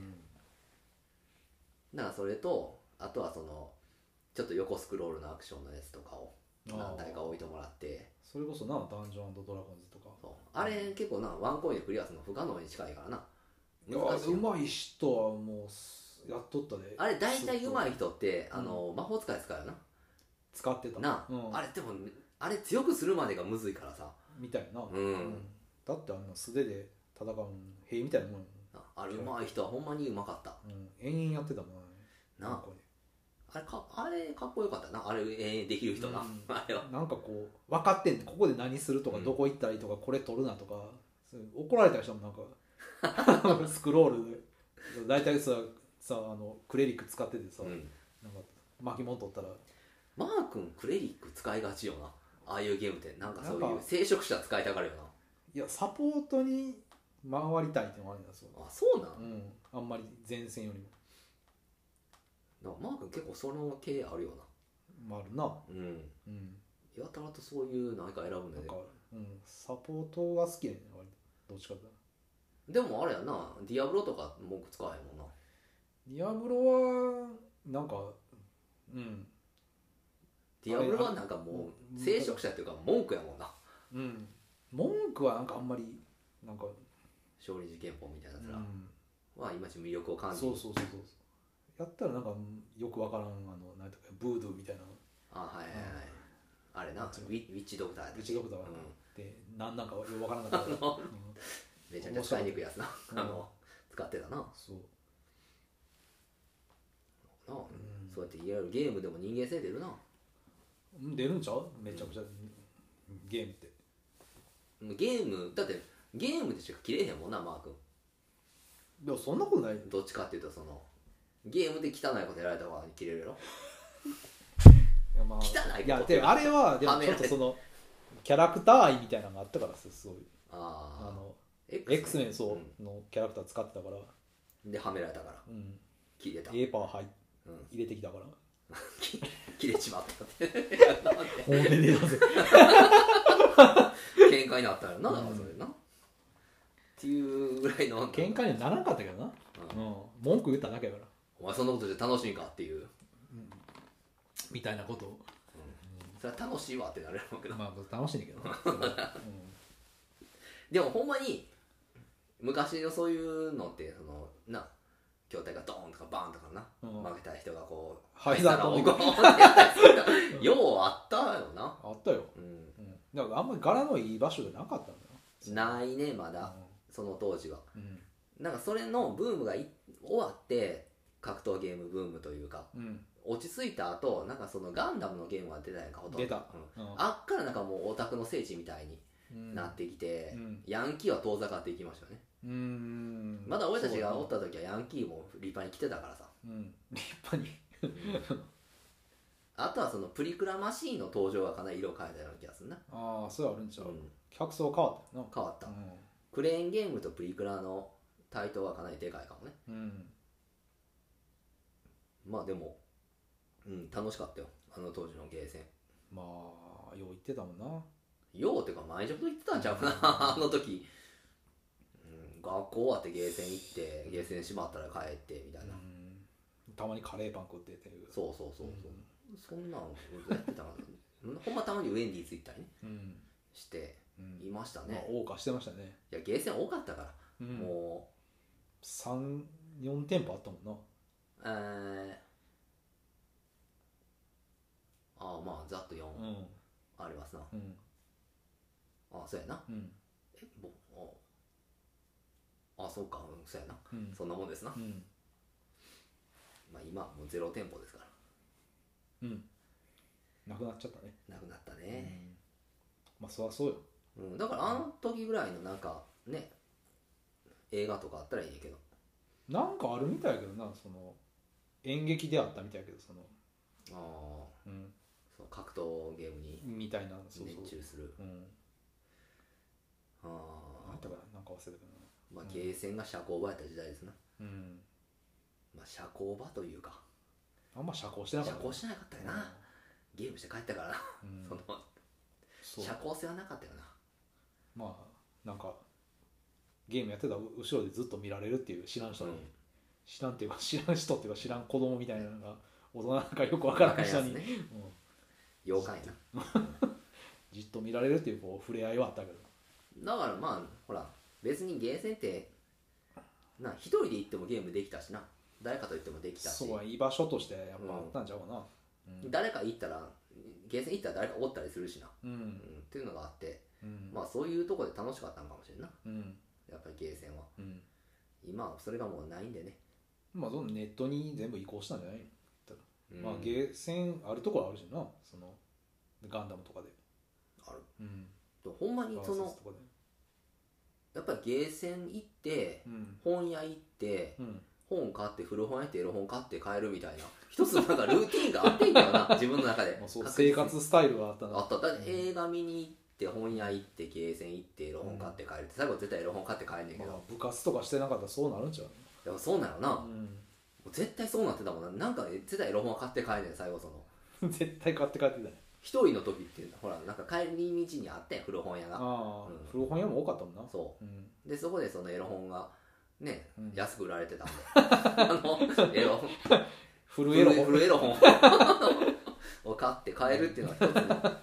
だからそれとあとはそのちょっと横スクロールのアクションのやつとかを何台か置いてもらってそれこそなダンジョンドラゴンズとかそうあれ結構なワンコインでクリアするの不可能に近いからないや難しいようまい人はもうやっとったであれ大体うまい人ってあの、魔法使い使うよな使ってたな、 うん、 あれでもあれ強くするまでがむずいからさみたいな、 うんだってあんな素手で戦うの兵みたいなもんやあれうまい人はほんまにうまかったもん、うん、延々やってたもんねななんかねあれかあれかっこよかったなあれ永遠できる人な、 うんあれはなんかこう分かってんねんここで何するとか、 うんどこ行ったらいいとかこれ取るなとかそう怒られたりしたもんなんかスクロールで大体ささあのクレリック使っててさ、 うん、 なんか巻き物取ったらマー君クレリック使いがちよなああいうゲームってなんかそういうなんか聖職者使いたがるよいやサポートに回りたいっていうのがあるんだそう、 なあそうなん、 うん、あんまり前線よりもなんかマー君結構その系あるよなまああるなうんうんやたらとそういう何か選ぶんだよねなんか、うん、サポートが好きやねん割とどっちかってでもあれやなディアブロとか文句使わへんもんなディアブロはなんかうんディアブロはなんかもう聖職者っていうか文句やもんなうん文句はなんかあんまりなんか、 勝利寺憲法みたいなやつら、 うん、 はいまいち魅力を感じる。 そうそうそうそうやったらなんかよくわからんあのなんていうかブードゥーみたいなあはいはいはい、あれなウィウィッチドクターやったっけウィッチドクターうんで何なんかよくわからなかったから、うんめちゃめちゃ使いにくいやつな、 うんあの使ってたなそうなあ、 うんそうやっていわゆるゲームでも人間性出るな。 うん出るんちゃうめちゃくちゃ、ゲームってゲームだってゲームでしか切れへんもんなマー君。 でもそんなことないどっちかっていうとそのゲームで汚いことやられた方が切れるやろ。 いやまあ汚いこといやであれはでもちょっとそのキャラクター愛みたいなのがあったからすごいああの X X メンそうのキャラクター使ってたから、 うん、ではめられたからうん、 切れた、 A パー入うん、 入れてきたから切れちまったって骨で出せ喧嘩になったよな、だからそれなっていうぐらいの喧嘩にはならなかったけどな、 うんうん、文句言っただけやからお前そんなことで楽しいんかっていう、 みたいなことを、 うん、それは楽しいわってなれるわけど、 まあ楽しいんだけどな、うんでもほんまに昔のそういうのってそのな筐体がドーンとかバーンとかな、 うん負けた人がこうはい灰皿をゴーンってやったりするようあったよな、 あったよ、 うん、 うん、だからあんまり柄のいい場所じゃなかったんだよないねまだ、その当時はうんなんかそれのブームがい終わって格闘ゲームブームというかうん落ち着いた後なんかそのガンダムのゲームが出たやんかほとんど出た、 うんうんあっからなんかもうオタクの聖地みたいにうんなってきて、 うんヤンキーは遠ざかっていきましたよね、 うーんまだ俺たちがおっそうた時はヤンキーも立派に来てたからさ、 だなうん立派にあとはそのプリクラマシーンの登場がかなり色変えたような気がするな、 ああそうあるんちゃう、 うん、 客層変わったよな変わった、 うクレーンゲームとプリクラの対等はかなりでかいかもね。 ん、うんまあでも、うん、楽しかったよあの当時のゲーセン。 まあよう言ってたもんなようっていうか毎日と言ってたんちゃうかなあの時、うん、学校終わってゲーセン行ってゲーセン閉まったら帰ってみたいな、 うんたまにカレーパン食ってっていうそうそうそうそう、そんなんやってたからほんまたまにウェンディーズ行ったりねうん、 してうんいましたまあね、 謳歌してましたね、 いやゲーセン多かったから、 うん、 もさん、よん店舗あったもんなうえー、ああまあざっとよんうんありますな、 うんああそうやな、 うんえぼああそうか、うん、そうやな、 うんそんなもんですな、 うんまあ今はもうゼロ店舗ですからうんなくなっちゃったね、 なくなったうね、 ん、まあそりゃそうようんだからあの時ぐらいのなんかね映画とかあったらいいんやけど、 なんかあるみたいやけどなその演劇であったみたいやけどその、 ああうん、 そう格闘ゲームにみたいなそうそう熱中する、 うんあああったかななんか忘れたけどまあゲーセンが社交場やった時代ですな、 なうんまあ社交場というかあんま社交してなかった社交してなかったよな、ゲームして帰ったからな、 うんそのそう社交性はなかったよな、 まあなんかゲームやってた後ろでずっと見られるっていう知らん人に、 うん知らんっていうか知らん人っていうか知らん子供みたいなのが大人なんかよくわからん人に、 わかりますねうん妖怪なじっと見られるっていうこう触れ合いはあったけどだからまあほら別にゲーセンってな一人で行ってもゲームできたしな誰かと行ってもできたしそうは居場所としてやっぱあったんちゃうかな誰か行ったらゲーセン行ったら誰かおったりするしな、 うんうん、っていうのがあってうんまあそういうとこで楽しかったのかもしれんなうんやっぱりゲーセンはうん今はそれがもうないんでね、 まあそのネットに全部移行したんじゃないの、 うんまあゲーセンあるところあるしなそのガンダムとかであるうんとほんまにそのバーサスとかでやっぱりゲーセン行ってうん本屋行ってうん本買って古本屋行ってエロ本買って帰るみたいな一つのなんかルーティンがあってんけどな自分の中でまあそう確実に生活スタイルがあったなあっただって映画見に行って本屋行ってゲーセン行ってエロ本買って帰るって最後絶対エロ本買って帰んねんけど、 まあ、部活とかしてなかったらそうなるんちゃうでもそうなのな、もうんう絶対そうなってたもんななんか絶対エロ本買って帰んねん最後その絶対買って帰ってたよ一人の時ってほらなんか帰り道にあってん古本屋がああ、 うん古本屋も多かったもんな、 そうん、 うでそこでそのエロ本がね、 うん安く売られてたんであのエロ古エロ本、 古エロ本を買って帰るっていうのは一つの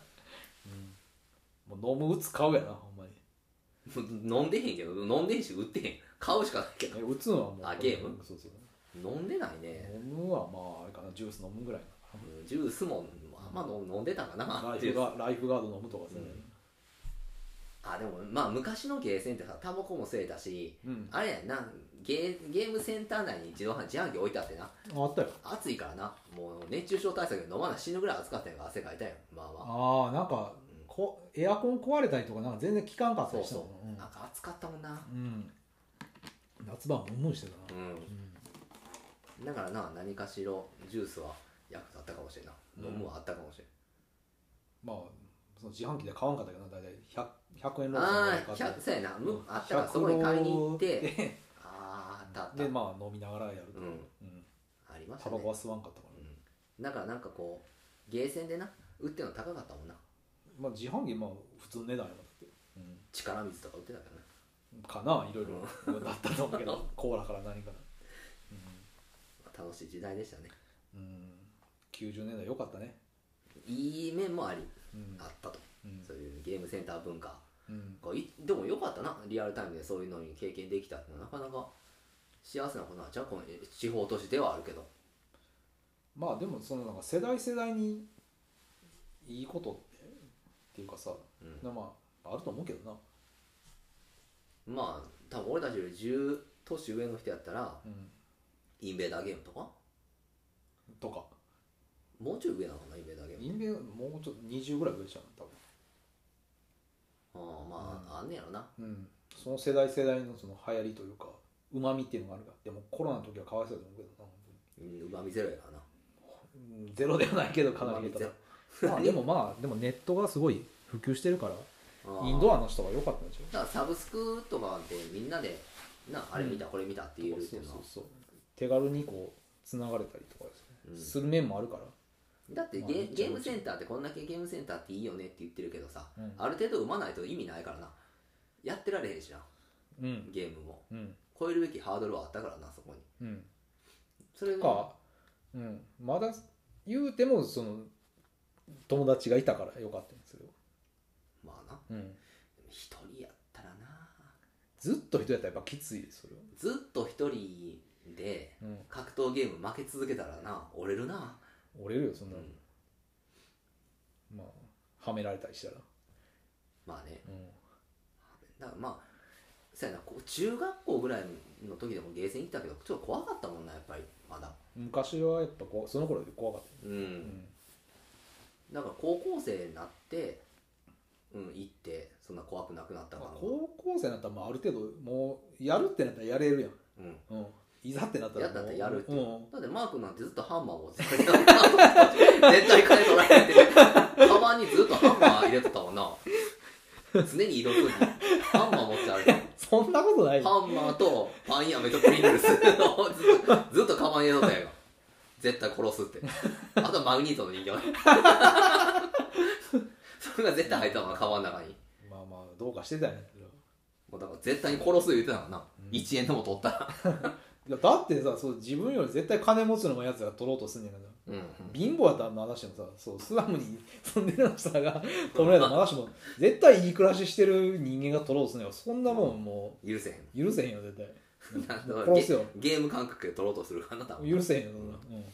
うん、もう飲む打つ買うやなほんまに飲んでへんけど飲んでへんし売ってへん買うしかないけどえ打つのはもうあゲームそうそう飲んでないね、 飲むはまああれかなジュース飲むぐらいかうん、ジュースもあんま飲飲んでたかななライジュースフガライフガード飲むとかさ、 うんあでもまあ昔のゲーセンってさタバコも吸えたし、 うんあれやんなゲーゲームセンター内に自動販自販機置いてあってなあったよ暑いからなもう熱中症対策で飲まな死ぬぐらい暑かったんやから汗かいたやんまあまあああなんかこエアコン壊れたりとかなんか全然効かんかったそうそりしたもんう、なんか暑かったもんなうん、うん夏場はムンムンしてたな、 うん、 うんだからな何かしらジュースは役立ったかもしれんな、 うん飲むはあったかもしれんまあその自販機で買わんかったけどな大体 ひゃく, ひゃくえんローソンああぐらい買ってひゃくそうやな、むうんあったからそこに買いに行ってであああったあったでまあ飲みながらやると、 うんうんありましたねタバコは吸わんかったから、 うん、だからなんかこうゲーセンでな売ってるの高かったもんなまあ自販機まあ普通の値段やもんだって、うん力水とか売ってたけどねかないろいろだったと思うけどコーラから何から、 楽しい時代でしたねうんうん、きゅうじゅうねんだいよかったね、 いい面もあり、 うんあったと、 うんそういうゲームセンター文化うん、 こういでもよかったなリアルタイムでそういうのに経験できたってのはなかなか幸せなことなんちゃうこの地方都市ではあるけどまあでもそのなんか世代世代にいいことってっていうかさ、 うんまああると思うけどな、 まあ多分俺たちよりじゅう年上の人やったらうん、 インベーダーゲームとかとかもうちょい上なのかなインベーダーゲームインベもうちょっとにじゅうぐらい上でしたね多ああまあ、あんねやろな分、うん、その世代世代のその流行りというかうまみっていうのがあるからでもコロナの時はかわいそうだと思うけどな本うんうまみゼロやからな当に、うん、ゼロではないけどかなり減ったうままあでもまあでもネットがすごい普及してるからあーインドアの人が良かったんでしょだからサブスクとかでみんなでなあれ見た、これ見たって言えるっていうのはそうそうそう手軽にこうつながれたりとかですね、 うんする面もあるからだってゲ,、 まあめっちゃゲームセンターってこんだけゲームセンターっていいよねって言ってるけどさ、 うんある程度生まないと意味ないからなやってられへんしなうんゲームもうん超えるべきハードルはあったからなそこにうんそれがか、うん、まだ言うてもその友達がいたからよかったんですよ、 まあなうん、 一人やったらなずっと人やったらやっぱきついですそれは、 ずっと一人でうん、 格闘ゲーム負け続けたらな折れるな、 折れるよそんな、 うん、 まあはめられたりしたら、 まあねうん、 だからまあそうやなこう中学校ぐらいの時でもゲーセン行ったけどちょっと怖かったもんなやっぱりまだ昔はやっぱこうその頃より怖かったうん、 よ、うんだから高校生になってうん行ってそんな怖くなくなったかな、 高校生になったらまあある程度もうやるってなったらやれるやん、 うんうん、いざってなったらやったったらやるっていう、 うん、 だってマー君なんてずっとハンマー持ってた絶対金取られてカバンにずっとハンマー入れてたもんな常に移動するにハンマー持って歩いてるそんなことないハンマーとパンやめとプリングルスずっとずっとカバン入れとったやんか絶対殺すってあとマグニートの人形それが絶対入ったもんなカバンの中にまあまあどうかしてたんやけどもうだから絶対に殺す言ってたからな、 うん、 いちえんでも取ったらいやだってさそう自分より絶対金持つのもやつが取ろうとすんねんからうん、うん、 貧乏やったらまだしもさそうスラムに住んでる人が取られたらまだしも絶対いい暮らししてる人間が取ろうとすんねんからそんなもんも許せへんう許せへんよ絶対なん殺すよゲゲーム感覚で取ろうとするからな多分許せへんよそんな、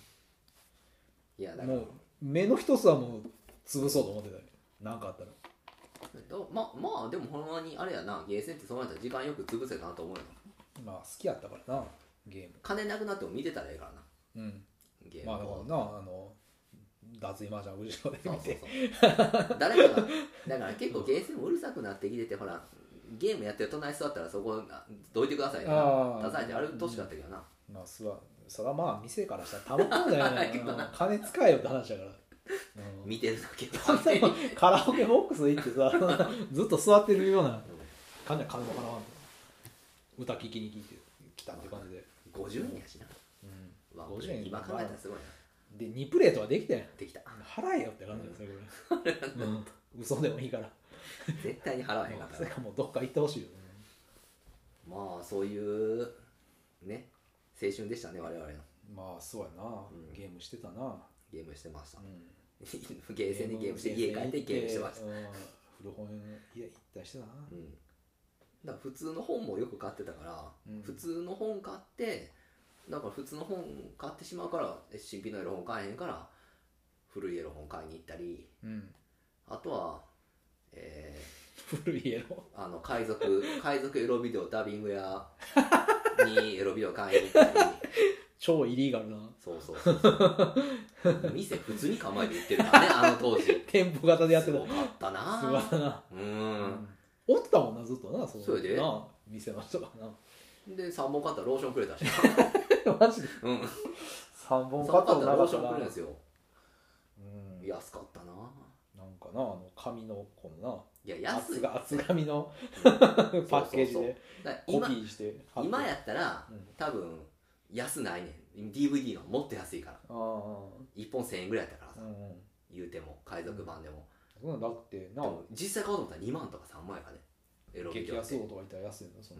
うん、 いやだからもう目の一つはもう潰そうと思ってたよなんかあったらどままあでもほんまにあれやなゲーセンってそうやったら時間よく潰せたなと思うよまあ好きやったからなゲーム金なくなっても見てたらええからなうんゲームまあだからなあの脱衣麻雀後ろでそうそう見てそう誰かがだから結構ゲーセンもうるさくなってきててほらゲームやってる隣座ったらそこあどいてくださいあーな出されてある年だったけどな、 まあすわそれはまあ店からしたらたまんないけどなよな金使えよって話だから、うん見てるだけあんなもんカラオケボックス行ってさずっと座ってるような感じは金も払わんと歌聴きに来て来たって感じで、 ごじゅうえんやしな、 うん、 わごじゅうえん今考えたらすごいなでにプレートはできたやんできた払えよって感じですよこれ、うん、嘘でもいいから絶対に払わへんかったらそれかもうどっか行ってほしいよ、 まあそういうね青春でしたね我々のまあそうやな、 んゲームしてたな、 ゲームしてました、 うんゲーセンでゲームして家帰ってゲームしてました、 うん、古本屋行ったりしてたな、 うん、 だから普通の本もよく買ってたから、 うん普通の本買ってだから普通の本買ってしまうから新品のエロ本買えへんから古いエロ本買いに行ったり、 うんあとは、え古いエロー、あの海賊海賊エロビデオダビング屋にエロビデオ買いに行ったり超イリーガルなそうそうそうそう店普通に構えて行ってるからねあの当時店舗型でやってたすごかったなすごかったなううんんおったもんなずっとなそうそれでな店の人がなでさんぼん買ったらローションくれたしマジでうんさんぼんさん買っのぼん買ったたらローションくなれるんですようん安かったななんかなあの紙のこのいやな安い厚が厚紙のうんパッケージそうそうでそうだからコ今ピーして貼って今やったらうん多分安ないねん ディーブイディー がもっと安いからああいっぽんせんえんぐらいやったからさ、 うんうん言うても海賊版でも、 そんなんだってでなも実際買おうと思ったらにまんとかさんまんやからねエロビ激デオって安王とかいたら安いのそんな、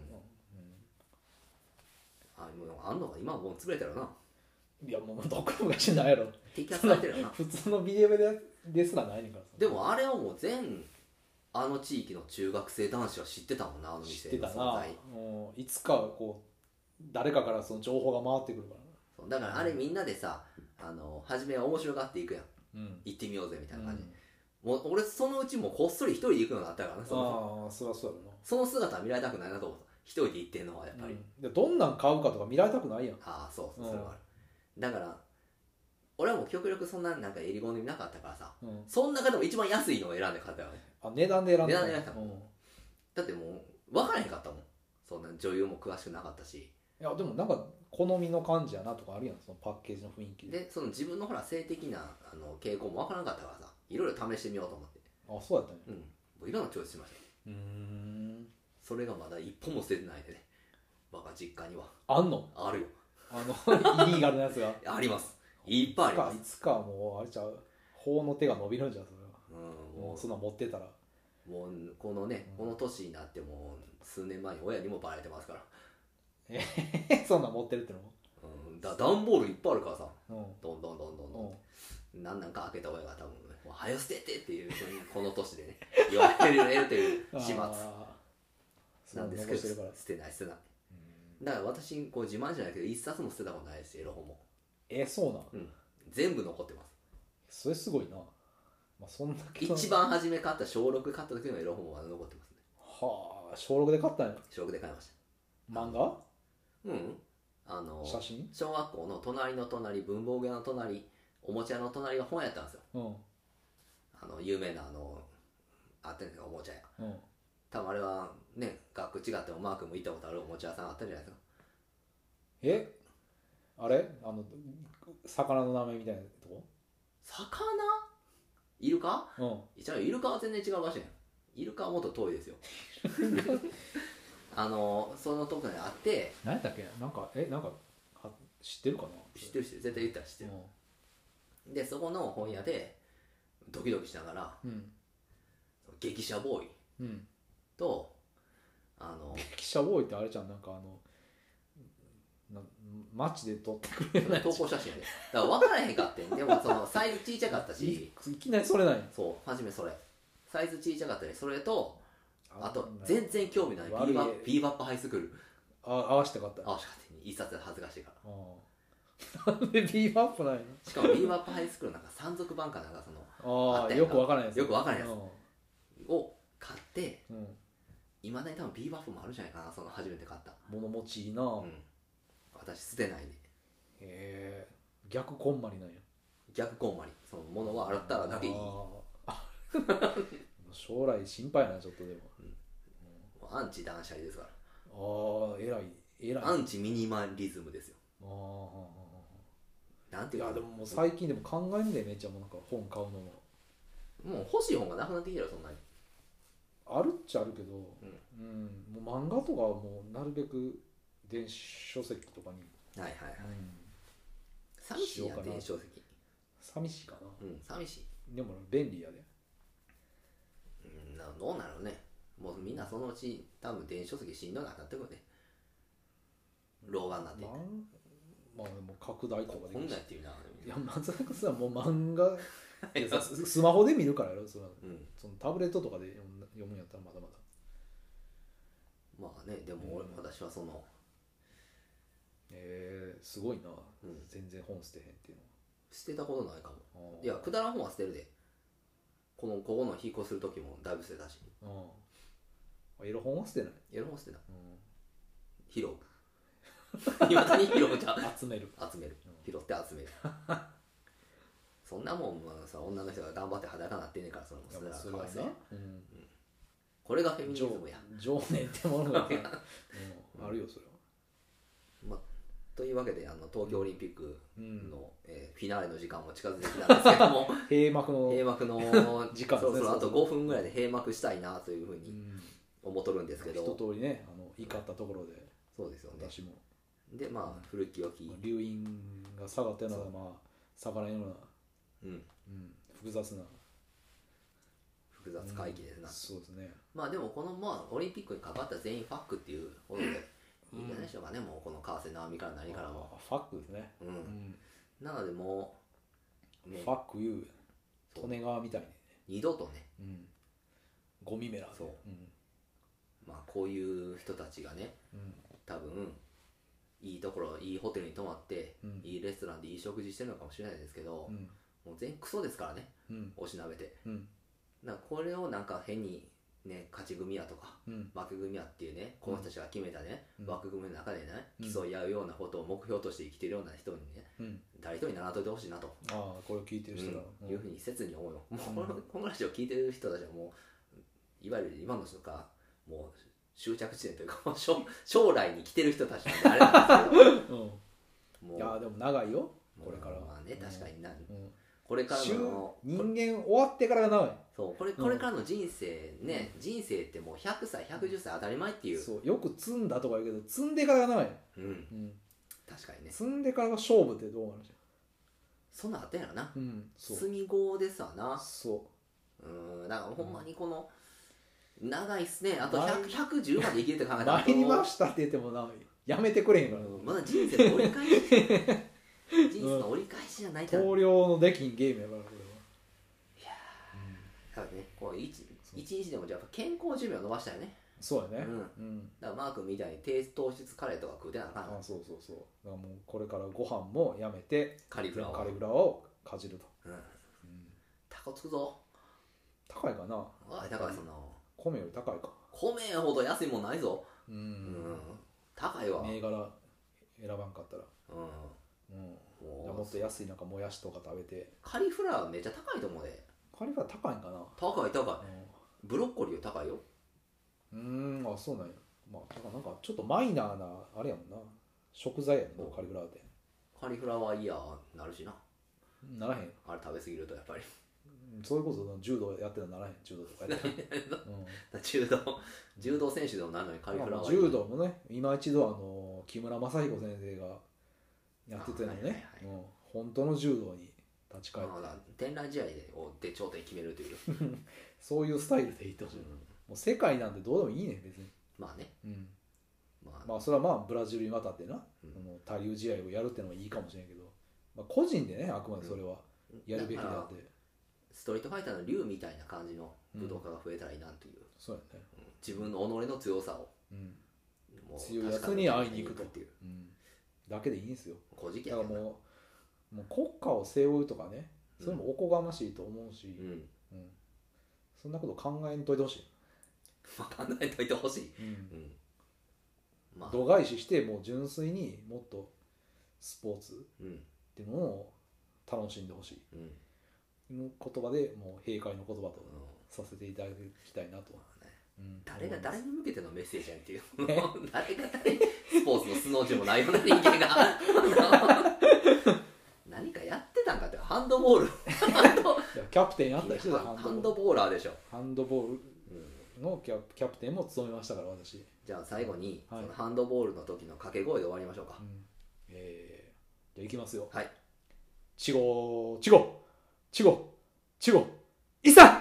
あもうあんのか今はもう潰れたよなうんいやもうどこもがしないやろ摘発されてるよな普通のビデオでですらないねんからさでもあれはもう全あの地域の中学生男子は知ってたもんなあの知っ店てたなの存在もういつかこう誰かからその情報が回ってくるからなそうだからあれみんなでさあの初めは面白がっていくやんうん行ってみようぜみたいな感じ、 うんもう俺そのうちもうこっそり一人で行くようになったからねそのああそりゃそうやろその姿は見られたくないなと思った一人で行ってんのはやっな、 ぱり、 うんでどんなん買うかとか見られたくないやんああそうそううんそれもある、だから俺はもう極力そんななんか襟好みなかったからさうんその中でも一番安いのを選んで買ったよねあ値段で選んで値段で選んだうん、いだってもう分からへんかったもんそんな女優も詳しくなかったしやでもなんか好みの感じやなとかあるやんそのパッケージの雰囲気ででその自分のほら性的なあの傾向も分からなかったからさいろいろ試してみようと思ってあそうやったんやうんもういろんなチョイスしましたようーんそれがまだ一本も捨ててないでね我が実家にはあんのあるよあのイリーガルなやつがありますいっぱいありますいつかいつかもうあれちゃう法の手が伸びるんじゃんそれはうんももうそんなん持ってたらうもうこのね、 うんこの年になってもう数年前に親にもバレてますから、 そんなん持ってるってのもうん、だ段ボールいっぱいあるからさうんどんどんどんどんどん、 うんなんなんか開けた親が多分「もう早捨てて」っていうふうにこの年でね言われるという始末あーそうんなですけど残してるから捨てない捨てないうんだから私こう自慢じゃないけど一冊も捨てたことないですエロ本も、 えそうなんうん、全部残ってますそれすごいな、まあ、そんだけ一番初め買った小ろく買った時のエロ本もまだ残ってますねはあ小ろくで買ったんや小ろくで買いまし漫画たうんあの写真小学校の隣の隣文房具屋の隣おもちゃの隣が本屋やったんですようんあの有名なあのあったんですかおもちゃ屋うん多分あれはね学区違ってもマー君も行ったことあるおもちゃ屋さんあったんじゃないですかえあれあの魚の名前みたいなとこ魚イルカうん一応イルカは全然違う場所やんイルカはもっと遠いですよあのそのとこにあって何やったっけなんかえなんかは知ってるかな知ってる知ってる絶対言ったら知ってる、でそこの本屋でドキドキしながらうん激写ボーイうんとあの記者ボーイってあれじゃんなんかあのな街で撮ってくれるや投稿写真やでだから分からへんかってんでもそのサイズ小さかったつしいいきなりそれなんやそう初めそれサイズ小さかったりそれとあとな全然興味ないビ悪いーバップビーバップハイスクールあ合わせてかったあしかって一冊で恥ずかしいからあーなんでビーバップないしかもビーバップハイスクールなんか山賊版かなんかそののあああったやんかよくわからないやつよくわからないやつを買ってうん、うん、 いまだに多分ビーバップもあるんじゃないかなその初めて買った物持ちいいな、へうん私捨てないでえ逆こんまりなんや逆こんまりそのものは洗ったらだけいいあー将来心配やなちょっとでもアンチ断捨離ですからああ偉い偉いアンチミニマリズムですよあーなんていうかいやでももう最近でも考えんでめっちゃもうなんか本買うのももう欲しい本がなくなってきてるよそんなにあるっちゃあるけど、うんもう漫画とかはもうなるべく電子書籍とかに、 はいはいはいうん、 寂しいやんしようかな電子書籍寂しいかなうん寂しいでも便利やでうんなどうなるねもうみんなそのうち多分電子書籍しんどくなってくるね老眼になっていってまあでも拡大とかでこんきるしなんやっていうないや松坂さんもう漫画でさススマホで見るからやろそれはうんそのタブレットとかで読ん読むんやったらまだまだまあねでも俺、 うん私はそのえー、すごいな、 うん全然本捨てへんっていう捨てたことないかも。 のは。 いやくだらん本は捨てるで。このここの引っ越しする時もだいぶ捨てたし。 うんエロ本は捨てない、 エロ本捨てた。 う拾う。いまだに拾うじゃん。 ん、集める集めるうん拾って集めるそんなもん、まあ、さ女の人が頑張って裸なってんねんからそれもいやそれはまあそれはかわいそうや。 な、うんこれがフェミニズムや。 情情念ってものが、うん、あるよそれは。 まあ、というわけであの東京オリンピックの、 うんえーフィナーレの時間も近づいてきたんですけども閉幕の閉幕の時間ですねそうそうあとそうそうごふんぐらいで閉幕したいなというふうにうん思っとるんですけど、 一通りねあの怒ったところでそうですよね。 私もでまあ古き良き、 留飲が下がったようなまあ下がらんような、 うん、 うん、複雑な複雑回帰ですな、 うんそうですね。 まあでもこのまあオリンピックに関わった全員ファックっていうことでいいんじゃないでしょうかね、もうこの川瀬直美から何からも、 あファックですね、 うんうんなのでもう、ねファック言うそう利根川みたいにね、 二度とね、 うん、ゴミメラでそううんまあ、こういう人たちがねうん多分いいところいいホテルに泊まって、 うんいいレストランでいい食事してるのかもしれないですけど、 うんもう全クソですからねうんおしなべて。 うんなんかこれをなんか変にね勝ち組やとかうん負け組やっていうねこの人たちが決めたね、 うん枠組みの中でねうん競い合うようなことを目標として生きてるような人にねうん誰一人ならといてほしいなと、 ああこれを聞いてる人が、 うんいうふうに切に思うよ。もうこの,、 うんこのラジオ聞いてる人たちはもういわゆる今の人かもう終着地点というかもう将将来に来てる人たちなんであれなんですけどうんもういやでも長いよこれから、 まあね確かにな、 うん、 これから終の人間終わってからが長い。 そうこれこれからの人生ね、人生ってもうひゃくさいひゃくじゅっさい当たり前っていう、 そうよく積んだとか言うけど積んでからが長い、 うん、 うん、 確かにね積んでからが勝負ってどうなるじそんなんあったんやろな、 ゃん、うん、そう積み子ですわな。 そうんだからほんまにこの、長いっすねあと前ひゃく、ひゃくじゅうまで生きるって考えうたら参りましたって言ってもなやめてくれへんから、 まだ人生の折り返し人生の折り返しじゃないから、 投了のできんゲームやからこれは。 だからねこう一一日でもじゃあやっぱ健康寿命を伸ばしたよね。 そうやね、 うんうん、 だからマー君みたいに低糖質カレーとか食うてなあかんあそうそうそうだからもうこれからご飯もやめてカリフラワーカリフラワーをかじると、 うんうん、 タコつくぞ。 高いかな、 おい高いそんな米より高いか、 米ほど安いもんないぞ。 ううんん高いわ。 銘柄選ばんかったら、 うんうん、 もういやもっと安いなんかもやしとか食べて、 カリフラワーめっちゃ高いと思うで。 カリフラワー高いんかな、 高い高い。ブロッコリーより高いよ。 うん、うーんあそうなんや、まあだからなんかちょっとマイナーなあれやもんな、食材やもんなカリフラワーってカリフラワーイヤーなるしな。 ならへん、 あれ食べ過ぎるとやっぱりうんそういうこと柔道やってたらならへん、柔道とかやってたら、うん柔道柔道選手でもなるのにカリフラまあワーイヤー柔道もね今一度あの木村正彦先生がやってたよね、 あはいはいはいうん、本当の柔道に立ち返って、 まあ天覧試合でをで頂点決めるという、 そういうスタイルでいってほしい、 うんもう世界なんてどうでもいいね別に、 まあねうん、 まあ、 まあそれはまあブラジルに渡ってな、 うんその他流試合をやるってのはいいかもしれんけど、まあ、個人でねあくまでそれはやるべきであって、 ストリートファイターの竜みたいな感じの武道家が増えたらいいなという、 そうやね、 うん自分の己の強さをうんもう強いやつに会いに行くとっていううん、だけでいいんですよ。 小じきだやけどなからもうもう国家を背負うとかねそれもおこがましいと思うし、 うんうんそんなこと考えんといてほしい、 まあ考えといてほしい、 うんうんまあ度外視してもう純粋にもっとスポーツっうんていうのを楽しんでほしいうんいう言葉でもう閉会の言葉とうんさせていただきたいなと、 まあねうん誰が誰に向けてのメッセージやんっていうね誰が誰にスポーツの素の字もないような人間が何かやってたんかってハンドボールハンドいやキャプテンやった人でハンドボーラーでしょ、 ハンドボールうんのキャキャプテンも務めましたから私、 じゃあ最後に、 はいそのハンドボールの時の掛け声で終わりましょうか、 うんえー、じゃあいきますよ、 はいチゴーチゴチゴチゴいさ